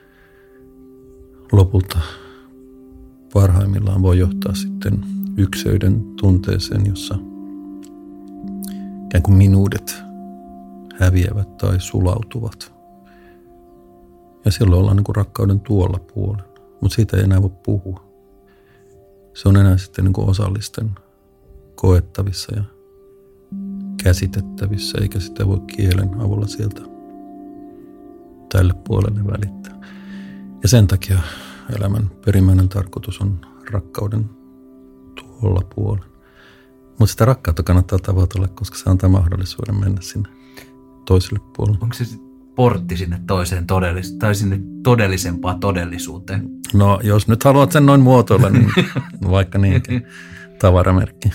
S2: lopulta parhaimmillaan voi johtaa sitten ykseyden tunteeseen, jossa ikään kuin minuudet häviävät tai sulautuvat. Ja silloin ollaan niin kuin rakkauden tuolla puolella, mutta siitä ei enää voi puhua. Se on enää sitten niin kuin osallisten koettavissa ja käsitettävissä, eikä sitä voi kielen avulla sieltä tälle puolelle välittää. Ja sen takia elämän perimmäinen tarkoitus on rakkauden tuolla puolella. Mutta sitä rakkautta kannattaa tavoitella, koska se antaa mahdollisuuden mennä sinne toiselle puolelle.
S1: Onko se portti sinne toiseen todellis- tai sinne todellisempaan todellisuuteen?
S2: No, jos nyt haluat sen noin muotoilla, niin vaikka niinkin. Tavaramerkki.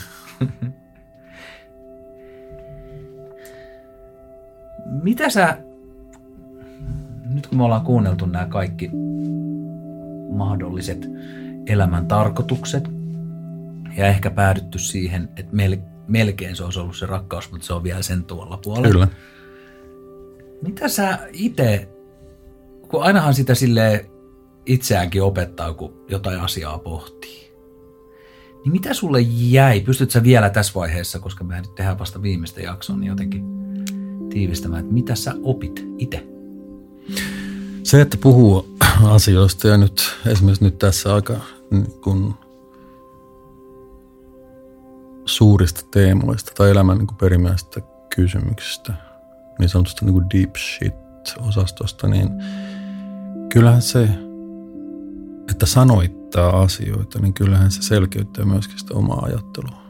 S1: Mitä sä, nyt kun me ollaan kuunneltu nämä kaikki mahdolliset elämän tarkoitukset ja ehkä päädytty siihen, että melkein se olisi ollut se rakkaus, mutta se on vielä sen tuolla puolella.
S2: Kyllä.
S1: Mitä sä itse, kun ainahan sitä silleen itseäänkin opettaa, kun jotain asiaa pohtii, niin mitä sulle jäi? Pystytkö sä vielä tässä vaiheessa, koska mehän nyt tehdään vasta viimeistä jaksoa, niin jotenkin tiivistämään, että mitä sä opit itse?
S2: Se, että puhuu asioista ja nyt esimerkiksi nyt tässä aika kun suurista teemoista tai elämän niin kuin perimmäisistä kysymyksistä, niin sanotusta niin kuin deep shit-osastosta, niin kyllähän se, että sanoittaa asioita, niin kyllähän se selkeyttää myöskin sitä omaa ajattelua.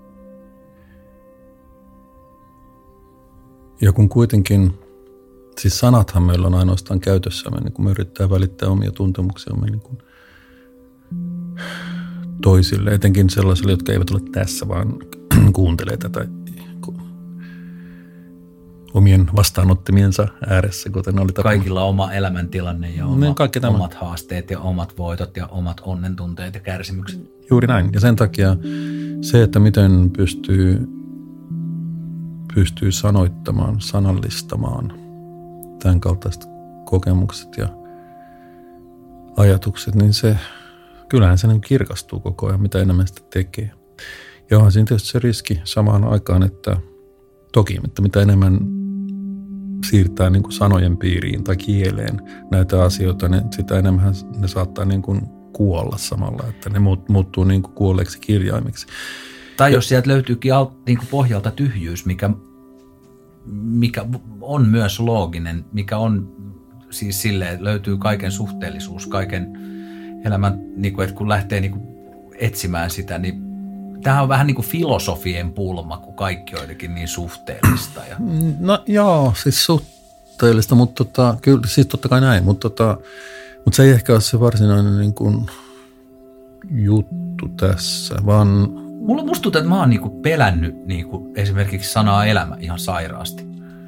S2: Ja kun kuitenkin, siis sanathan meillä on ainoastaan käytössämme, niin kun me yrittää välittää omia tuntemuksiamme niin kuin toisille, etenkin sellaisille, jotka eivät ole tässä, vaan kuuntelee tätä omien vastaanottimiensa ääressä, kuten oli tapana.
S1: Kaikilla oma elämäntilanne ja oma,
S2: niin
S1: omat haasteet ja omat voitot ja omat onnentunteet ja kärsimykset.
S2: Juuri näin. Ja sen takia se, että miten pystyy, pystyy sanoittamaan, sanallistamaan tämän kaltaiset kokemukset ja ajatukset, niin se, kyllähän se niin kirkastuu koko ajan, mitä enemmän sitä tekee. Ja onhan siinä tietysti se riski samaan aikaan, että toki, että mitä enemmän siirtää niin kuin sanojen piiriin tai kieleen näitä asioita, niin sitä enemmän ne saattaa niin kuin kuolla samalla, että ne muuttuu niin kuin kuolleeksi kirjaimiksi.
S1: Tai jos sieltä löytyykin niin kuin pohjalta tyhjyys, mikä, mikä on myös looginen, mikä on siis silleen, että löytyy kaiken suhteellisuus, kaiken elämän, niin kuin, että kun lähtee niin kuin etsimään sitä, niin tämähän on vähän niin kuin filosofien pulma, kun kaikki on jotenkin niin suhteellista. Ja...
S2: No joo, siis suhteellista, mutta tota, kyllä, siis totta kai näin, mutta, tota, mutta se ei ehkä ole se varsinainen niin kuin juttu tässä, vaan
S1: Mulla musta tuntuu, että mä oon niinku pelännyt niinku esimerkiksi sanaa elämä ihan sairaasti.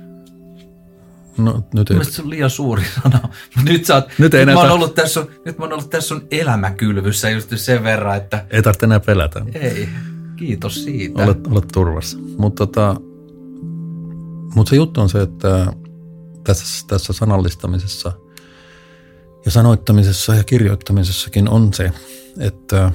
S2: No, nyt ei.
S1: Mielestäni se on liian suuri sana. Mutta nyt, sä oot, nyt, nyt, mä oon ollut tässä sun, nyt mä oon ollut tässä sun elämäkylvyssä just sen verran, että...
S2: Ei tarvitse enää pelätä.
S1: Ei, kiitos siitä.
S2: Olet, olet turvassa. Mutta tota, mut se juttu on se, että tässä, tässä sanallistamisessa ja sanoittamisessa ja kirjoittamisessakin on se, että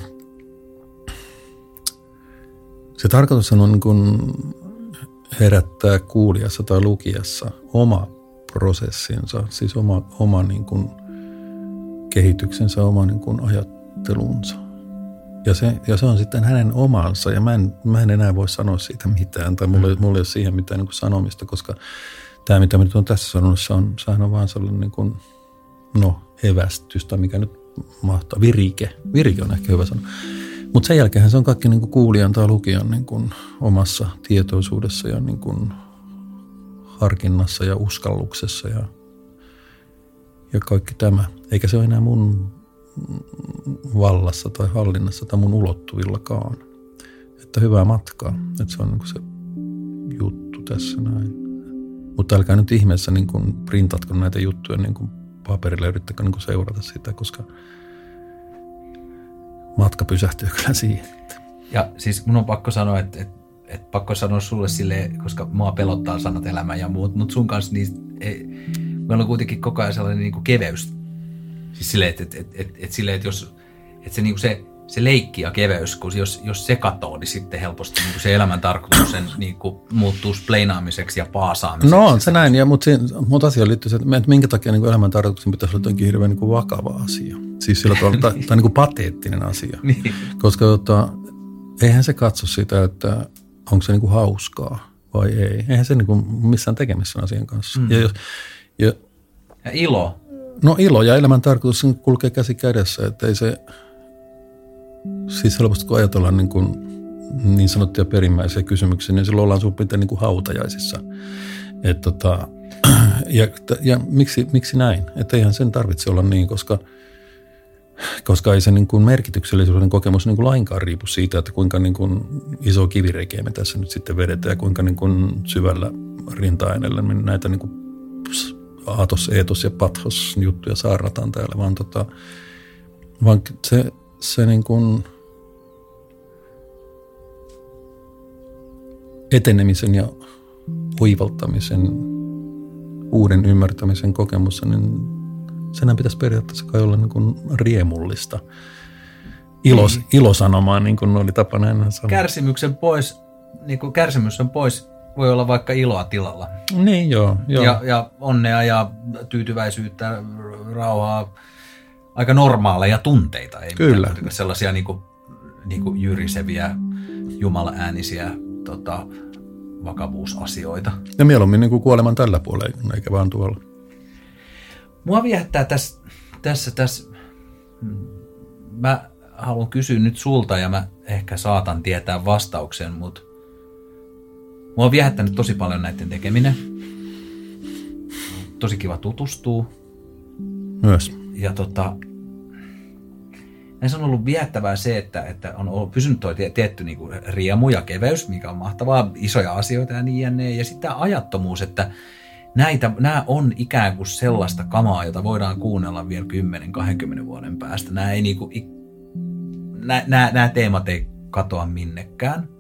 S2: se tarkoitus on niin kuin herättää kuulijassa tai lukijassa oma prosessinsa, siis oma, oma niin kuin kehityksensä, oma niin kuin ajattelunsa. Ja se, ja se on sitten hänen omansa, ja mä en, mä en enää voi sanoa siitä mitään, tai mulla, mulla ei ole siihen mitään niin kuin sanomista, koska tämä, mitä mä nyt olen tässä sanonut, se on, sehän on vaan sellainen niin kuin, no, evästys, tai mikä nyt mahtaa, virike. Virike on ehkä hyvä sanoa. Mutta sen jälkeen se on kaikki niin kuin kuulijan tai lukijan niin kuin omassa tietoisuudessa ja niin kuin harkinnassa ja uskalluksessa ja, ja kaikki tämä. Eikä se ole enää mun vallassa tai hallinnassa tai mun ulottuvillakaan. Että hyvää matkaa. Että se on niin kuin se juttu tässä näin. Mutta älkää nyt ihmeessä niin kuin printatko näitä juttuja niin kuin paperille, yrittäkö niin kuin seurata sitä, koska matka pysähtyy kyllä siihen.
S1: Ja siis mun on pakko sanoa, että, että, että pakko sanoa sulle silleen, koska mua pelottaa sanat elämä ja muut, mutta sun kanssa niistä, ei, meillä on kuitenkin koko ajan sellainen niin kuin keveys. Siis silleen, että, että, että, että, silleen, että jos että se, niin kuin se, se leikki ja keveys, kun jos, jos se katoo, niin sitten helposti niin kuin se elämän tarkoitus sen, niin kuin muuttuu spleinaamiseksi ja paasaamiseksi.
S2: No on se näin, ja, mutta, se, mutta asia liittyy se, että minkä takia niin kuin elämän tarkoituksen pitäisi olla jotenkin hirveän niin kuin vakava asia. Siis sillä tavalla, tai, tai niin kuin pateettinen asia. Niin. Koska tota, eihän se katso sitä, että onko se niin kuin hauskaa vai ei. Eihän se niin kuin missään tekemistä asian kanssa. Mm. Ja, jos, ja,
S1: ja ilo.
S2: No ilo ja elämän tarkoitus kulkee käsi kädessä, että ei se, siis helposti kun ajatellaan niin, kuin, niin sanottuja perimmäisiä kysymyksiä, niin silloin ollaan suurin niin kuin hautajaisissa. Et tota, ja ja miksi, miksi näin? Että eihän sen tarvitse olla niin, koska, koska ei se niin kuin merkityksellisyyden kokemus niin kuin lainkaan riipu siitä, että kuinka niin kuin iso kivirekeä me tässä nyt sitten vedetään ja kuinka niin kuin syvällä rinta-aineella me näitä niin kuin aatos, eetos ja pathos juttuja saarnataan täällä, vaan, tota, vaan se, se niin kuin etenemisen ja oivaltamisen, uuden ymmärtämisen kokemus, niin senhän pitäisi periaatteessa kai olla niin kuin riemullista. Ilos, mm. Ilosanomaa, niin kuin oli tapana ennen sanoa.
S1: Kärsimyksen pois, niin kuin kärsimys on pois, voi olla vaikka iloa tilalla.
S2: Niin, joo. joo.
S1: Ja, ja onnea ja tyytyväisyyttä, rauhaa, aika normaaleja tunteita. Ei
S2: Kyllä.
S1: mitään sellaisia niin kuin, niin kuin jyriseviä, jumalaäänisiä tota, vakavuusasioita.
S2: Ja mieluummin niin kuin kuoleman tällä puolella, eikä vaan tuolla.
S1: Mua viehättää tässä, tässä, tässä, mä haluan kysyä nyt sulta ja mä ehkä saatan tietää vastauksen, mutta mua on viehättänyt tosi paljon näiden tekeminen. Tosi kiva tutustua.
S2: Myös.
S1: Ja tota, näissä on ollut viehättävää se, että, että on ollut pysynyt tuo tietty niin kuin riemu ja keveys, mikä on mahtavaa, isoja asioita ja niin jänne. Ja sitten tämä ajattomuus, että näitä, nämä on ikään kuin sellaista kamaa, jota voidaan kuunnella vielä kymmenen kaksikymmentä vuoden päästä. Nämä, ei niin kuin, nämä, nämä, nämä teemat ei katoa minnekään.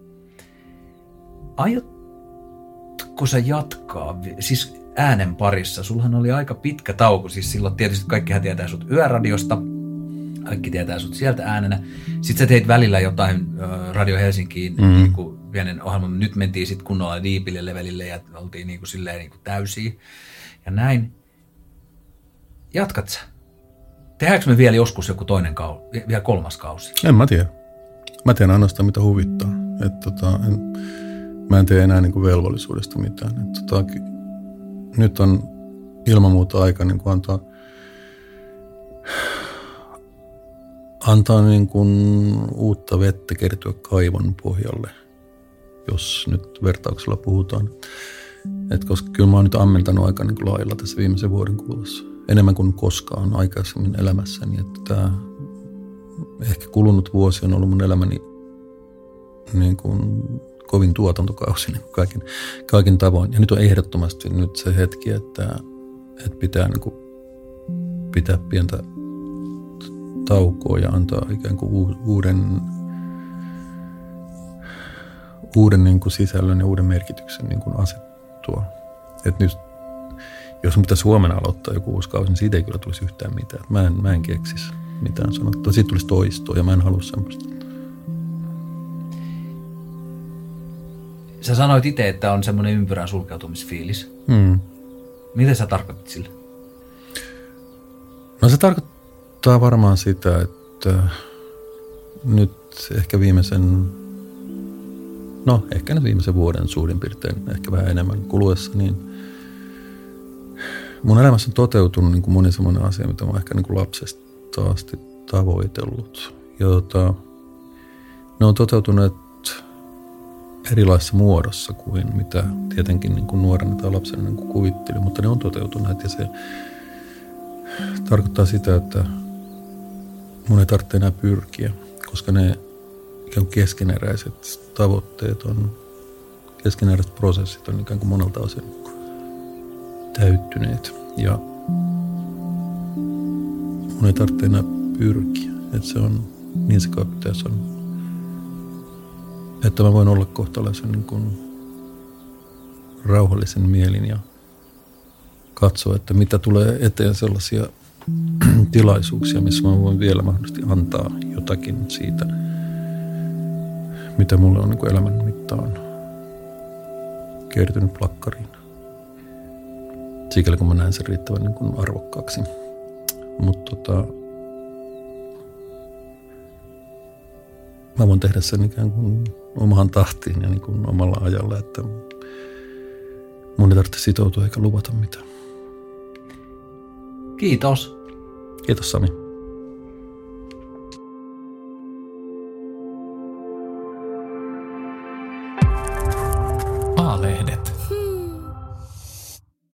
S1: Aiotko sä jatkaa, siis äänen parissa? Sullahan oli aika pitkä tauko, siis silloin tietysti kaikkihan tietää sut Yöradiosta, kaikki tietää sut sieltä äänenä. Sitten sä teit välillä jotain Radio Helsinkiin, mm. niin kuin pienen ohjelman. Nyt mentiin sitten kunnolla diipille levelille ja oltiin niin kuin silleen niin kuin täysiä ja näin. Jatkat sä? Tehdäänkö me vielä joskus joku toinen kausi, vielä kolmas kausi?
S2: En mä tiedä. Mä teen ainoastaan mitä huvittaa. Et tota, en, mä en tee enää niin kuin velvollisuudesta mitään. Et tota, nyt on ilman muuta aika niin kuin antaa, antaa niin kuin uutta vettä kertyä kaivon pohjalle, jos nyt vertauksella puhutaan. Et koska kyllä mä oon nyt ammentanut aika niin kuin lailla tässä viimeisen vuoden kuluessa. Enemmän kuin koskaan aikaisemmin elämässäni. Että tämä ehkä kulunut vuosi on ollut mun elämäni niin kuin kovin tuotantokausi niin kaikin, kaikin tavoin. Ja nyt on ehdottomasti nyt se hetki, että, että pitää niin kuin pitää pientä taukoa ja antaa ikään kuin uuden, uuden niin kuin sisällön ja uuden merkityksen niin kuin asettua. Että nyt, jos mun pitäisi huomenna aloittaa joku uusi kausi, niin siitä ei kyllä tulisi yhtään mitään. Mä en, mä en keksisi mitään sanottua. Siitä tulisi toistoa ja mä en halua semmoista.
S1: Sä sanoit itse, että on semmoinen ympyrän sulkeutumisfiilis.
S2: Hmm.
S1: Mitä sä tarkoitit sillä?
S2: No se tarkoittaa varmaan sitä, että nyt ehkä viimeisen, no ehkä nyt viimeisen vuoden suurin piirtein, ehkä vähän enemmän kuluessa, niin mun elämässä on toteutunut niin kuin moni semmoinen asia, mitä mä oon ehkä niin kuin lapsesta asti tavoitellut. Ja tota, ne on toteutuneet erilaisessa muodossa kuin mitä tietenkin niin kuin nuorena tai lapsena niin kuin kuvitteli, mutta ne on toteutuneet ja se tarkoittaa sitä, että mun ei tarvitse enää pyrkiä, koska ne ikään kuin keskeneräiset tavoitteet on, keskeneräiset prosessit on ikään kuin monelta osin täyttyneet ja mun ei tarvitse enää pyrkiä, että se on niin se kai pitäisi on. Että mä voin olla kohtalaisen niin kuin rauhallisen mielin ja katsoa, että mitä tulee eteen sellaisia tilaisuuksia, missä mä voin vielä mahdollisesti antaa jotakin siitä, mitä mulle on niin kuin elämän mittaan kertynyt plakkariin. Sikäli kun mä näen sen riittävän niin kuin arvokkaaksi. Mutta tota, mä voin tehdä sen ikään kuin omaan tahtiin ja niin kuin omalla ajalla, että mun ei tarvitse sitoutua eikä luvata mitään.
S1: Kiitos.
S2: Kiitos Sami.
S3: A-lehdet.